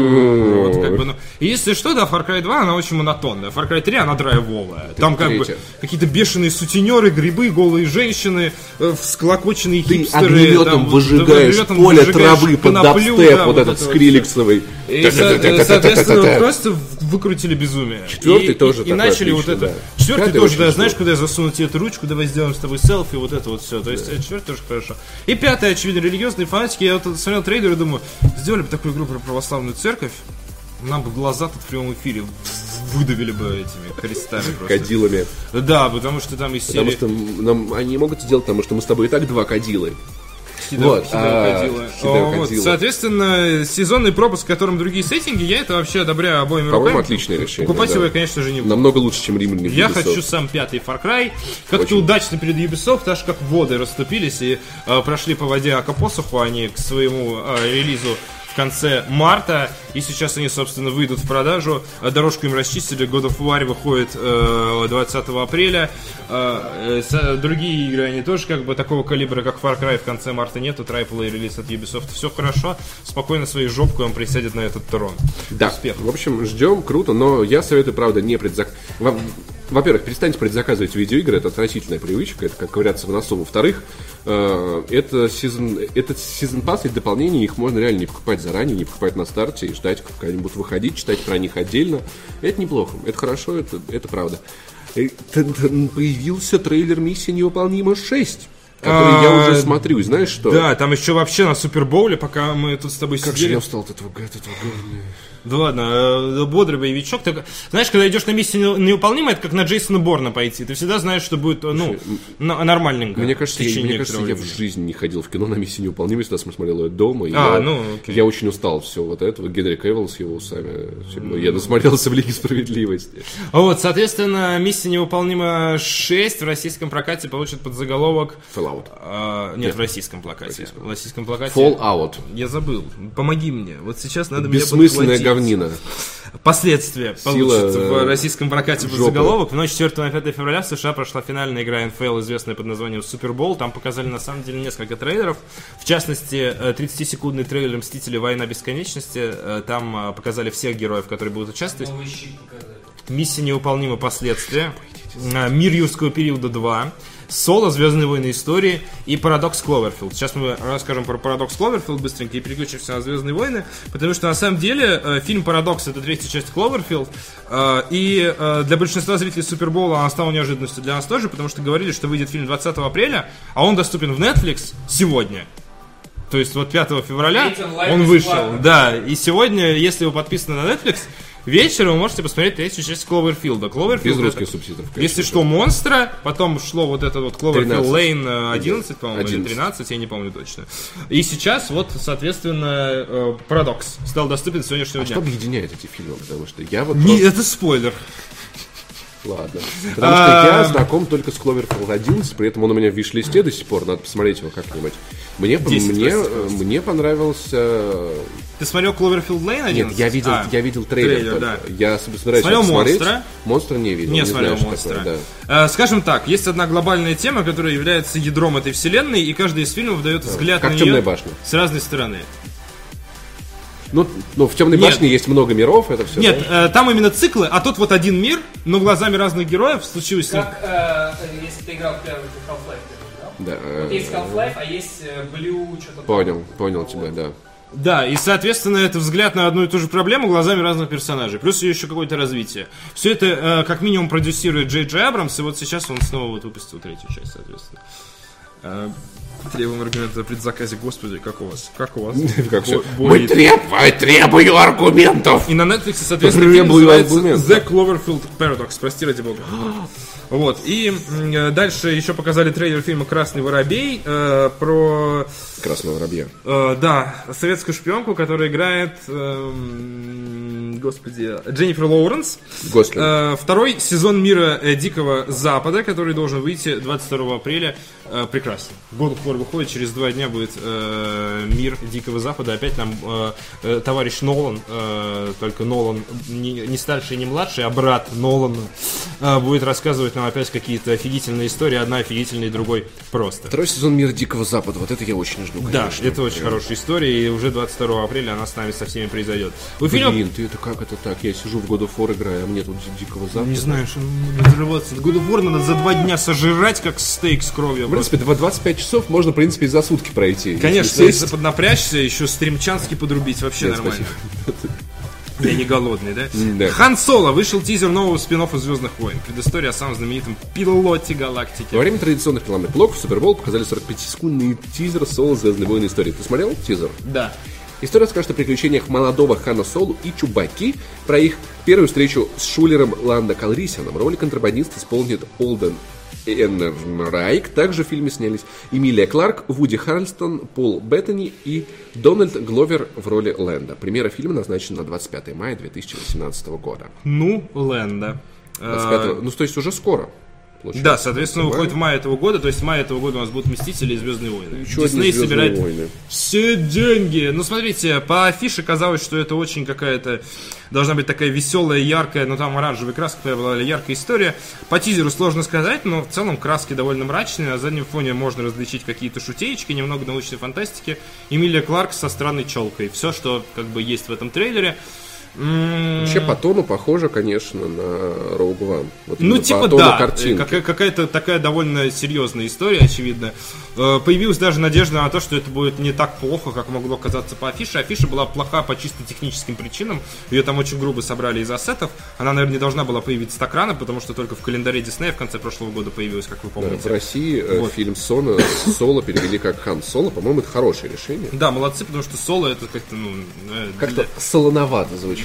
вот, как бы, ну. И если что, да, Far Cry два, она очень монотонная. Far Cry три, она драйвовая. Там как бы третья. какие-то бешеные сутенеры, грибы, голые женщины, э, всклокоченные Ты хипстеры. огнеметом там, выжигаешь огнеметом поле выжигаешь травы под коноплю, дабстеп, да, вот этот это скриликсовый. И, со- соответственно, просто выкрутили безумие. Четвертый И- тоже и, и такой начали вот отличный, это. да. Четвертый Пятый тоже, очень да, жду. знаешь, куда я засуну тебе эту ручку, давай сделаем с тобой селфи, вот это вот все. То есть э, четвертый тоже хорошо. И пятый, очевидно, религиозные фанатики. Я вот смотрел трейлер и думаю, сделали бы такую игру про православную церковь, нам бы глаза тут в прямом эфире выдавили бы этими крестами просто. Кадилами. Да, потому что там из Потому серии... что нам, они могут сделать, потому что мы с тобой и так два кадилы. Хидо- Вот, Хидо а, Кодила. Хидо О, вот, Кодила. соответственно, сезонный пропуск, в котором другие сеттинги, я это вообще одобряю обоими По-моему, руками. отличное решение, Покупать да. его я, конечно же, не буду. Намного лучше, чем Римляне. в Я Ubisoft. хочу сам пятый Far Cry. Как-то Очень. удачно перед Ubisoft, аж как воды расступились и э, прошли по воде ака посуху они к своему э, релизу в конце марта. И сейчас они, собственно, выйдут в продажу. Э, Дорожку им расчистили. God of War выходит э, двадцатого апреля. Э, э, с- другие игры, они тоже как бы такого калибра, как Far Cry в конце марта нету. Трайпл и релиз от Ubisoft. Все хорошо. Спокойно своей жопкой он присядет на этот трон. Да, Успехов. в общем, ждем, круто, но я советую, правда, не предзаказывать. Во-первых, перестаньте предзаказывать видеоигры, это отвратительная привычка, это как ковыряться в носу. Во-вторых, э, это сезон, этот сезон пасс и дополнения, их можно реально не покупать заранее, не покупать на старте и ждать, когда они будут выходить, читать про них отдельно. Это неплохо, это хорошо, это, это правда. Э, т- т- Появился трейлер «Миссия невыполнима шесть», который я А, уже смотрю, и знаешь что? Да, там еще вообще на Супербоуле, пока мы тут с тобой Как же сидели. я устал от этого, от этого говна. Да ладно, э, бодрый боевичок. Так, знаешь, когда идешь на миссию невыполнимой, это как на Джейсона Борна пойти. Ты всегда знаешь, что будет, э, ну, на- нормальненько. Мне в кажется, я, течение мне кажется, я некоторого в времени. жизни не ходил в кино на «Миссию невыполнимой», всегда смотрел ее дома. и А, я, ну, окей. я очень устал от всего вот этого. Генри Кевилл с его усами. всем. Я насмотрелся в «Лиге справедливости». А Вот, соответственно, миссия невыполнима шесть в российском прокате получит подзаголовок... Fallout. а, нет, в российском плакате. В российском плакате... Fallout. Я забыл. Помоги мне. Вот сейчас надо Бессмысленная меня подхватить. говнина. Последствия Сила, получат в э, российском прокате под жопы. заголовок. В ночь с четвёртого на пятое февраля в США прошла финальная игра эн эф эл, известная под названием Super Bowl. Там показали на самом деле несколько трейлеров. В частности, э, тридцатисекундный трейлер «Мстители. Война бесконечности». Э, Там э, показали всех героев, которые будут участвовать. Новый щит показали. Миссия невыполнима последствия. Э, Мир юрского периода два. Соло, Звездные войны истории и Парадокс Кловерфилд. Сейчас мы расскажем про Парадокс Кловерфилд быстренько и переключимся на Звездные войны, потому что на самом деле э, фильм Парадокс — это третья часть Кловерфилд, э, и э, для большинства зрителей Супербоула она стала неожиданностью для нас тоже, потому что говорили, что выйдет фильм двадцатого апреля, а он доступен в Netflix сегодня. То есть вот пятого февраля Ведь он лайв он вышел. бесплатно. Да, и сегодня, если вы подписаны на Netflix, вечером вы можете посмотреть третью часть Кловерфилда. Кловерфилд Без это- русских субтитров, конечно. Если что, монстра, потом шло вот это вот Cloverfield тринадцать. Lane одиннадцать, по-моему, или одиннадцать. тринадцать, я не помню точно. И сейчас вот, соответственно, э, Парадокс стал доступен с сегодняшнего А дня. что объединяет эти фильмы? Потому что я вот... Не, просто- это спойлер. Ладно. Потому что я А, знаком только с Cloverfield одиннадцать, при этом он у меня в виш-листе до сих пор, надо посмотреть его как-нибудь. Мне, десять, мне, прости, пожалуйста. мне понравился... Ты смотрел Cloverfield Lane одиннадцать? Нет, я видел, А, я видел трейлер. трейлер, только. да. Я собираюсь Смотрел посмотреть. «Монстра»? Монстра не видел. Не не смотрел знаю, что «Монстра». такое, да. Э, Скажем так, есть одна глобальная тема, которая является ядром этой вселенной, и каждый из фильмов дает взгляд как на «Темная нее башня». с разной стороны. Ну, ну, в «Темной Нет. башне» есть много миров, это все. Нет, э, там именно циклы, а тут вот один мир, но глазами разных героев случилось с ним. Как, э, если ты играл в первый Half-Life, ты же играл? Да. Вот есть Half-Life, а есть э, Blue, что-то там. Понял, понял тебя, да. Да, и, соответственно, это взгляд на одну и ту же проблему глазами разных персонажей. Плюс ее еще какое-то развитие. Все это, э, как минимум, продюсирует Джей Джей Абрамс, и вот сейчас он снова вот выпустил третью часть, соответственно. Э, требуем аргумента о предзаказе, господи, как у вас? Как у вас? Мы требуем, требую аргументов! И на Netflix, соответственно, фильм называется The Cloverfield Paradox, прости ради бога. Вот, и э, дальше еще показали трейлер фильма «Красный воробей» э, про... Красного воробья. Э, да, советскую шпионку, которая играет, э, господи, Дженнифер Лоуренс. Э, второй сезон «Мира э, Дикого Запада», который должен выйти двадцать второго апреля. Э, прекрасно. God of War выходит, через два дня будет э, «Мир Дикого Запада». Опять нам э, э, товарищ Нолан, э, только Нолан не, не старший, не младший, а брат Нолана, э, будет рассказывать нам опять какие-то офигительные истории, одна офигительная и другой просто. Второй сезон «Мира Дикого Запада», вот это я очень жду, конечно. Да, это очень хорошая история, и уже двадцать второго апреля она с нами со всеми произойдет. У Блин, фильма... ты это как это так? Я сижу в God of War играю, а мне тут Дикого Запада. Не знаю, что надо взрываться. God of War надо за два дня сожрать, как стейк с кровью. В принципе, двадцать пять часов можно, в принципе, и за сутки пройти. Конечно, если поднапрячься, еще стримчанский подрубить, вообще Нет, нормально. Спасибо. Я не голодный, да? да? Хан Соло. Вышел тизер нового спин-оффа «Звездных войн». Предыстория о самом знаменитом пилоте галактики. Во время традиционных рекламных блоков в Супербол показали сорок пятисекундный тизер Соло «Звездные войны. Истории». Ты смотрел тизер? Да. История расскажет о приключениях молодого Хана Соло и Чубаки, про их первую встречу с шулером Ландо Калрисианом. Роль контрабандиста исполнит Олден Эннерайк. Также в фильме снялись Эмилия Кларк, Вуди Харрельстон, Пол Беттани и Дональд Гловер в роли Лэнда. Премьера фильма назначена на двадцать пятое мая две тысячи восемнадцатого года. Ну, Лэнда. двадцать пятого, ну, то есть уже скоро. Получается. Да, соответственно, выходит в мае этого года. То есть в мае этого года у нас будут «Мстители» и «Звездные войны». Дисней собирает войны. Все деньги. Ну, смотрите, по афише казалось, что это очень какая-то... Должна быть такая веселая, яркая, ну там оранжевая краска была, яркая история. По тизеру сложно сказать, но в целом краски довольно мрачные. На заднем фоне можно различить какие-то шутеечки, немного научной фантастики. Эмилия Кларк со странной челкой. Все, что как бы есть в этом трейлере. Вообще по тону похоже, конечно, на Rogue One. Вот ну, типа, да, какая- какая-то такая довольно серьезная история, очевидно. Появилась даже надежда на то, что это будет не так плохо, как могло казаться по афише. Афиша была плоха по чисто техническим причинам. Ее там очень грубо собрали из ассетов. Она, наверное, не должна была появиться так рано, потому что только в календаре Диснея в конце прошлого года появилась, как вы помните. Да, в России вот. Фильм Соло, Соло перевели как Хан Соло. По-моему, это хорошее решение. Да, молодцы, потому что Соло это как-то, ну... Как-то для... солоновато звучит.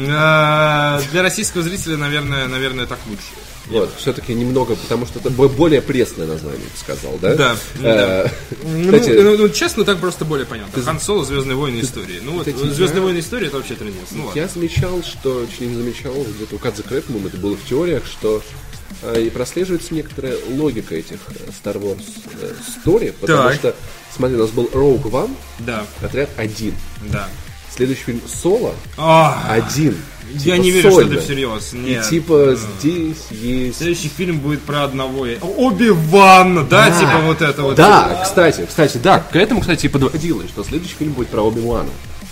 Для российского зрителя, наверное, наверное, так лучше. Вот, все-таки немного, потому что это более пресное название, ты сказал, да? Да. А, ну, кстати, ну, ну, честно, так просто более понятно. Хан Соло, «Звездные войны. Истории». Ну вот, «Звездные войны. Истории» это вообще трендец. Ну, я замечал, что, чуть не замечал, где-то у Кадзе Крэпмум, это было в теориях, что и прослеживается некоторая логика этих Star Wars story, потому так. что, смотри, у нас был Rogue One, да. отряд один. Да. Следующий фильм Соло а, один. Я типа не верю, сольно. что это всерьез. Нет. И типа здесь есть... Следующий фильм будет про одного... Оби-Ван, да? да? Типа вот это вот. Да, кстати, кстати, да, к этому, кстати, и подводилось, что следующий фильм будет про Оби-Вана.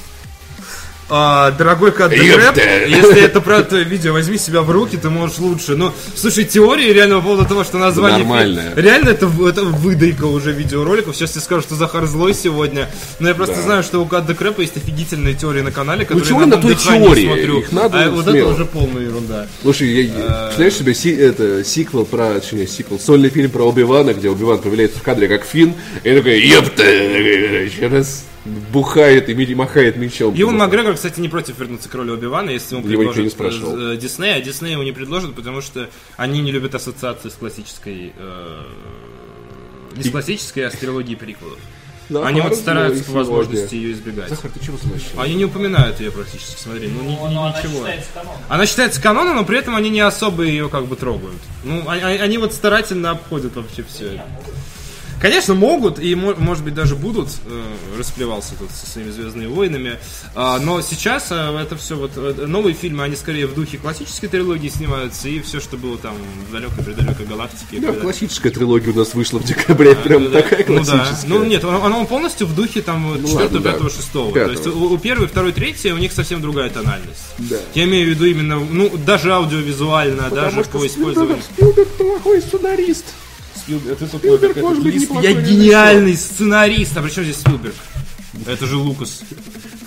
А, дорогой Каддекрэп, если это про твое видео, возьми себя в руки, ты можешь лучше. Ну, слушай, теории реально по поводу того, что название... Нормальное. Реально это, это выдайка уже видеороликов. Сейчас я скажу, что Захар злой сегодня. Но я просто да. знаю, что у Каддекрэпа есть офигительные теории на канале, которые ну, я на той теории? смотрю. Их надо а вот это уже полная ерунда. Слушай, я, а... представляешь себе си, это, сиквел про... Точнее, сиквел, сольный фильм про Оби-Вана, где Оби-Ван появляется в кадре как Финн, и такой, ёпта, еще раз... бухает и махает мечом. Юэн Макгрегор, кстати, не против вернуться к роли Оби-Вана, если ему его предложат Дисней, а Дисней его не предложат, потому что они не любят ассоциации с классической э, не с классической, а с трилогией приквелов. Да, они вот стараются по возможности ее избегать. Захар, ты чего слышишь? Они не упоминают ее практически, смотри, ну ни, ни, она ничего. Считается она считается каноном, но при этом они не особо ее как бы трогают. Ну, они, они вот старательно обходят вообще все. Конечно, могут, и, может быть, даже будут, э, расплевался тут со своими «Звездными войнами», э, но сейчас э, это все вот, э, новые фильмы, они скорее в духе классической трилогии снимаются, и все, что было там в далекой-предалекой галактике. Да, когда... классическая трилогия у нас вышла в декабре, а, прям да, такая классическая. Ну, да. ну нет, оно, оно полностью в духе там ну, четвёртого, пятого, шестого. То есть у, у первой, второй, третьей у них совсем другая тональность. Да. Я имею в виду именно, ну, даже аудиовизуально, потому даже по использованию. Спилберг плохой сценарист. Спилберг, это Спилберг, может быть, я гениальный сценарист. А при чем здесь Спилберг? Это же Лукас.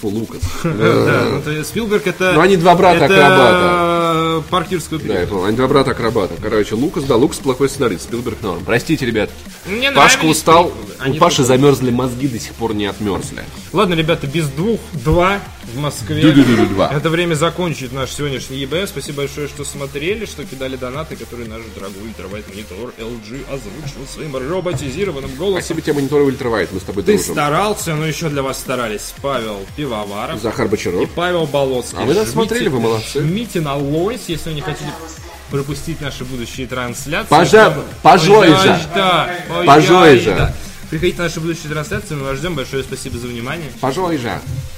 Фу, Лукас. Да, ну, то Спилберг это... Ну, они два брата-акробата. Это паркерского Да, я периода. понял. Они два брата-акробата. Короче, Лукас, да, Лукас плохой сценарист, Спилберг норм. Простите, ребят. Мне Пашка нравились устал, приколы. у Они Паши только- замерзли мозги, до сих пор не отмерзли. Ладно, ребята, без двух, два в Москве. Ду-ду-ду-ду-два. Это время закончить наш сегодняшний ЕБС. Спасибо большое, что смотрели, что кидали донаты, которые наш дорогой ультравайт-монитор эл джи озвучил своим роботизированным голосом. Спасибо тебе, монитор ультравайт, мы с тобой Ты дружим. старался, но еще для вас старались Павел Пивоваров Захар и Бочаров. Павел Болоцкий. А вы нас Жмите- смотрели, вы молодцы. Жмите на лойс, если вы не хотите пропустить наши будущие трансляции. Пожа- Чтобы- пожой Ой, же. да, ой, Пожой ой, же. да. Приходите на наши будущие трансляции, мы вас ждем. Большое спасибо за внимание. Пожалуй же.